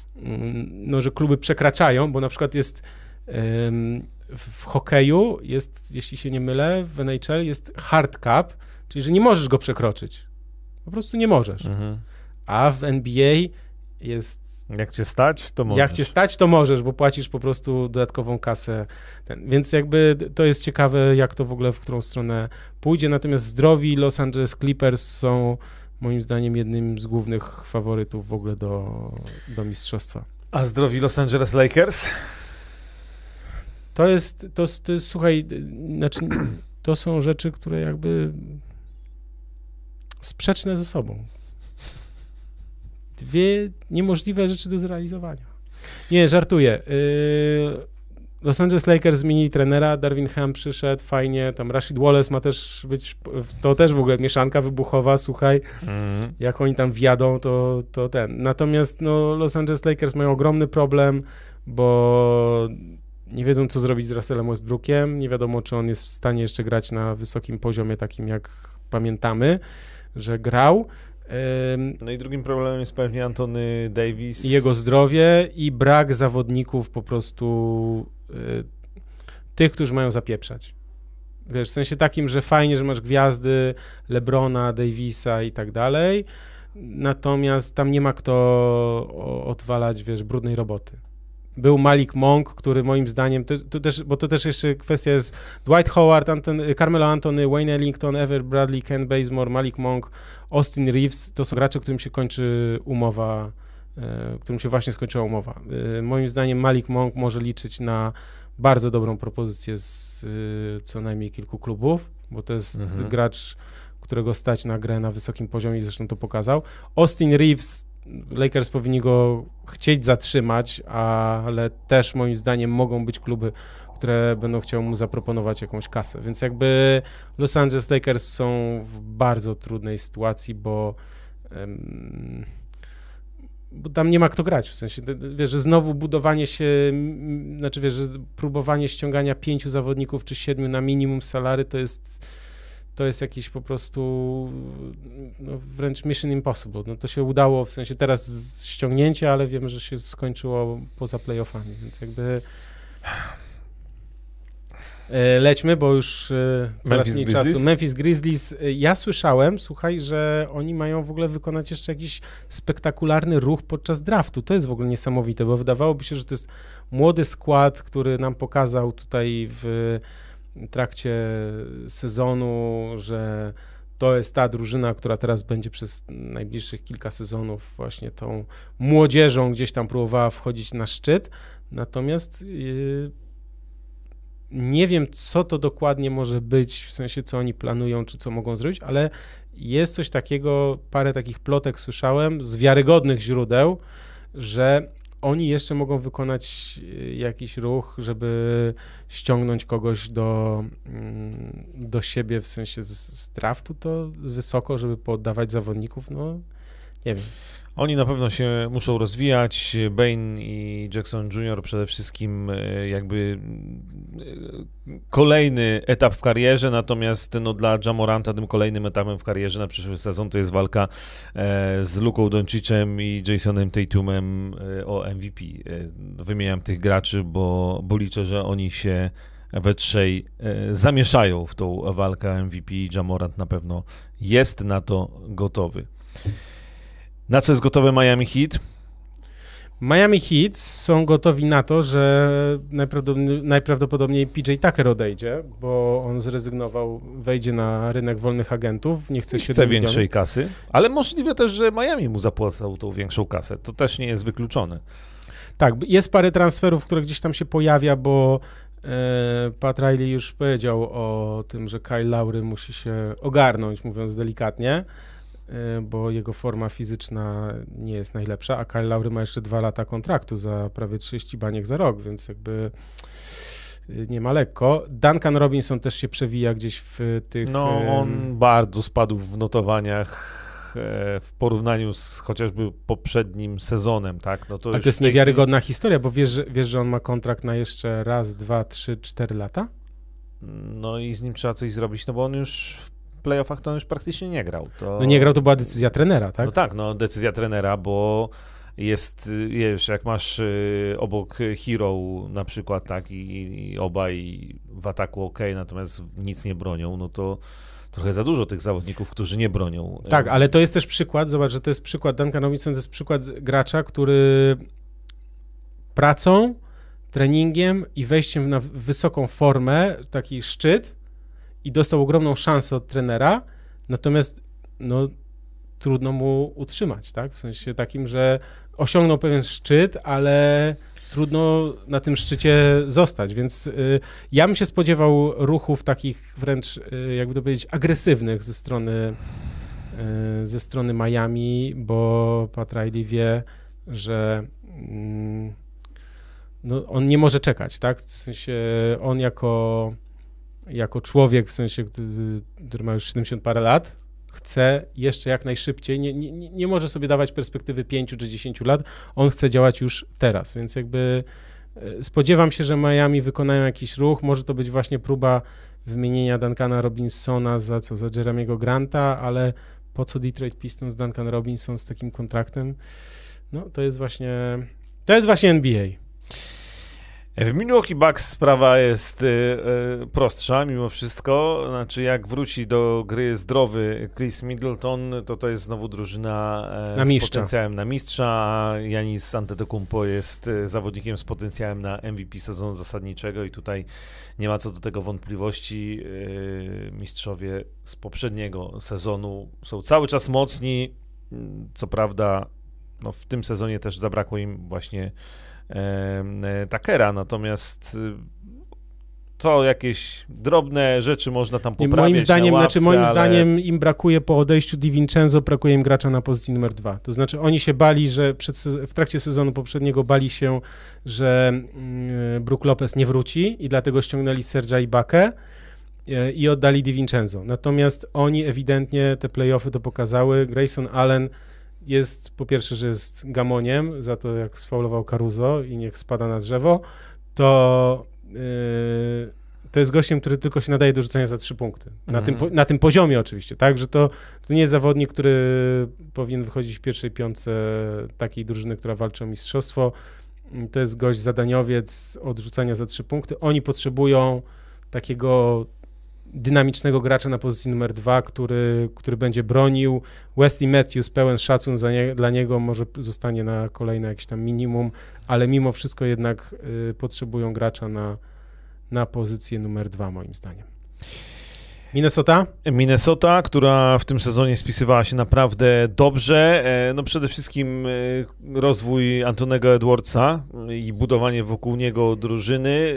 no, że kluby przekraczają, bo na przykład jest ym, w hokeju jest, jeśli się nie mylę, w N H L jest hard cap, czyli że nie możesz go przekroczyć. Po prostu nie możesz. Mhm. A w N B A jest... Jak cię stać, to możesz. Jak cię stać, to możesz, bo płacisz po prostu dodatkową kasę. Ten. Więc jakby to jest ciekawe, jak to w ogóle w którą stronę pójdzie. Natomiast zdrowi Los Angeles Clippers są moim zdaniem jednym z głównych faworytów w ogóle do, do mistrzostwa. A zdrowi Los Angeles Lakers? To jest, to, to jest słuchaj, znaczy, to są rzeczy, które jakby sprzeczne ze sobą. Dwie niemożliwe rzeczy do zrealizowania. Nie, żartuję. Los Angeles Lakers zmienili trenera, Darvin Ham przyszedł, fajnie, tam Rashid Wallace ma też być, to też w ogóle mieszanka wybuchowa, słuchaj, mm. jak oni tam wjadą, to, to ten. Natomiast no, Los Angeles Lakers mają ogromny problem, bo nie wiedzą, co zrobić z Russellem Westbrookiem, nie wiadomo, czy on jest w stanie jeszcze grać na wysokim poziomie, takim jak pamiętamy, że grał. No i drugim problemem jest pewnie Anthony Davis. I jego zdrowie i brak zawodników po prostu y, tych, którzy mają zapieprzać. Wiesz, w sensie takim, że fajnie, że masz gwiazdy LeBrona, Davisa i tak dalej, natomiast tam nie ma kto odwalać, wiesz, brudnej roboty. Był Malik Monk, który moim zdaniem, to, to też, bo to też jeszcze kwestia jest Dwight Howard, Anton, Carmelo Anthony, Wayne Ellington, Ever Bradley, Ken Bazemore, Malik Monk, Austin Reeves, to są gracze, którym się kończy umowa, e, którym się właśnie skończyła umowa. E, moim zdaniem Malik Monk może liczyć na bardzo dobrą propozycję z e, co najmniej kilku klubów, bo to jest mhm. gracz, którego stać na grę na wysokim poziomie i zresztą to pokazał. Austin Reeves, Lakers powinni go chcieć zatrzymać, ale też moim zdaniem mogą być kluby, które będą chciały mu zaproponować jakąś kasę. Więc jakby Los Angeles Lakers są w bardzo trudnej sytuacji, bo, um, bo tam nie ma kto grać. W sensie, wiesz, że znowu budowanie się, znaczy wiesz, że próbowanie ściągania pięciu zawodników czy siedmiu na minimum salary to jest to jest jakiś po prostu no, wręcz mission impossible. No, to się udało, w sensie teraz ściągnięcie, ale wiemy, że się skończyło poza playoffami, więc jakby lećmy, bo już coraz mniej czasu. Memphis Grizzlies. Ja słyszałem, słuchaj, że oni mają w ogóle wykonać jeszcze jakiś spektakularny ruch podczas draftu. To jest w ogóle niesamowite, bo wydawałoby się, że to jest młody skład, który nam pokazał tutaj w trakcie sezonu, że to jest ta drużyna, która teraz będzie przez najbliższych kilka sezonów właśnie tą młodzieżą gdzieś tam próbowała wchodzić na szczyt. Natomiast yy, nie wiem, co to dokładnie może być, w sensie co oni planują, czy co mogą zrobić, ale jest coś takiego, parę takich plotek słyszałem z wiarygodnych źródeł, że oni jeszcze mogą wykonać jakiś ruch, żeby ściągnąć kogoś do, do siebie, w sensie z, z draftu, to wysoko, żeby pooddawać zawodników, no nie wiem. Oni na pewno się muszą rozwijać, Bane i Jackson junior przede wszystkim jakby kolejny etap w karierze, natomiast no, dla Ja Moranta tym kolejnym etapem w karierze na przyszły sezon to jest walka z Luką Doncicem i Jasonem Tatumem o M V P. Wymieniam tych graczy, bo, bo liczę, że oni się we trzej zamieszają w tą walkę M V P i Ja Morant na pewno jest na to gotowy. Na co jest gotowy Miami Heat? Miami Heat są gotowi na to, że najprawdopodobniej, najprawdopodobniej P J Tucker odejdzie, bo on zrezygnował, wejdzie na rynek wolnych agentów, nie chce się chce większej kasy, ale możliwe też, że Miami mu zapłacał tą większą kasę. To też nie jest wykluczone. Tak, jest parę transferów, które gdzieś tam się pojawia, bo e, Pat Riley już powiedział o tym, że Kyle Lowry musi się ogarnąć, mówiąc delikatnie, bo jego forma fizyczna nie jest najlepsza, a Kyle Lowry ma jeszcze dwa lata kontraktu za prawie trzydzieści baniek za rok, więc jakby nie ma lekko. Duncan Robinson też się przewija gdzieś w tych... No, on bardzo spadł w notowaniach w porównaniu z chociażby poprzednim sezonem, tak? No to ale to jest niewiarygodna chwili... historia, bo wiesz, wiesz, że on ma kontrakt na jeszcze raz, dwa, trzy, cztery lata? No i z nim trzeba coś zrobić, no bo on już w playoffach to on już praktycznie nie grał. To... No nie grał, to była decyzja trenera, tak? No tak, no decyzja trenera, bo jest, wiesz, jak masz obok Hero na przykład, tak, i, i obaj w ataku ok, natomiast nic nie bronią, no to trochę za dużo tych zawodników, którzy nie bronią. Tak, ale to jest też przykład, zobacz, że to jest przykład, Duncan Robinson to jest przykład gracza, który pracą, treningiem i wejściem na wysoką formę, taki szczyt, i dostał ogromną szansę od trenera, natomiast no, trudno mu utrzymać, tak? W sensie takim, że osiągnął pewien szczyt, ale trudno na tym szczycie zostać, więc y, ja bym się spodziewał ruchów takich wręcz, y, jakby to powiedzieć, agresywnych ze strony, y, ze strony Miami, bo Pat Riley wie, że y, no, on nie może czekać, tak? W sensie on jako jako człowiek, w sensie, który, który ma już siedemdziesiąt parę lat, chce jeszcze jak najszybciej, nie, nie, nie może sobie dawać perspektywy pięciu czy dziesięciu lat, on chce działać już teraz, więc jakby Spodziewam się, że Miami wykonają jakiś ruch, może to być właśnie próba wymienienia Duncana Robinsona za co, za Jeremiego Granta, ale po co Detroit Pistons Duncan Robinson z takim kontraktem? No to jest właśnie, to jest właśnie N B A. W Milwaukee Bucks sprawa jest y, y, prostsza mimo wszystko, znaczy jak wróci do gry zdrowy Chris Middleton, to to jest znowu drużyna y, na z mistrza. potencjałem na mistrza, a Giannis Antetokounmpo jest y, zawodnikiem z potencjałem na M V P sezonu zasadniczego i tutaj nie ma co do tego wątpliwości. Y, mistrzowie z poprzedniego sezonu są cały czas mocni, co prawda no, w tym sezonie też zabrakło im właśnie Takera, natomiast to jakieś drobne rzeczy można tam poprawić. Moim zdaniem, na ławce, znaczy moim ale... zdaniem im brakuje po odejściu DiVincenzo, brakuje im gracza na pozycji numer dwa. To znaczy oni się bali, że przed, w trakcie sezonu poprzedniego bali się, że mm, Brook Lopez nie wróci i dlatego ściągnęli Serge'a Ibakę e, i oddali DiVincenzo. Natomiast oni ewidentnie te play-offy to pokazały. Grayson Allen jest, po pierwsze, że jest gamoniem za to, jak sfaulował Caruso i niech spada na drzewo, to yy, to jest gościem, który tylko się nadaje do rzucania za trzy punkty. Na, mm-hmm. tym, na tym poziomie oczywiście, tak, że to, to nie jest zawodnik, który powinien wychodzić w pierwszej piątce takiej drużyny, która walczy o mistrzostwo. To jest gość zadaniowiec od rzucania za trzy punkty. Oni potrzebują takiego dynamicznego gracza na pozycji numer dwa, który, który będzie bronił. Wesley Matthews, pełen szacun za nie, dla niego, może zostanie na kolejne jakieś tam minimum, ale mimo wszystko jednak y, potrzebują gracza na, na pozycję numer dwa, moim zdaniem. Minnesota? Minnesota, która w tym sezonie spisywała się naprawdę dobrze. No przede wszystkim rozwój Antonego Edwardsa i budowanie wokół niego drużyny.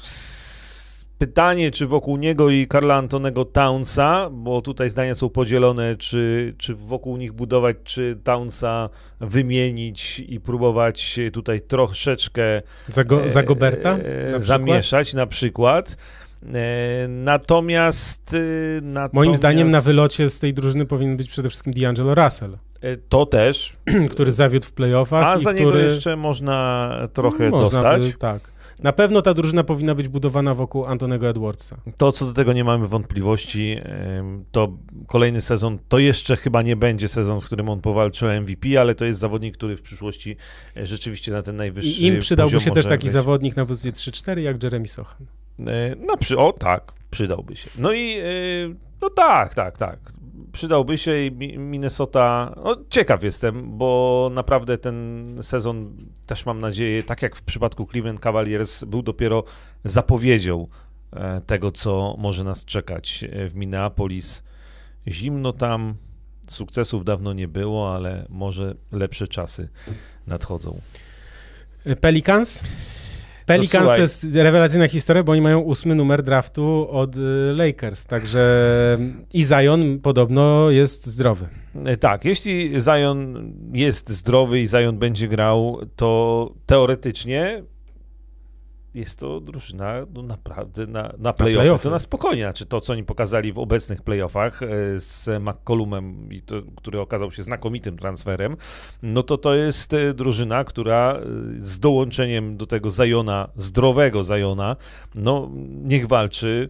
Pytanie, czy wokół niego i Karla Antonego Townsa, bo tutaj zdania są podzielone, czy, czy wokół nich budować, czy Townsa wymienić i próbować tutaj troszeczkę za, go, za Goberta e, zamieszać na przykład. E, natomiast, natomiast... Moim zdaniem na wylocie z tej drużyny powinien być przede wszystkim D'Angelo Russell. E, to też. Który zawiódł w playoffach. A za i niego który... jeszcze można trochę można, dostać. Tak. Na pewno ta drużyna powinna być budowana wokół Antonego Edwardsa. To, co do tego nie mamy wątpliwości, to kolejny sezon, to jeszcze chyba nie będzie sezon, w którym on powalczy o M V P, ale to jest zawodnik, który w przyszłości rzeczywiście na ten najwyższy I im przydałby się też taki być. zawodnik na pozycję trzy cztery jak Jeremy Sochan. No, przy, o tak, przydałby się. No i no tak, tak, tak. Przydałby się i Minnesota, no ciekaw jestem, bo naprawdę ten sezon też mam nadzieję, tak jak w przypadku Cleveland Cavaliers, był dopiero zapowiedzią tego, co może nas czekać w Minneapolis. Zimno tam, sukcesów dawno nie było, ale może lepsze czasy nadchodzą. Pelicans? Pelicans to jest rewelacyjna historia, bo oni mają ósmy numer draftu od Lakers, także i Zion podobno jest zdrowy. Tak, jeśli Zion jest zdrowy i Zion będzie grał, to teoretycznie jest to drużyna no naprawdę na, na play-offy, play to na spokojnie, znaczy to, co oni pokazali w obecnych play-offach z McCollumem, i to, który okazał się znakomitym transferem, no to to jest drużyna, która z dołączeniem do tego Ziona, zdrowego Ziona, no niech walczy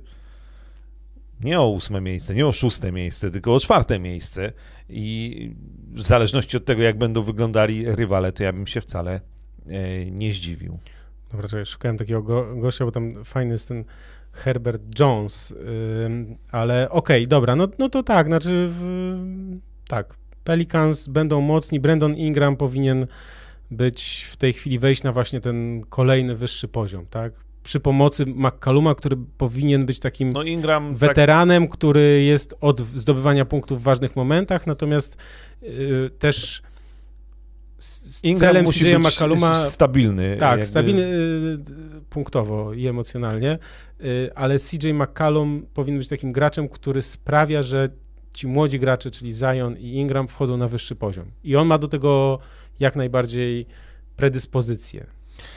nie o ósme miejsce, nie o szóste miejsce, tylko o czwarte miejsce i w zależności od tego, jak będą wyglądali rywale, to ja bym się wcale nie zdziwił. Dobra, czekaj, szukałem takiego go, gościa, bo tam fajny jest ten Herbert Jones, yy, ale okej, okay, dobra, no, no to tak, znaczy w, tak, Pelicans będą mocni, Brandon Ingram powinien być w tej chwili wejść na właśnie ten kolejny wyższy poziom, tak? Przy pomocy McCalluma, który powinien być takim no Ingram, weteranem, tak... który jest od zdobywania punktów w ważnych momentach, natomiast yy, też z Ingram celem musi C J być McCalluma, stabilny. Tak, jakby... stabilny y, punktowo i emocjonalnie, y, ale C J McCallum powinien być takim graczem, który sprawia, że ci młodzi gracze, czyli Zion i Ingram, wchodzą na wyższy poziom. I on ma do tego jak najbardziej predyspozycję.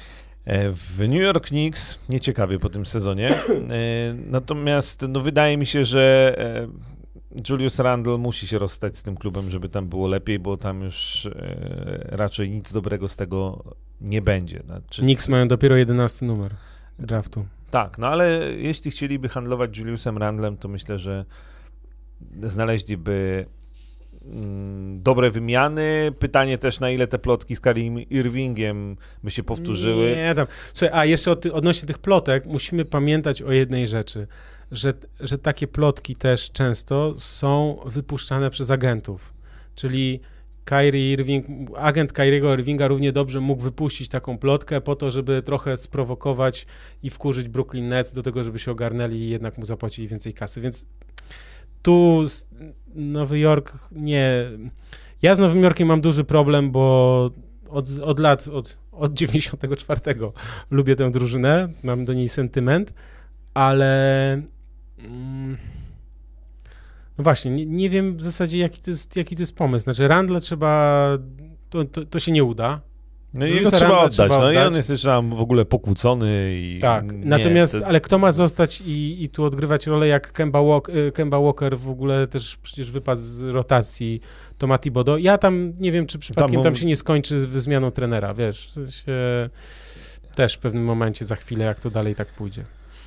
W New York Knicks nieciekawie po tym sezonie, natomiast no, wydaje mi się, że Julius Randle musi się rozstać z tym klubem, żeby tam było lepiej, bo tam już e, raczej nic dobrego z tego nie będzie. Znaczy, Knicks mają dopiero jedenasty numer draftu. Tak, no ale jeśli chcieliby handlować Juliusem Randlem, to myślę, że znaleźliby mm, dobre wymiany. Pytanie też, na ile te plotki z Kyrie Irvingiem by się powtórzyły. Nie, tam. Słuchaj, a jeszcze od, odnośnie tych plotek musimy pamiętać o jednej rzeczy, że, że takie plotki też często są wypuszczane przez agentów, czyli Kyrie Irving, agent Kyriego Irvinga równie dobrze mógł wypuścić taką plotkę po to, żeby trochę sprowokować i wkurzyć Brooklyn Nets do tego, żeby się ogarnęli i jednak mu zapłacili więcej kasy, więc tu Nowy Jork nie... Ja z Nowym Jorkiem mam duży problem, bo od, od lat, od, od dziewięćdziesiątego czwartego lubię tę drużynę, mam do niej sentyment, ale mm, no właśnie, nie, nie wiem w zasadzie jaki to jest, jaki to jest pomysł. Znaczy Randle trzeba, to, to, to się nie uda. No i jego trzeba oddać, trzeba no oddać. I on jest jeszcze tam w ogóle pokłócony. I tak, nie, natomiast, to... ale kto ma zostać i, i tu odgrywać rolę jak Kemba Walker, Kemba Walker w ogóle też przecież wypadł z rotacji, to ma Thibodeau. Ja tam nie wiem, czy przypadkiem tam, tam się nie skończy z zmianą trenera, wiesz, w sensie też w pewnym momencie za chwilę, jak to dalej tak pójdzie.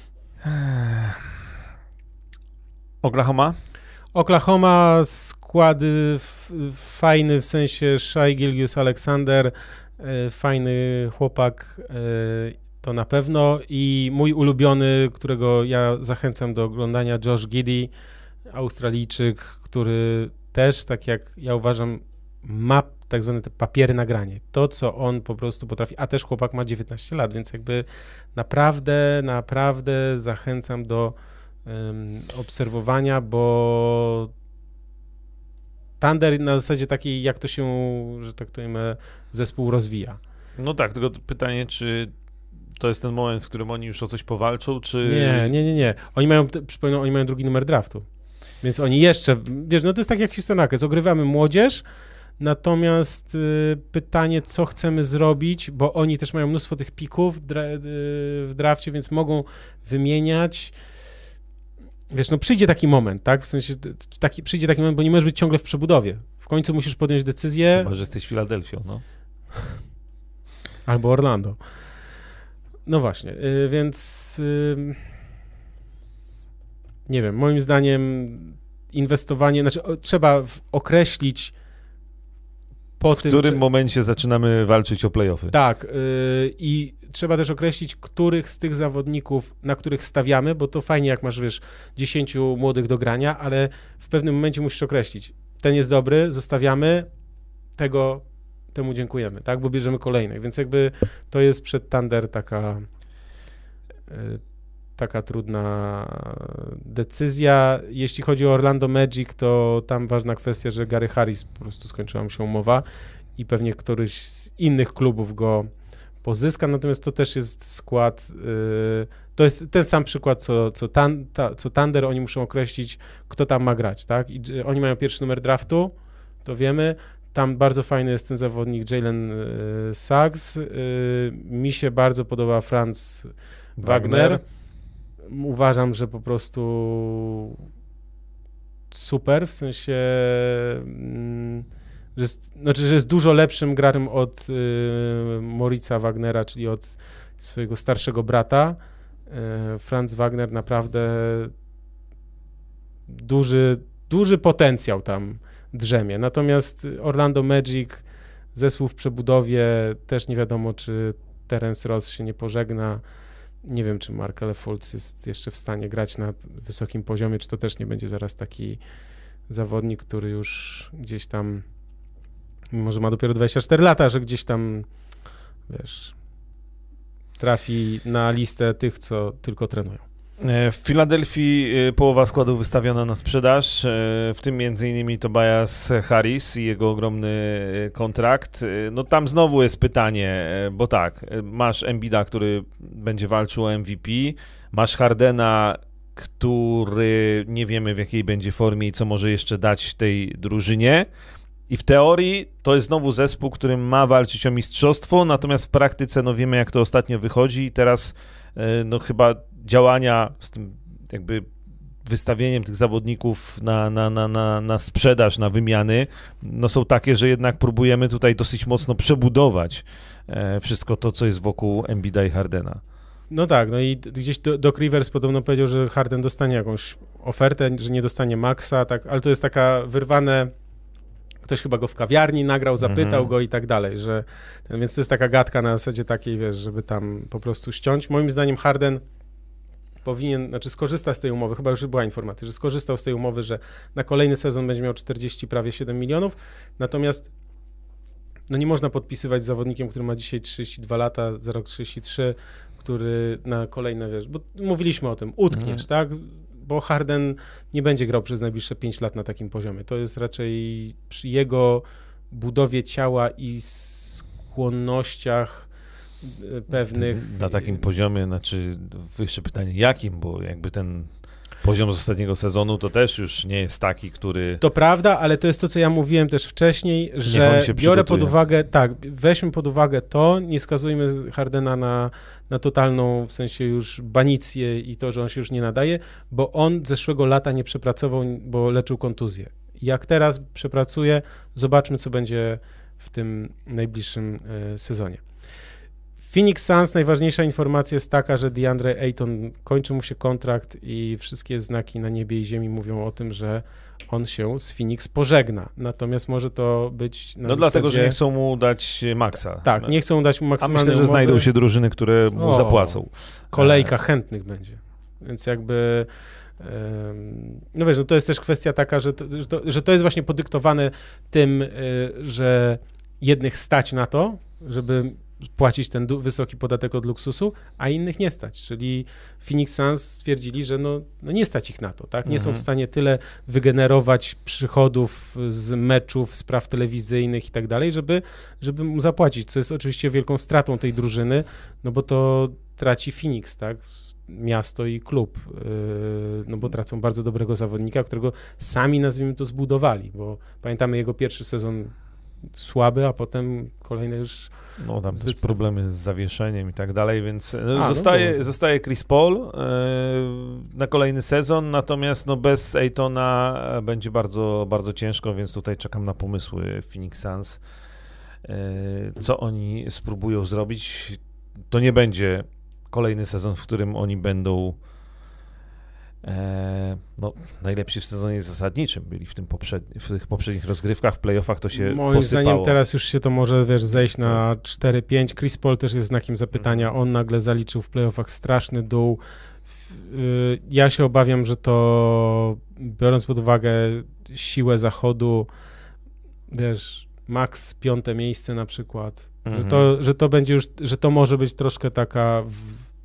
Oklahoma? Oklahoma, składy f, fajny, w sensie Shai Gilgeous-Alexander, fajny chłopak, to na pewno, i mój ulubiony, którego ja zachęcam do oglądania, Josh Giddey, Australijczyk, który też, tak jak ja uważam, ma tak zwane te papiery na granie. To, co on po prostu potrafi, a też chłopak ma dziewiętnaście lat, więc jakby naprawdę, naprawdę zachęcam do um, obserwowania, bo Thunder na zasadzie takiej, jak to się, że tak powiem, zespół rozwija. No tak, tylko pytanie, czy to jest ten moment, w którym oni już o coś powalczą, czy... Nie, nie, nie, nie. Oni mają, przypominam, oni mają drugi numer draftu. Więc oni jeszcze, wiesz, no to jest tak jak Houston Rockets, ogrywamy młodzież, natomiast y, pytanie, co chcemy zrobić, bo oni też mają mnóstwo tych pików w, dra- y, w drafcie, więc mogą wymieniać. Wiesz, no przyjdzie taki moment, tak? W sensie taki, przyjdzie taki moment, bo nie możesz być ciągle w przebudowie. W końcu musisz podjąć decyzję. Chyba że jesteś Filadelfią, no. Albo Orlando. No właśnie, y, więc y, nie wiem, moim zdaniem inwestowanie, znaczy o, trzeba w, określić po w tym... W którym czy, momencie zaczynamy walczyć o play-offy. Tak, y, i trzeba też określić, których z tych zawodników, na których stawiamy, bo to fajnie, jak masz, wiesz, dziesięciu młodych do grania, ale w pewnym momencie musisz określić, ten jest dobry, zostawiamy, tego, temu dziękujemy, tak, bo bierzemy kolejnych, więc jakby to jest przed Thunder taka, y, taka trudna decyzja. Jeśli chodzi o Orlando Magic, to tam ważna kwestia, że Gary Harris, po prostu skończyła mu się umowa i pewnie któryś z innych klubów go pozyska, natomiast to też jest skład, yy, to jest ten sam przykład, co, co, tan, ta, co Thunder, oni muszą określić, kto tam ma grać, tak? I y, oni mają pierwszy numer draftu, to wiemy, tam bardzo fajny jest ten zawodnik Jalen y, Suggs, y, mi się bardzo podoba Franz Wagner. Wagner. Uważam, że po prostu super, w sensie, mm, że jest, znaczy, że jest dużo lepszym graczem od y, Moritza Wagnera, czyli od swojego starszego brata. Y, Franz Wagner naprawdę duży, duży potencjał tam drzemie. Natomiast Orlando Magic, zespół w przebudowie, też nie wiadomo, czy Terence Ross się nie pożegna. Nie wiem, czy Markelle Fultz jest jeszcze w stanie grać na wysokim poziomie, czy to też nie będzie zaraz taki zawodnik, który już gdzieś tam, mimo że ma dopiero dwadzieścia cztery lata, że gdzieś tam, wiesz, trafi na listę tych, co tylko trenują. W Filadelfii połowa składu wystawiona na sprzedaż, w tym między innymi Tobias Harris i jego ogromny kontrakt. No tam znowu jest pytanie, bo tak, masz Embida, który będzie walczył o M V P, masz Hardena, który nie wiemy w jakiej będzie formie i co może jeszcze dać tej drużynie. I w teorii to jest znowu zespół, który ma walczyć o mistrzostwo, natomiast w praktyce no wiemy, jak to ostatnio wychodzi i teraz no chyba działania z tym jakby wystawieniem tych zawodników na, na, na, na, na sprzedaż, na wymiany, no są takie, że jednak próbujemy tutaj dosyć mocno przebudować e, wszystko to, co jest wokół Embida i Hardena. No tak, no i gdzieś Doc Rivers podobno powiedział, że Harden dostanie jakąś ofertę, że nie dostanie maksa, tak, ale to jest taka wyrwane, ktoś chyba go w kawiarni nagrał, zapytał mm-hmm. go i tak dalej, że, więc to jest taka gadka na zasadzie takiej, wiesz, żeby tam po prostu ściąć. Moim zdaniem Harden powinien, znaczy skorzysta z tej umowy, chyba już była informacja, że skorzystał z tej umowy, że na kolejny sezon będzie miał czterdzieści, prawie siedem milionów, natomiast no nie można podpisywać z zawodnikiem, który ma dzisiaj trzydzieści dwa lata, za rok trzydzieści trzy, który na kolejne, wiesz, bo mówiliśmy o tym, utkniesz, mm. tak? Bo Harden nie będzie grał przez najbliższe pięć lat na takim poziomie. To jest raczej przy jego budowie ciała i skłonnościach pewnych. Na takim poziomie, znaczy jeszcze pytanie jakim, bo jakby ten poziom z ostatniego sezonu to też już nie jest taki, który... To prawda, ale to jest to, co ja mówiłem też wcześniej, że biorę pod uwagę, tak, weźmy pod uwagę to, nie skazujmy Hardena na, na totalną, w sensie już banicję i to, że on się już nie nadaje, bo on zeszłego lata nie przepracował, bo leczył kontuzję. Jak teraz przepracuje, zobaczmy, co będzie w tym najbliższym y, sezonie. Phoenix Suns, najważniejsza informacja jest taka, że DeAndre Ayton kończy mu się kontrakt i wszystkie znaki na niebie i ziemi mówią o tym, że on się z Phoenix pożegna. Natomiast może to być na No zasadzie... dlatego, że nie chcą mu dać maksa. Tak, nie chcą mu dać mu maksymalnej A myślę, że umowy. znajdą się drużyny, które mu o, zapłacą. Kolejka chętnych będzie. Więc jakby... No wiesz, no to jest też kwestia taka, że to, że to, że to jest właśnie podyktowane tym, że jednych stać na to, żeby płacić ten wysoki podatek od luksusu, a innych nie stać, czyli Phoenix Suns stwierdzili, że no, no nie stać ich na to, tak? Nie mhm. są w stanie tyle wygenerować przychodów z meczów, z praw telewizyjnych i tak dalej, żeby, żeby mu zapłacić, co jest oczywiście wielką stratą tej drużyny, no bo to traci Phoenix, tak? Miasto i klub, no bo tracą bardzo dobrego zawodnika, którego sami, nazwijmy to, zbudowali, bo pamiętamy jego pierwszy sezon słaby, a potem kolejne już... No tam też problemy z zawieszeniem i tak dalej, więc a, zostaje, no zostaje Chris Paul e, na kolejny sezon, natomiast no bez Aytona będzie bardzo, bardzo ciężko, więc tutaj czekam na pomysły Phoenix Suns, e, co oni spróbują zrobić. To nie będzie kolejny sezon, w którym oni będą e, no, najlepsi w sezonie zasadniczym byli w, tym poprzedni, w tych poprzednich rozgrywkach, w playoffach to się Moim posypało. zdaniem teraz już się to może, wiesz, zejść na cztery pięć. Chris Paul też jest znakiem zapytania. On nagle zaliczył w playoffach straszny dół. Ja się obawiam, że to, biorąc pod uwagę siłę zachodu, wiesz, max piąte miejsce na przykład, mhm. że, to, że to będzie już, że to może być troszkę taka w,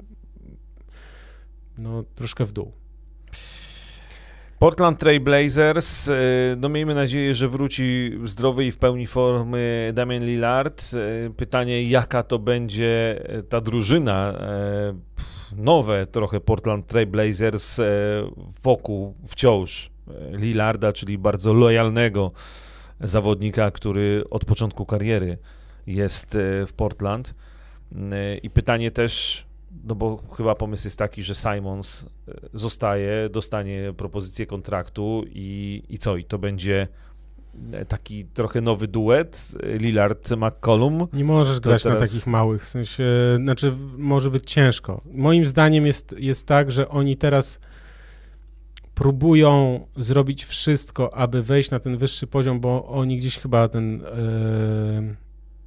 no troszkę w dół. Portland Trail Blazers, no miejmy nadzieję, że wróci zdrowy i w pełni formy Damian Lillard. Pytanie, jaka to będzie ta drużyna, nowe trochę Portland Trail Blazers wokół wciąż Lillarda, czyli bardzo lojalnego zawodnika, który od początku kariery jest w Portland. I pytanie też, no bo chyba pomysł jest taki, że Simons zostaje, dostanie propozycję kontraktu i, i co? I to będzie taki trochę nowy duet Lillard-McCollum. Nie możesz grać teraz... na takich małych, w sensie, znaczy może być ciężko. Moim zdaniem jest, jest tak, że oni teraz próbują zrobić wszystko, aby wejść na ten wyższy poziom, bo oni gdzieś chyba ten yy...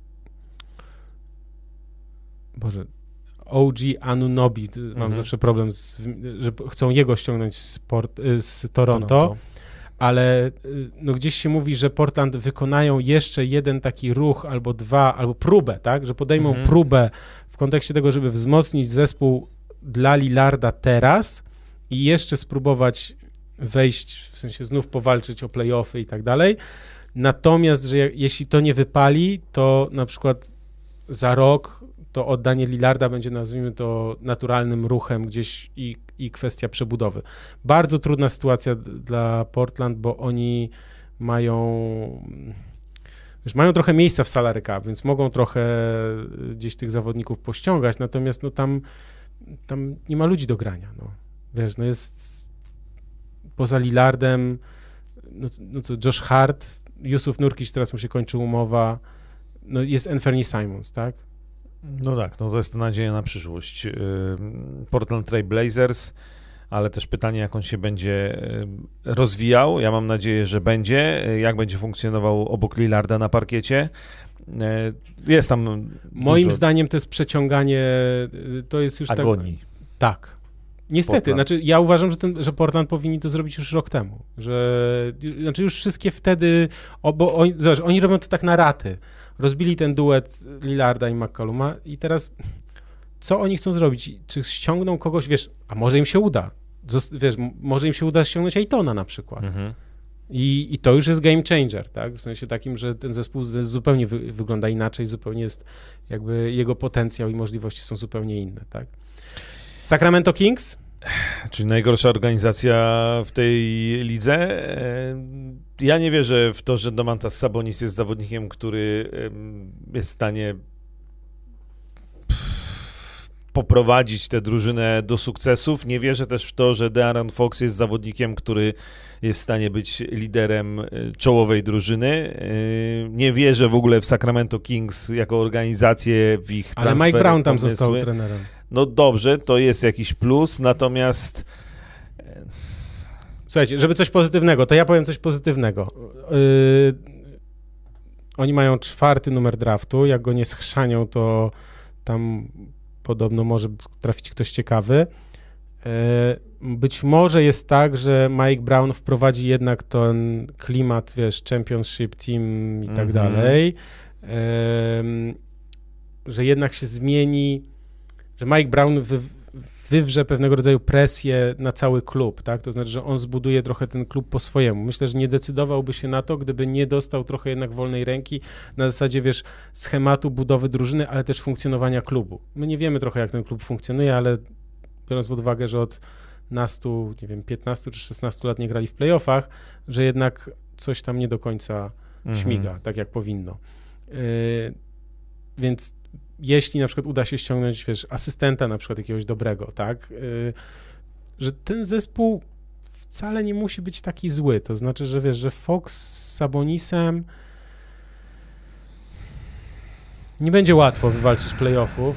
Boże O G Anunoby, mam mhm. zawsze problem, z, że chcą jego ściągnąć z, Port, z Toronto, Toronto, ale no, gdzieś się mówi, że Portland wykonają jeszcze jeden taki ruch, albo dwa, albo próbę, tak, że podejmą mhm. próbę w kontekście tego, żeby wzmocnić zespół dla Lillarda teraz i jeszcze spróbować wejść, w sensie znów powalczyć o play-offy i tak dalej. Natomiast, że jeśli to nie wypali, to na przykład za rok to oddanie Lillarda będzie, nazwijmy to, naturalnym ruchem gdzieś i, i kwestia przebudowy. Bardzo trudna sytuacja dla Portland, bo oni mają już mają trochę miejsca w salary cap, więc mogą trochę gdzieś tych zawodników pościągać, natomiast no tam, tam nie ma ludzi do grania. No. Wiesz, no jest poza Lillardem, no, no co, Josh Hart, Jusuf Nurkic, teraz mu się kończy umowa, no jest Anthony Simons, tak? No tak, no to jest nadzieja na przyszłość. Portland Trail Blazers, ale też pytanie, jak on się będzie rozwijał. Ja mam nadzieję, że będzie. Jak będzie funkcjonował obok Lillarda na parkiecie. Jest tam Moim dużo zdaniem to jest przeciąganie, to jest już agonii. tak. Tak. Niestety, Portland. znaczy ja uważam, że, ten, że Portland powinni to zrobić już rok temu, że znaczy już wszystkie wtedy, o, bo oni, zobacz, oni robią to tak na raty. Rozbili ten duet Lillarda i McColluma i teraz co oni chcą zrobić? Czy ściągną kogoś, wiesz, a może im się uda, Zost, wiesz, może im się uda ściągnąć Aytona na przykład. Mhm. I, I to już jest game changer, tak? W sensie takim, że ten zespół zupełnie wy, wygląda inaczej, zupełnie jest jakby jego potencjał i możliwości są zupełnie inne, tak? Sacramento Kings? Czyli najgorsza organizacja w tej lidze. Ja nie wierzę w to, że Domantas Sabonis jest zawodnikiem, który jest w stanie poprowadzić tę drużynę do sukcesów. Nie wierzę też w to, że De'Aaron Fox jest zawodnikiem, który jest w stanie być liderem czołowej drużyny. Nie wierzę w ogóle w Sacramento Kings jako organizację, w ich transfery. Ale Mike Brown tam pomysły. został trenerem. No dobrze, to jest jakiś plus, natomiast... Słuchajcie, żeby coś pozytywnego, to ja powiem coś pozytywnego. Yy, oni mają czwarty numer draftu, jak go nie schrzanią, to tam podobno może trafić ktoś ciekawy. Yy, być może jest tak, że Mike Brown wprowadzi jednak ten klimat, wiesz, championship team i tak mm-hmm. dalej, yy, że jednak się zmieni, że Mike Brown wy, wywrze pewnego rodzaju presję na cały klub, tak? To znaczy, że on zbuduje trochę ten klub po swojemu. Myślę, że nie decydowałby się na to, gdyby nie dostał trochę jednak wolnej ręki na zasadzie, wiesz, schematu budowy drużyny, ale też funkcjonowania klubu. My nie wiemy trochę, jak ten klub funkcjonuje, ale biorąc pod uwagę, że od nastu, nie wiem, piętnastu czy szesnastu lat nie grali w playoffach, że jednak coś tam nie do końca mhm. śmiga, tak jak powinno. Yy, więc jeśli na przykład uda się ściągnąć, wiesz, asystenta na przykład jakiegoś dobrego, tak, yy, że ten zespół wcale nie musi być taki zły, to znaczy, że wiesz, że Fox z Sabonisem nie będzie łatwo wywalczyć playoffów.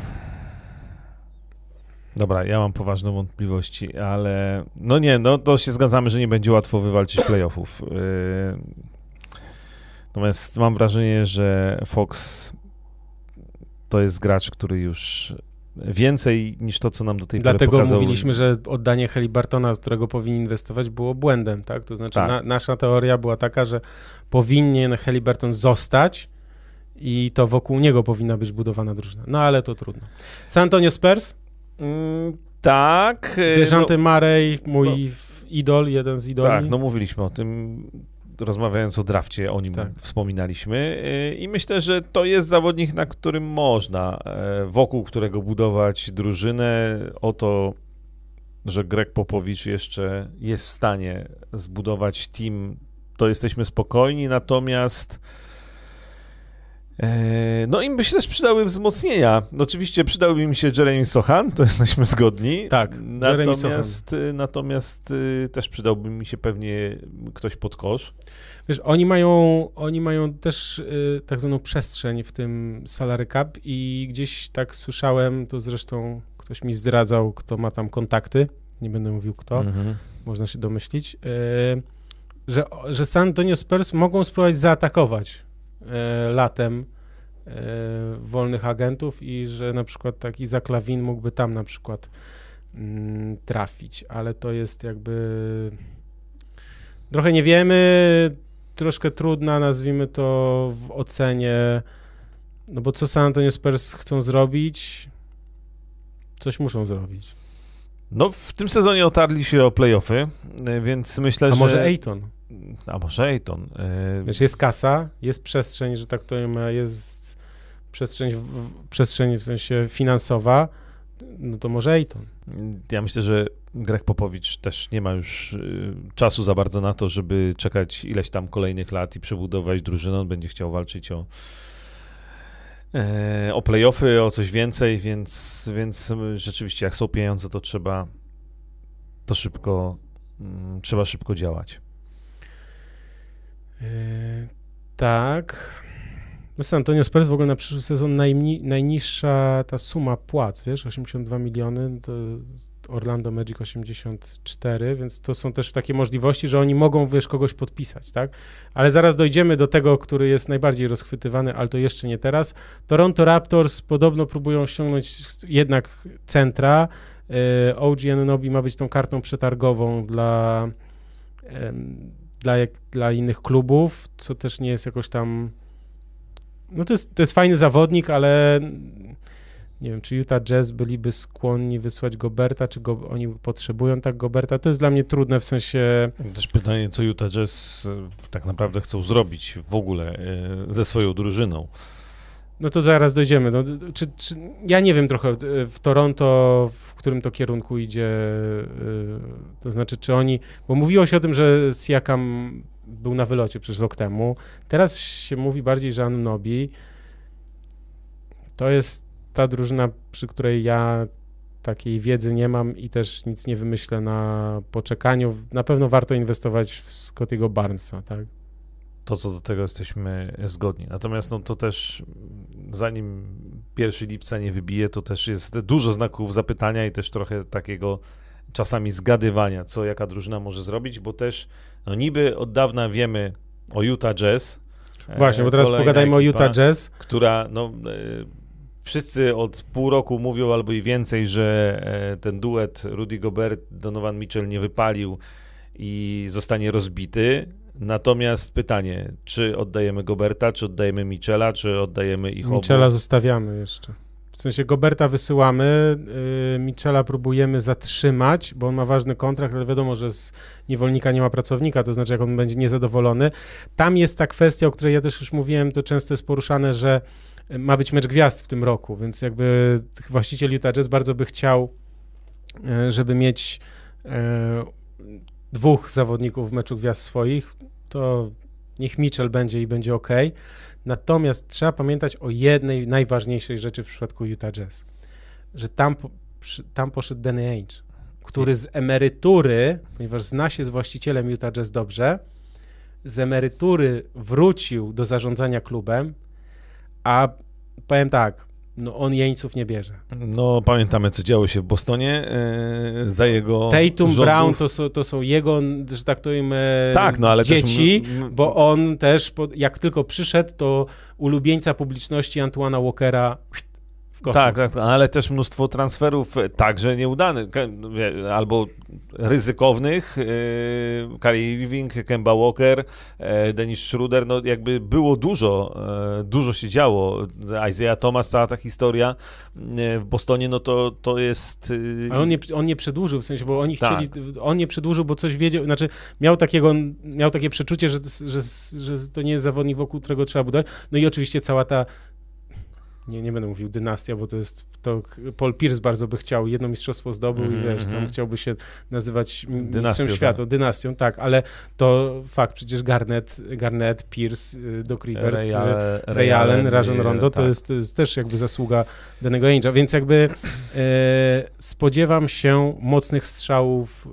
Dobra, ja mam poważne wątpliwości, ale no nie, no to się zgadzamy, że nie będzie łatwo wywalczyć playoffów. Yy, natomiast mam wrażenie, że Fox to jest gracz, który już więcej niż to, co nam do tej pory Dlatego pokazał. mówiliśmy, że oddanie Haliburtona, z którego powinien inwestować, było błędem, tak? To znaczy tak. na, nasza teoria była taka, że powinien Haliburton zostać i to wokół niego powinna być budowana drużyna. No ale to trudno. San Antonio Spurs? Mm, tak. Dejounte no, Murray, mój no, idol, jeden z idoli. Tak, no mówiliśmy o tym, rozmawiając o drafcie, o nim tak. wspominaliśmy i myślę, że to jest zawodnik, na którym można, wokół którego budować drużynę. O to, że Greg Popowicz jeszcze jest w stanie zbudować team, to jesteśmy spokojni, natomiast no im by się też przydały wzmocnienia. No, oczywiście przydałby mi się Jeremy Sochan, to jesteśmy zgodni. Tak, natomiast, natomiast też przydałby mi się pewnie ktoś pod kosz. Wiesz, oni mają, oni mają też y, tak zwaną przestrzeń w tym salary cap i gdzieś tak słyszałem, to zresztą ktoś mi zdradzał, kto ma tam kontakty, nie będę mówił kto, mhm. można się domyślić, y, że, że San Antonio Spurs mogą spróbować zaatakować latem e, wolnych agentów i że na przykład taki Zach LaVine mógłby tam na przykład mm, trafić, ale to jest jakby trochę nie wiemy, troszkę trudna, nazwijmy to w ocenie, no bo co San Antonio Spurs chcą zrobić? Coś muszą zrobić. No w tym sezonie otarli się o play-offy, więc myślę, że... A może Ayton? A może Ayton. Wiesz, jest kasa, jest przestrzeń, że tak to jest przestrzeń w, przestrzeń w sensie finansowa, no to może Ayton. Ja myślę, że Greg Popowicz też nie ma już czasu za bardzo na to, żeby czekać ileś tam kolejnych lat i przebudować drużynę. On będzie chciał walczyć o, o play-offy, o coś więcej, więc, więc rzeczywiście jak są pieniądze, to trzeba to szybko mm, trzeba szybko działać. Yy, tak. No San Antonio Spurs w ogóle na przyszły sezon najmni, najniższa ta suma płac, wiesz, osiemdziesiąt dwa miliony, to Orlando Magic osiemdziesiąt cztery, więc to są też takie możliwości, że oni mogą, wiesz, kogoś podpisać, tak? Ale zaraz dojdziemy do tego, który jest najbardziej rozchwytywany, ale to jeszcze nie teraz. Toronto Raptors podobno próbują ściągnąć jednak centra. O G Anunoby ma być tą kartą przetargową dla, dla, dla innych klubów, co też nie jest jakoś tam... No to jest, to jest fajny zawodnik, ale nie wiem, czy Utah Jazz byliby skłonni wysłać Goberta, czy go, oni potrzebują tak Goberta. To jest dla mnie trudne, w sensie... Też pytanie, co Utah Jazz tak naprawdę chcą zrobić w ogóle ze swoją drużyną. No to zaraz dojdziemy. No, czy, czy, ja nie wiem trochę w Toronto, w którym to kierunku idzie, to znaczy, czy oni... Bo mówiło się o tym, że Siakam był na wylocie przecież rok temu. Teraz się mówi bardziej, że Anunoby to jest ta drużyna, przy której ja takiej wiedzy nie mam i też nic nie wymyślę na poczekaniu. Na pewno warto inwestować w Scottiego Barnesa, tak? To, co do tego jesteśmy zgodni. Natomiast no, to też zanim pierwszego lipca nie wybije, to też jest dużo znaków zapytania i też trochę takiego czasami zgadywania, co jaka drużyna może zrobić, bo też no, niby od dawna wiemy o Utah Jazz. Właśnie, bo teraz pogadajmy ekipa, o Utah Jazz. Która, no, wszyscy od pół roku mówią albo i więcej, że ten duet Rudy Gobert, Donovan Mitchell nie wypalił i zostanie rozbity. Natomiast pytanie, czy oddajemy Goberta, czy oddajemy Mitchella, czy oddajemy ich obu? Mitchella zostawiamy jeszcze. W sensie Goberta wysyłamy, yy, Mitchella próbujemy zatrzymać, bo on ma ważny kontrakt, ale wiadomo, że z niewolnika nie ma pracownika, to znaczy jak on będzie niezadowolony. Tam jest ta kwestia, o której ja też już mówiłem, to często jest poruszane, że ma być mecz gwiazd w tym roku, więc jakby właściciel Utah Jazz bardzo by chciał, yy, żeby mieć yy, dwóch zawodników w meczu gwiazd swoich, to niech Mitchell będzie i będzie ok. Natomiast trzeba pamiętać o jednej najważniejszej rzeczy w przypadku Utah Jazz, że tam, tam poszedł Danny Ainge, który z emerytury, ponieważ zna się z właścicielem Utah Jazz dobrze, z emerytury wrócił do zarządzania klubem, a powiem tak, no on jeńców nie bierze. No pamiętamy, co działo się w Bostonie yy, za jego Tatum, rządów. Brown to są, to są jego, że tak to im, tak, no, ale dzieci, też... bo on też, jak tylko przyszedł, to ulubieńca publiczności Antoana Walkera w kosmos. Tak, tak, ale też mnóstwo transferów także nieudanych, albo ryzykownych. Kyrie Irving, Kemba Walker, Dennis Schroeder, no jakby było dużo, dużo się działo. Isaiah Thomas, cała ta historia w Bostonie, no to, to jest... Ale on nie, on nie przedłużył, w sensie, bo oni tak. chcieli, on nie przedłużył, bo coś wiedział, znaczy miał takiego, miał takie przeczucie, że, że, że to nie jest zawodnik, wokół którego trzeba budować. No i oczywiście cała ta Nie, nie będę mówił dynastia, bo to jest, to Paul Pierce bardzo by chciał, jedno mistrzostwo zdobył mm-hmm. i wiesz, tam chciałby się nazywać mistrzem świata, tak. dynastią, tak, ale to fakt, przecież Garnett, Garnett Pierce, Doc Rivers, Ray, Ray, Ray Allen, Rajon Rondo, tak. to, jest, to jest też jakby zasługa Danny'ego Ainge'a, więc jakby e, spodziewam się mocnych strzałów e,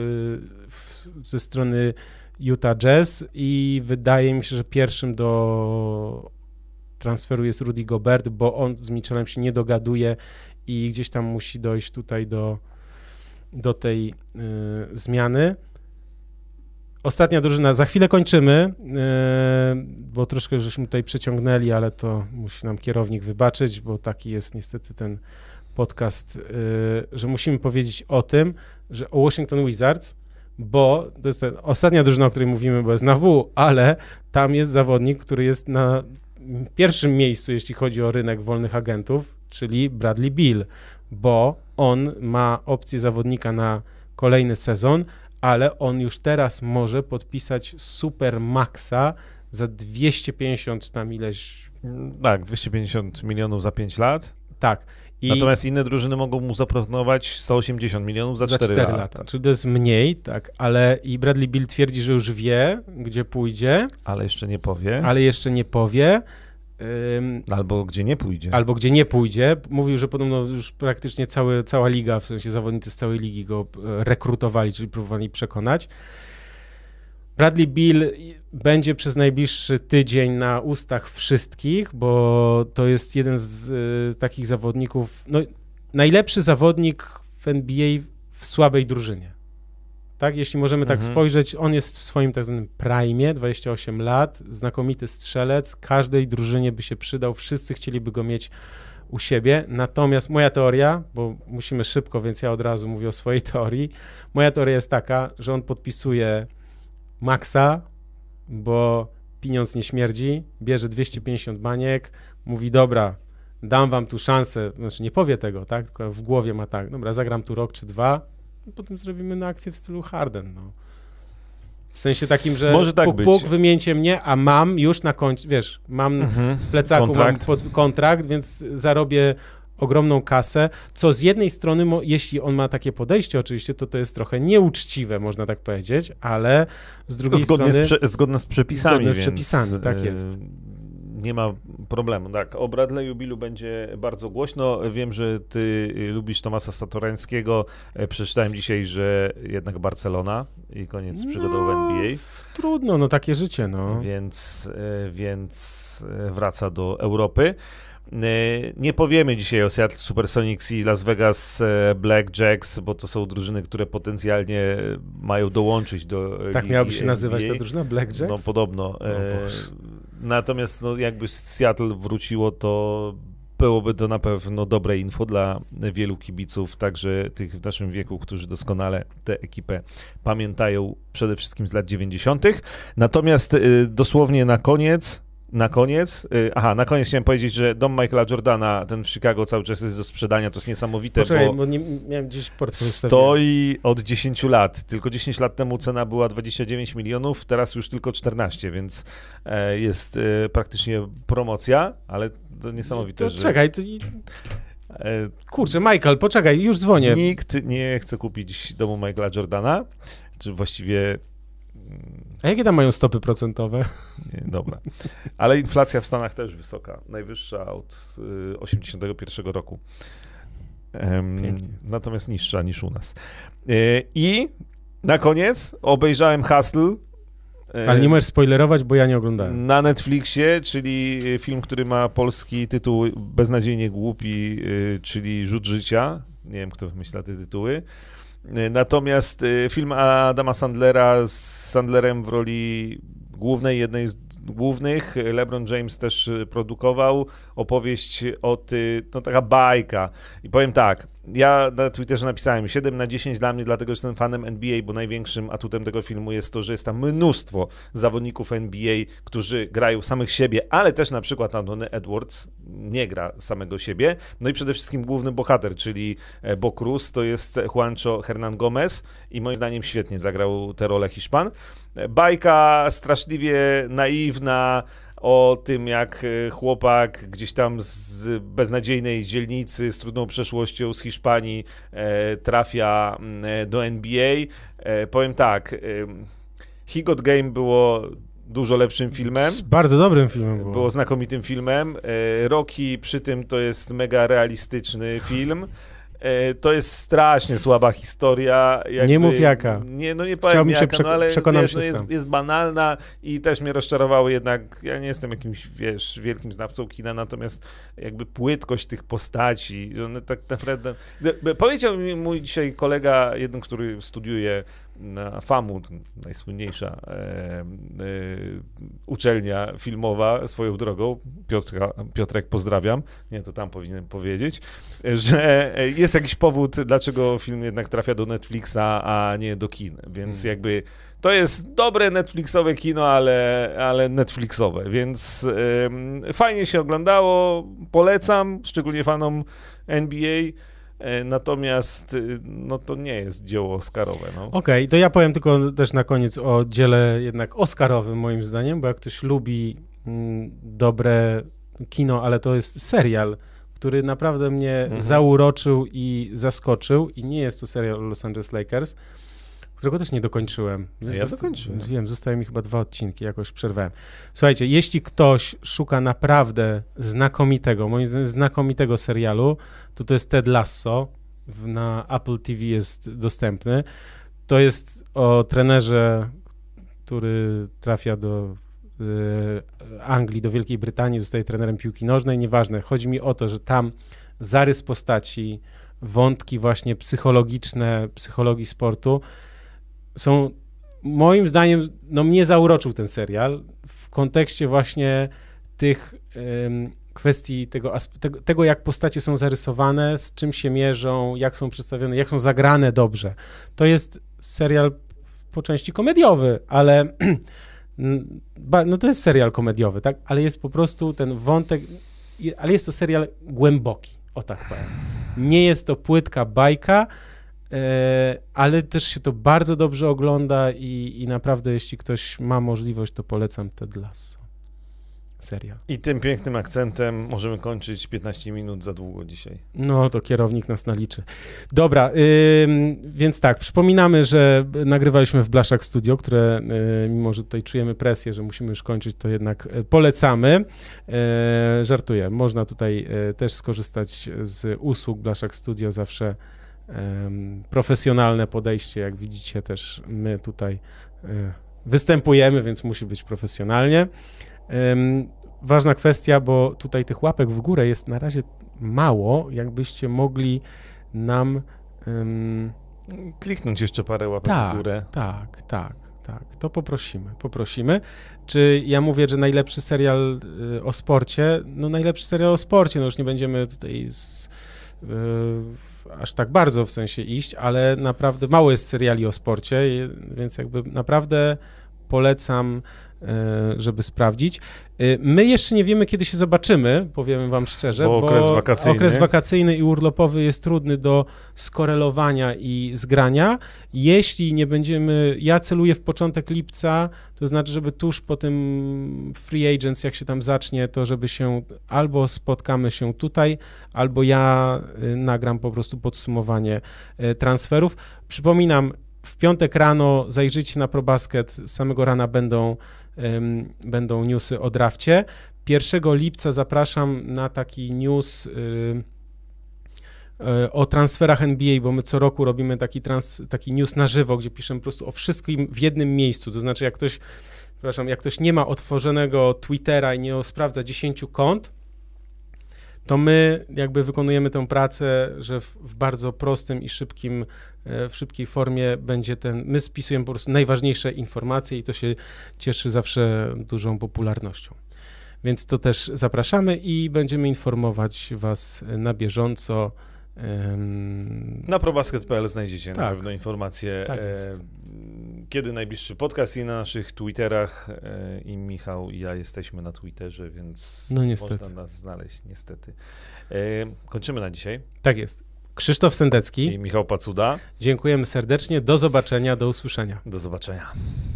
w, ze strony Utah Jazz i wydaje mi się, że pierwszym do transferu jest Rudy Gobert, bo on z Mitchellem się nie dogaduje i gdzieś tam musi dojść tutaj do, do tej y, zmiany. Ostatnia drużyna, za chwilę kończymy, y, bo troszkę żeśmy tutaj przeciągnęli, ale to musi nam kierownik wybaczyć, bo taki jest niestety ten podcast, y, że musimy powiedzieć o tym, że o Washington Wizards, bo to jest ta ostatnia drużyna, o której mówimy, bo jest na W, ale tam jest zawodnik, który jest na pierwszym miejscu, jeśli chodzi o rynek wolnych agentów, czyli Bradley Beal, bo on ma opcję zawodnika na kolejny sezon, ale on już teraz może podpisać super maxa za dwieście pięćdziesiąt tam ileś... Tak, dwieście pięćdziesiąt milionów za pięć lat. Tak. I natomiast inne drużyny mogą mu zaproponować sto osiemdziesiąt milionów za, za cztery lata. lata. Czyli to jest mniej, tak, ale i Bradley Beal twierdzi, że już wie, gdzie pójdzie. Ale jeszcze nie powie. Ale jeszcze nie powie. Ym, albo gdzie nie pójdzie. Albo gdzie nie pójdzie. Mówił, że podobno już praktycznie cały, cała liga, w sensie zawodnicy z całej ligi go rekrutowali, czyli próbowali przekonać. Bradley Beal będzie przez najbliższy tydzień na ustach wszystkich, bo to jest jeden z y, takich zawodników, no najlepszy zawodnik w N B A w słabej drużynie. Tak, jeśli możemy mhm. tak spojrzeć, on jest w swoim tak zwanym prime, dwadzieścia osiem lat, znakomity strzelec, każdej drużynie by się przydał, wszyscy chcieliby go mieć u siebie, natomiast moja teoria, bo musimy szybko, więc ja od razu mówię o swojej teorii, moja teoria jest taka, że on podpisuje maksa, bo pieniądz nie śmierdzi, bierze dwieście pięćdziesiąt baniek, mówi dobra, dam wam tu szansę, znaczy nie powie tego, tak, tylko w głowie ma tak, dobra, zagram tu rok czy dwa, potem zrobimy na akcję w stylu Harden, no. W sensie takim, że może tak puk, być. puk, wymieńcie mnie, a mam już na końcu, wiesz, mam mhm. w plecaku kontrakt. mam pod, kontrakt, więc zarobię ogromną kasę, co z jednej strony, mo, jeśli on ma takie podejście oczywiście, to to jest trochę nieuczciwe, można tak powiedzieć, ale z drugiej zgodnie strony... Z prze, zgodne z przepisami, Zgodne z więc, przepisami, tak jest. Nie ma problemu. Tak, o Bradley'u Bealu będzie bardzo głośno. Wiem, że ty lubisz Tomasa Satorańskiego. Przeczytałem dzisiaj, że jednak Barcelona i koniec przygodą no, w N B A. Trudno, no takie życie, no. Więc, więc wraca do Europy. Nie powiemy dzisiaj o Seattle Supersonics i Las Vegas Blackjacks, bo to są drużyny, które potencjalnie mają dołączyć do Tak ligi miałaby się N B A. nazywać ta drużyna Blackjacks? No podobno. Natomiast no, jakby Seattle wróciło, to byłoby to na pewno dobre info dla wielu kibiców, także tych w naszym wieku, którzy doskonale tę ekipę pamiętają przede wszystkim z lat dziewięćdziesiątych. Natomiast dosłownie na koniec Na koniec, aha, na koniec chciałem powiedzieć, że dom Michaela Jordana, ten w Chicago cały czas jest do sprzedania, to jest niesamowite, Poczekaj, bo, bo nie, miałem gdzieś portfel stoi od dziesięciu lat, tylko dziesięć lat temu cena była dwadzieścia dziewięć milionów, teraz już tylko czternaście, więc jest praktycznie promocja, ale to niesamowite, to że... Czekaj, to... Kurczę, Michael, poczekaj, już dzwonię. Nikt nie chce kupić domu Michaela Jordana, czy właściwie... A jakie tam mają stopy procentowe? Nie, dobra. Ale inflacja w Stanach też wysoka. Najwyższa od y, osiemdziesiątego pierwszego roku. Um, natomiast niższa niż u nas. Y, I na koniec obejrzałem Hustle. Y, Ale nie możesz spoilerować, bo ja nie oglądałem. Na Netflixie, czyli film, który ma polski tytuł beznadziejnie głupi, y, czyli Rzut życia. Nie wiem, kto wymyśla te tytuły. Natomiast film Adama Sandlera z Sandlerem w roli głównej, jednej z głównych, LeBron James też produkował, opowieść o ty, no taka bajka. I powiem tak, ja na Twitterze napisałem siedem na dziesięć dla mnie, dlatego że jestem fanem N B A, bo największym atutem tego filmu jest to, że jest tam mnóstwo zawodników N B A, którzy grają samych siebie, ale też na przykład Anthony Edwards nie gra samego siebie. No i przede wszystkim główny bohater, czyli Bo Cruz, to jest Juancho Hernan Gomez i moim zdaniem świetnie zagrał tę rolę Hiszpan. Bajka straszliwie naiwna, o tym, jak chłopak gdzieś tam z beznadziejnej dzielnicy, z trudną przeszłością z Hiszpanii e, trafia do N B A. E, powiem tak, e, He Got Game było dużo lepszym filmem. Z bardzo dobrym filmem było. Było znakomitym filmem. E, Rocky przy tym to jest mega realistyczny film. To jest strasznie słaba historia. Jakby, nie mów jaka. Nie, no nie powiem jaka, przek- no ale przekonam wiesz, się no jest, jest banalna i też mnie rozczarowało jednak, ja nie jestem jakimś, wiesz, wielkim znawcą kina, natomiast jakby płytkość tych postaci, one tak naprawdę... Powiedział mi mój dzisiaj kolega, jeden, który studiuje na FAMU, najsłynniejsza e, e, uczelnia filmowa swoją drogą, Piotrka, Piotrek pozdrawiam, nie, to tam powinienem powiedzieć, że jest jakiś powód, dlaczego film jednak trafia do Netflixa, a nie do kin, więc hmm. jakby to jest dobre Netflixowe kino, ale, ale Netflixowe, więc e, fajnie się oglądało, polecam, szczególnie fanom N B A. Natomiast no to nie jest dzieło oscarowe. No. Okej, okay, to ja powiem tylko też na koniec o dziele jednak oscarowym moim zdaniem, bo jak ktoś lubi mm, dobre kino, ale to jest serial, który naprawdę mnie mhm. zauroczył i zaskoczył i nie jest to serial o Los Angeles Lakers, którego też nie dokończyłem. Ja dokończyłem. Wiem, zostały mi chyba dwa odcinki, jakoś przerwałem. Słuchajcie, jeśli ktoś szuka naprawdę znakomitego, moim zdaniem znakomitego serialu, to to jest Ted Lasso, na Apple T V jest dostępny. To jest o trenerze, który trafia do y, Anglii, do Wielkiej Brytanii, zostaje trenerem piłki nożnej, nieważne. Chodzi mi o to, że tam zarys postaci, wątki właśnie psychologiczne, psychologii sportu są, moim zdaniem, no mnie zauroczył ten serial w kontekście właśnie tych ym, kwestii tego, tego, tego, jak postacie są zarysowane, z czym się mierzą, jak są przedstawione, jak są zagrane dobrze. To jest serial po części komediowy, ale no to jest serial komediowy, tak? Ale jest po prostu ten wątek, ale jest to serial głęboki, o tak powiem. Nie jest to płytka bajka, ale też się to bardzo dobrze ogląda i, i naprawdę, jeśli ktoś ma możliwość, to polecam Ted Lasso. Serial. I tym pięknym akcentem możemy kończyć piętnaście minut za długo dzisiaj. No, to kierownik nas naliczy. Dobra, yy, więc tak, przypominamy, że nagrywaliśmy w Blaszak Studio, które yy, mimo, że tutaj czujemy presję, że musimy już kończyć, to jednak yy, polecamy. Yy, żartuję, można tutaj yy, też skorzystać z usług Blaszak Studio, zawsze yy, profesjonalne podejście, jak widzicie też my tutaj yy, występujemy, więc musi być profesjonalnie. Um, ważna kwestia, bo tutaj tych łapek w górę jest na razie mało, jakbyście mogli nam... Um, kliknąć jeszcze parę łapek tak, w górę. Tak, tak, tak, to poprosimy, poprosimy. Czy ja mówię, że najlepszy serial y, o sporcie? No najlepszy serial o sporcie, no już nie będziemy tutaj z, y, aż tak bardzo w sensie iść, ale naprawdę mało jest seriali o sporcie, więc jakby naprawdę polecam, żeby sprawdzić. My jeszcze nie wiemy, kiedy się zobaczymy, powiem wam szczerze, bo, bo okres wakacyjny. okres wakacyjny i urlopowy jest trudny do skorelowania i zgrania. Jeśli nie będziemy, ja celuję w początek lipca, to znaczy, żeby tuż po tym Free Agents, jak się tam zacznie, to żeby się albo spotkamy się tutaj, albo ja nagram po prostu podsumowanie transferów. Przypominam, w piątek rano zajrzyjcie na ProBasket, z samego rana będą, um, będą newsy o drafcie. pierwszego lipca zapraszam na taki news y, y, o transferach N B A, bo my co roku robimy taki, trans, taki news na żywo, gdzie piszemy po prostu o wszystkim w jednym miejscu. To znaczy, jak ktoś, przepraszam, jak ktoś nie ma otworzonego Twittera i nie sprawdza dziesięciu kont, to my jakby wykonujemy tę pracę, że w, w bardzo prostym i szybkim, w szybkiej formie będzie ten, my spisujemy po prostu najważniejsze informacje i to się cieszy zawsze dużą popularnością. Więc to też zapraszamy i będziemy informować was na bieżąco. Na probasket kropka p l znajdziecie tak, na pewno informacje, tak e, kiedy najbliższy podcast i na naszych Twitterach e, i Michał i ja jesteśmy na Twitterze, więc no niestety. można nas znaleźć niestety. E, kończymy na dzisiaj. Tak jest. Krzysztof Sendecki i Michał Pacuda. Dziękujemy serdecznie. Do zobaczenia, do usłyszenia. Do zobaczenia.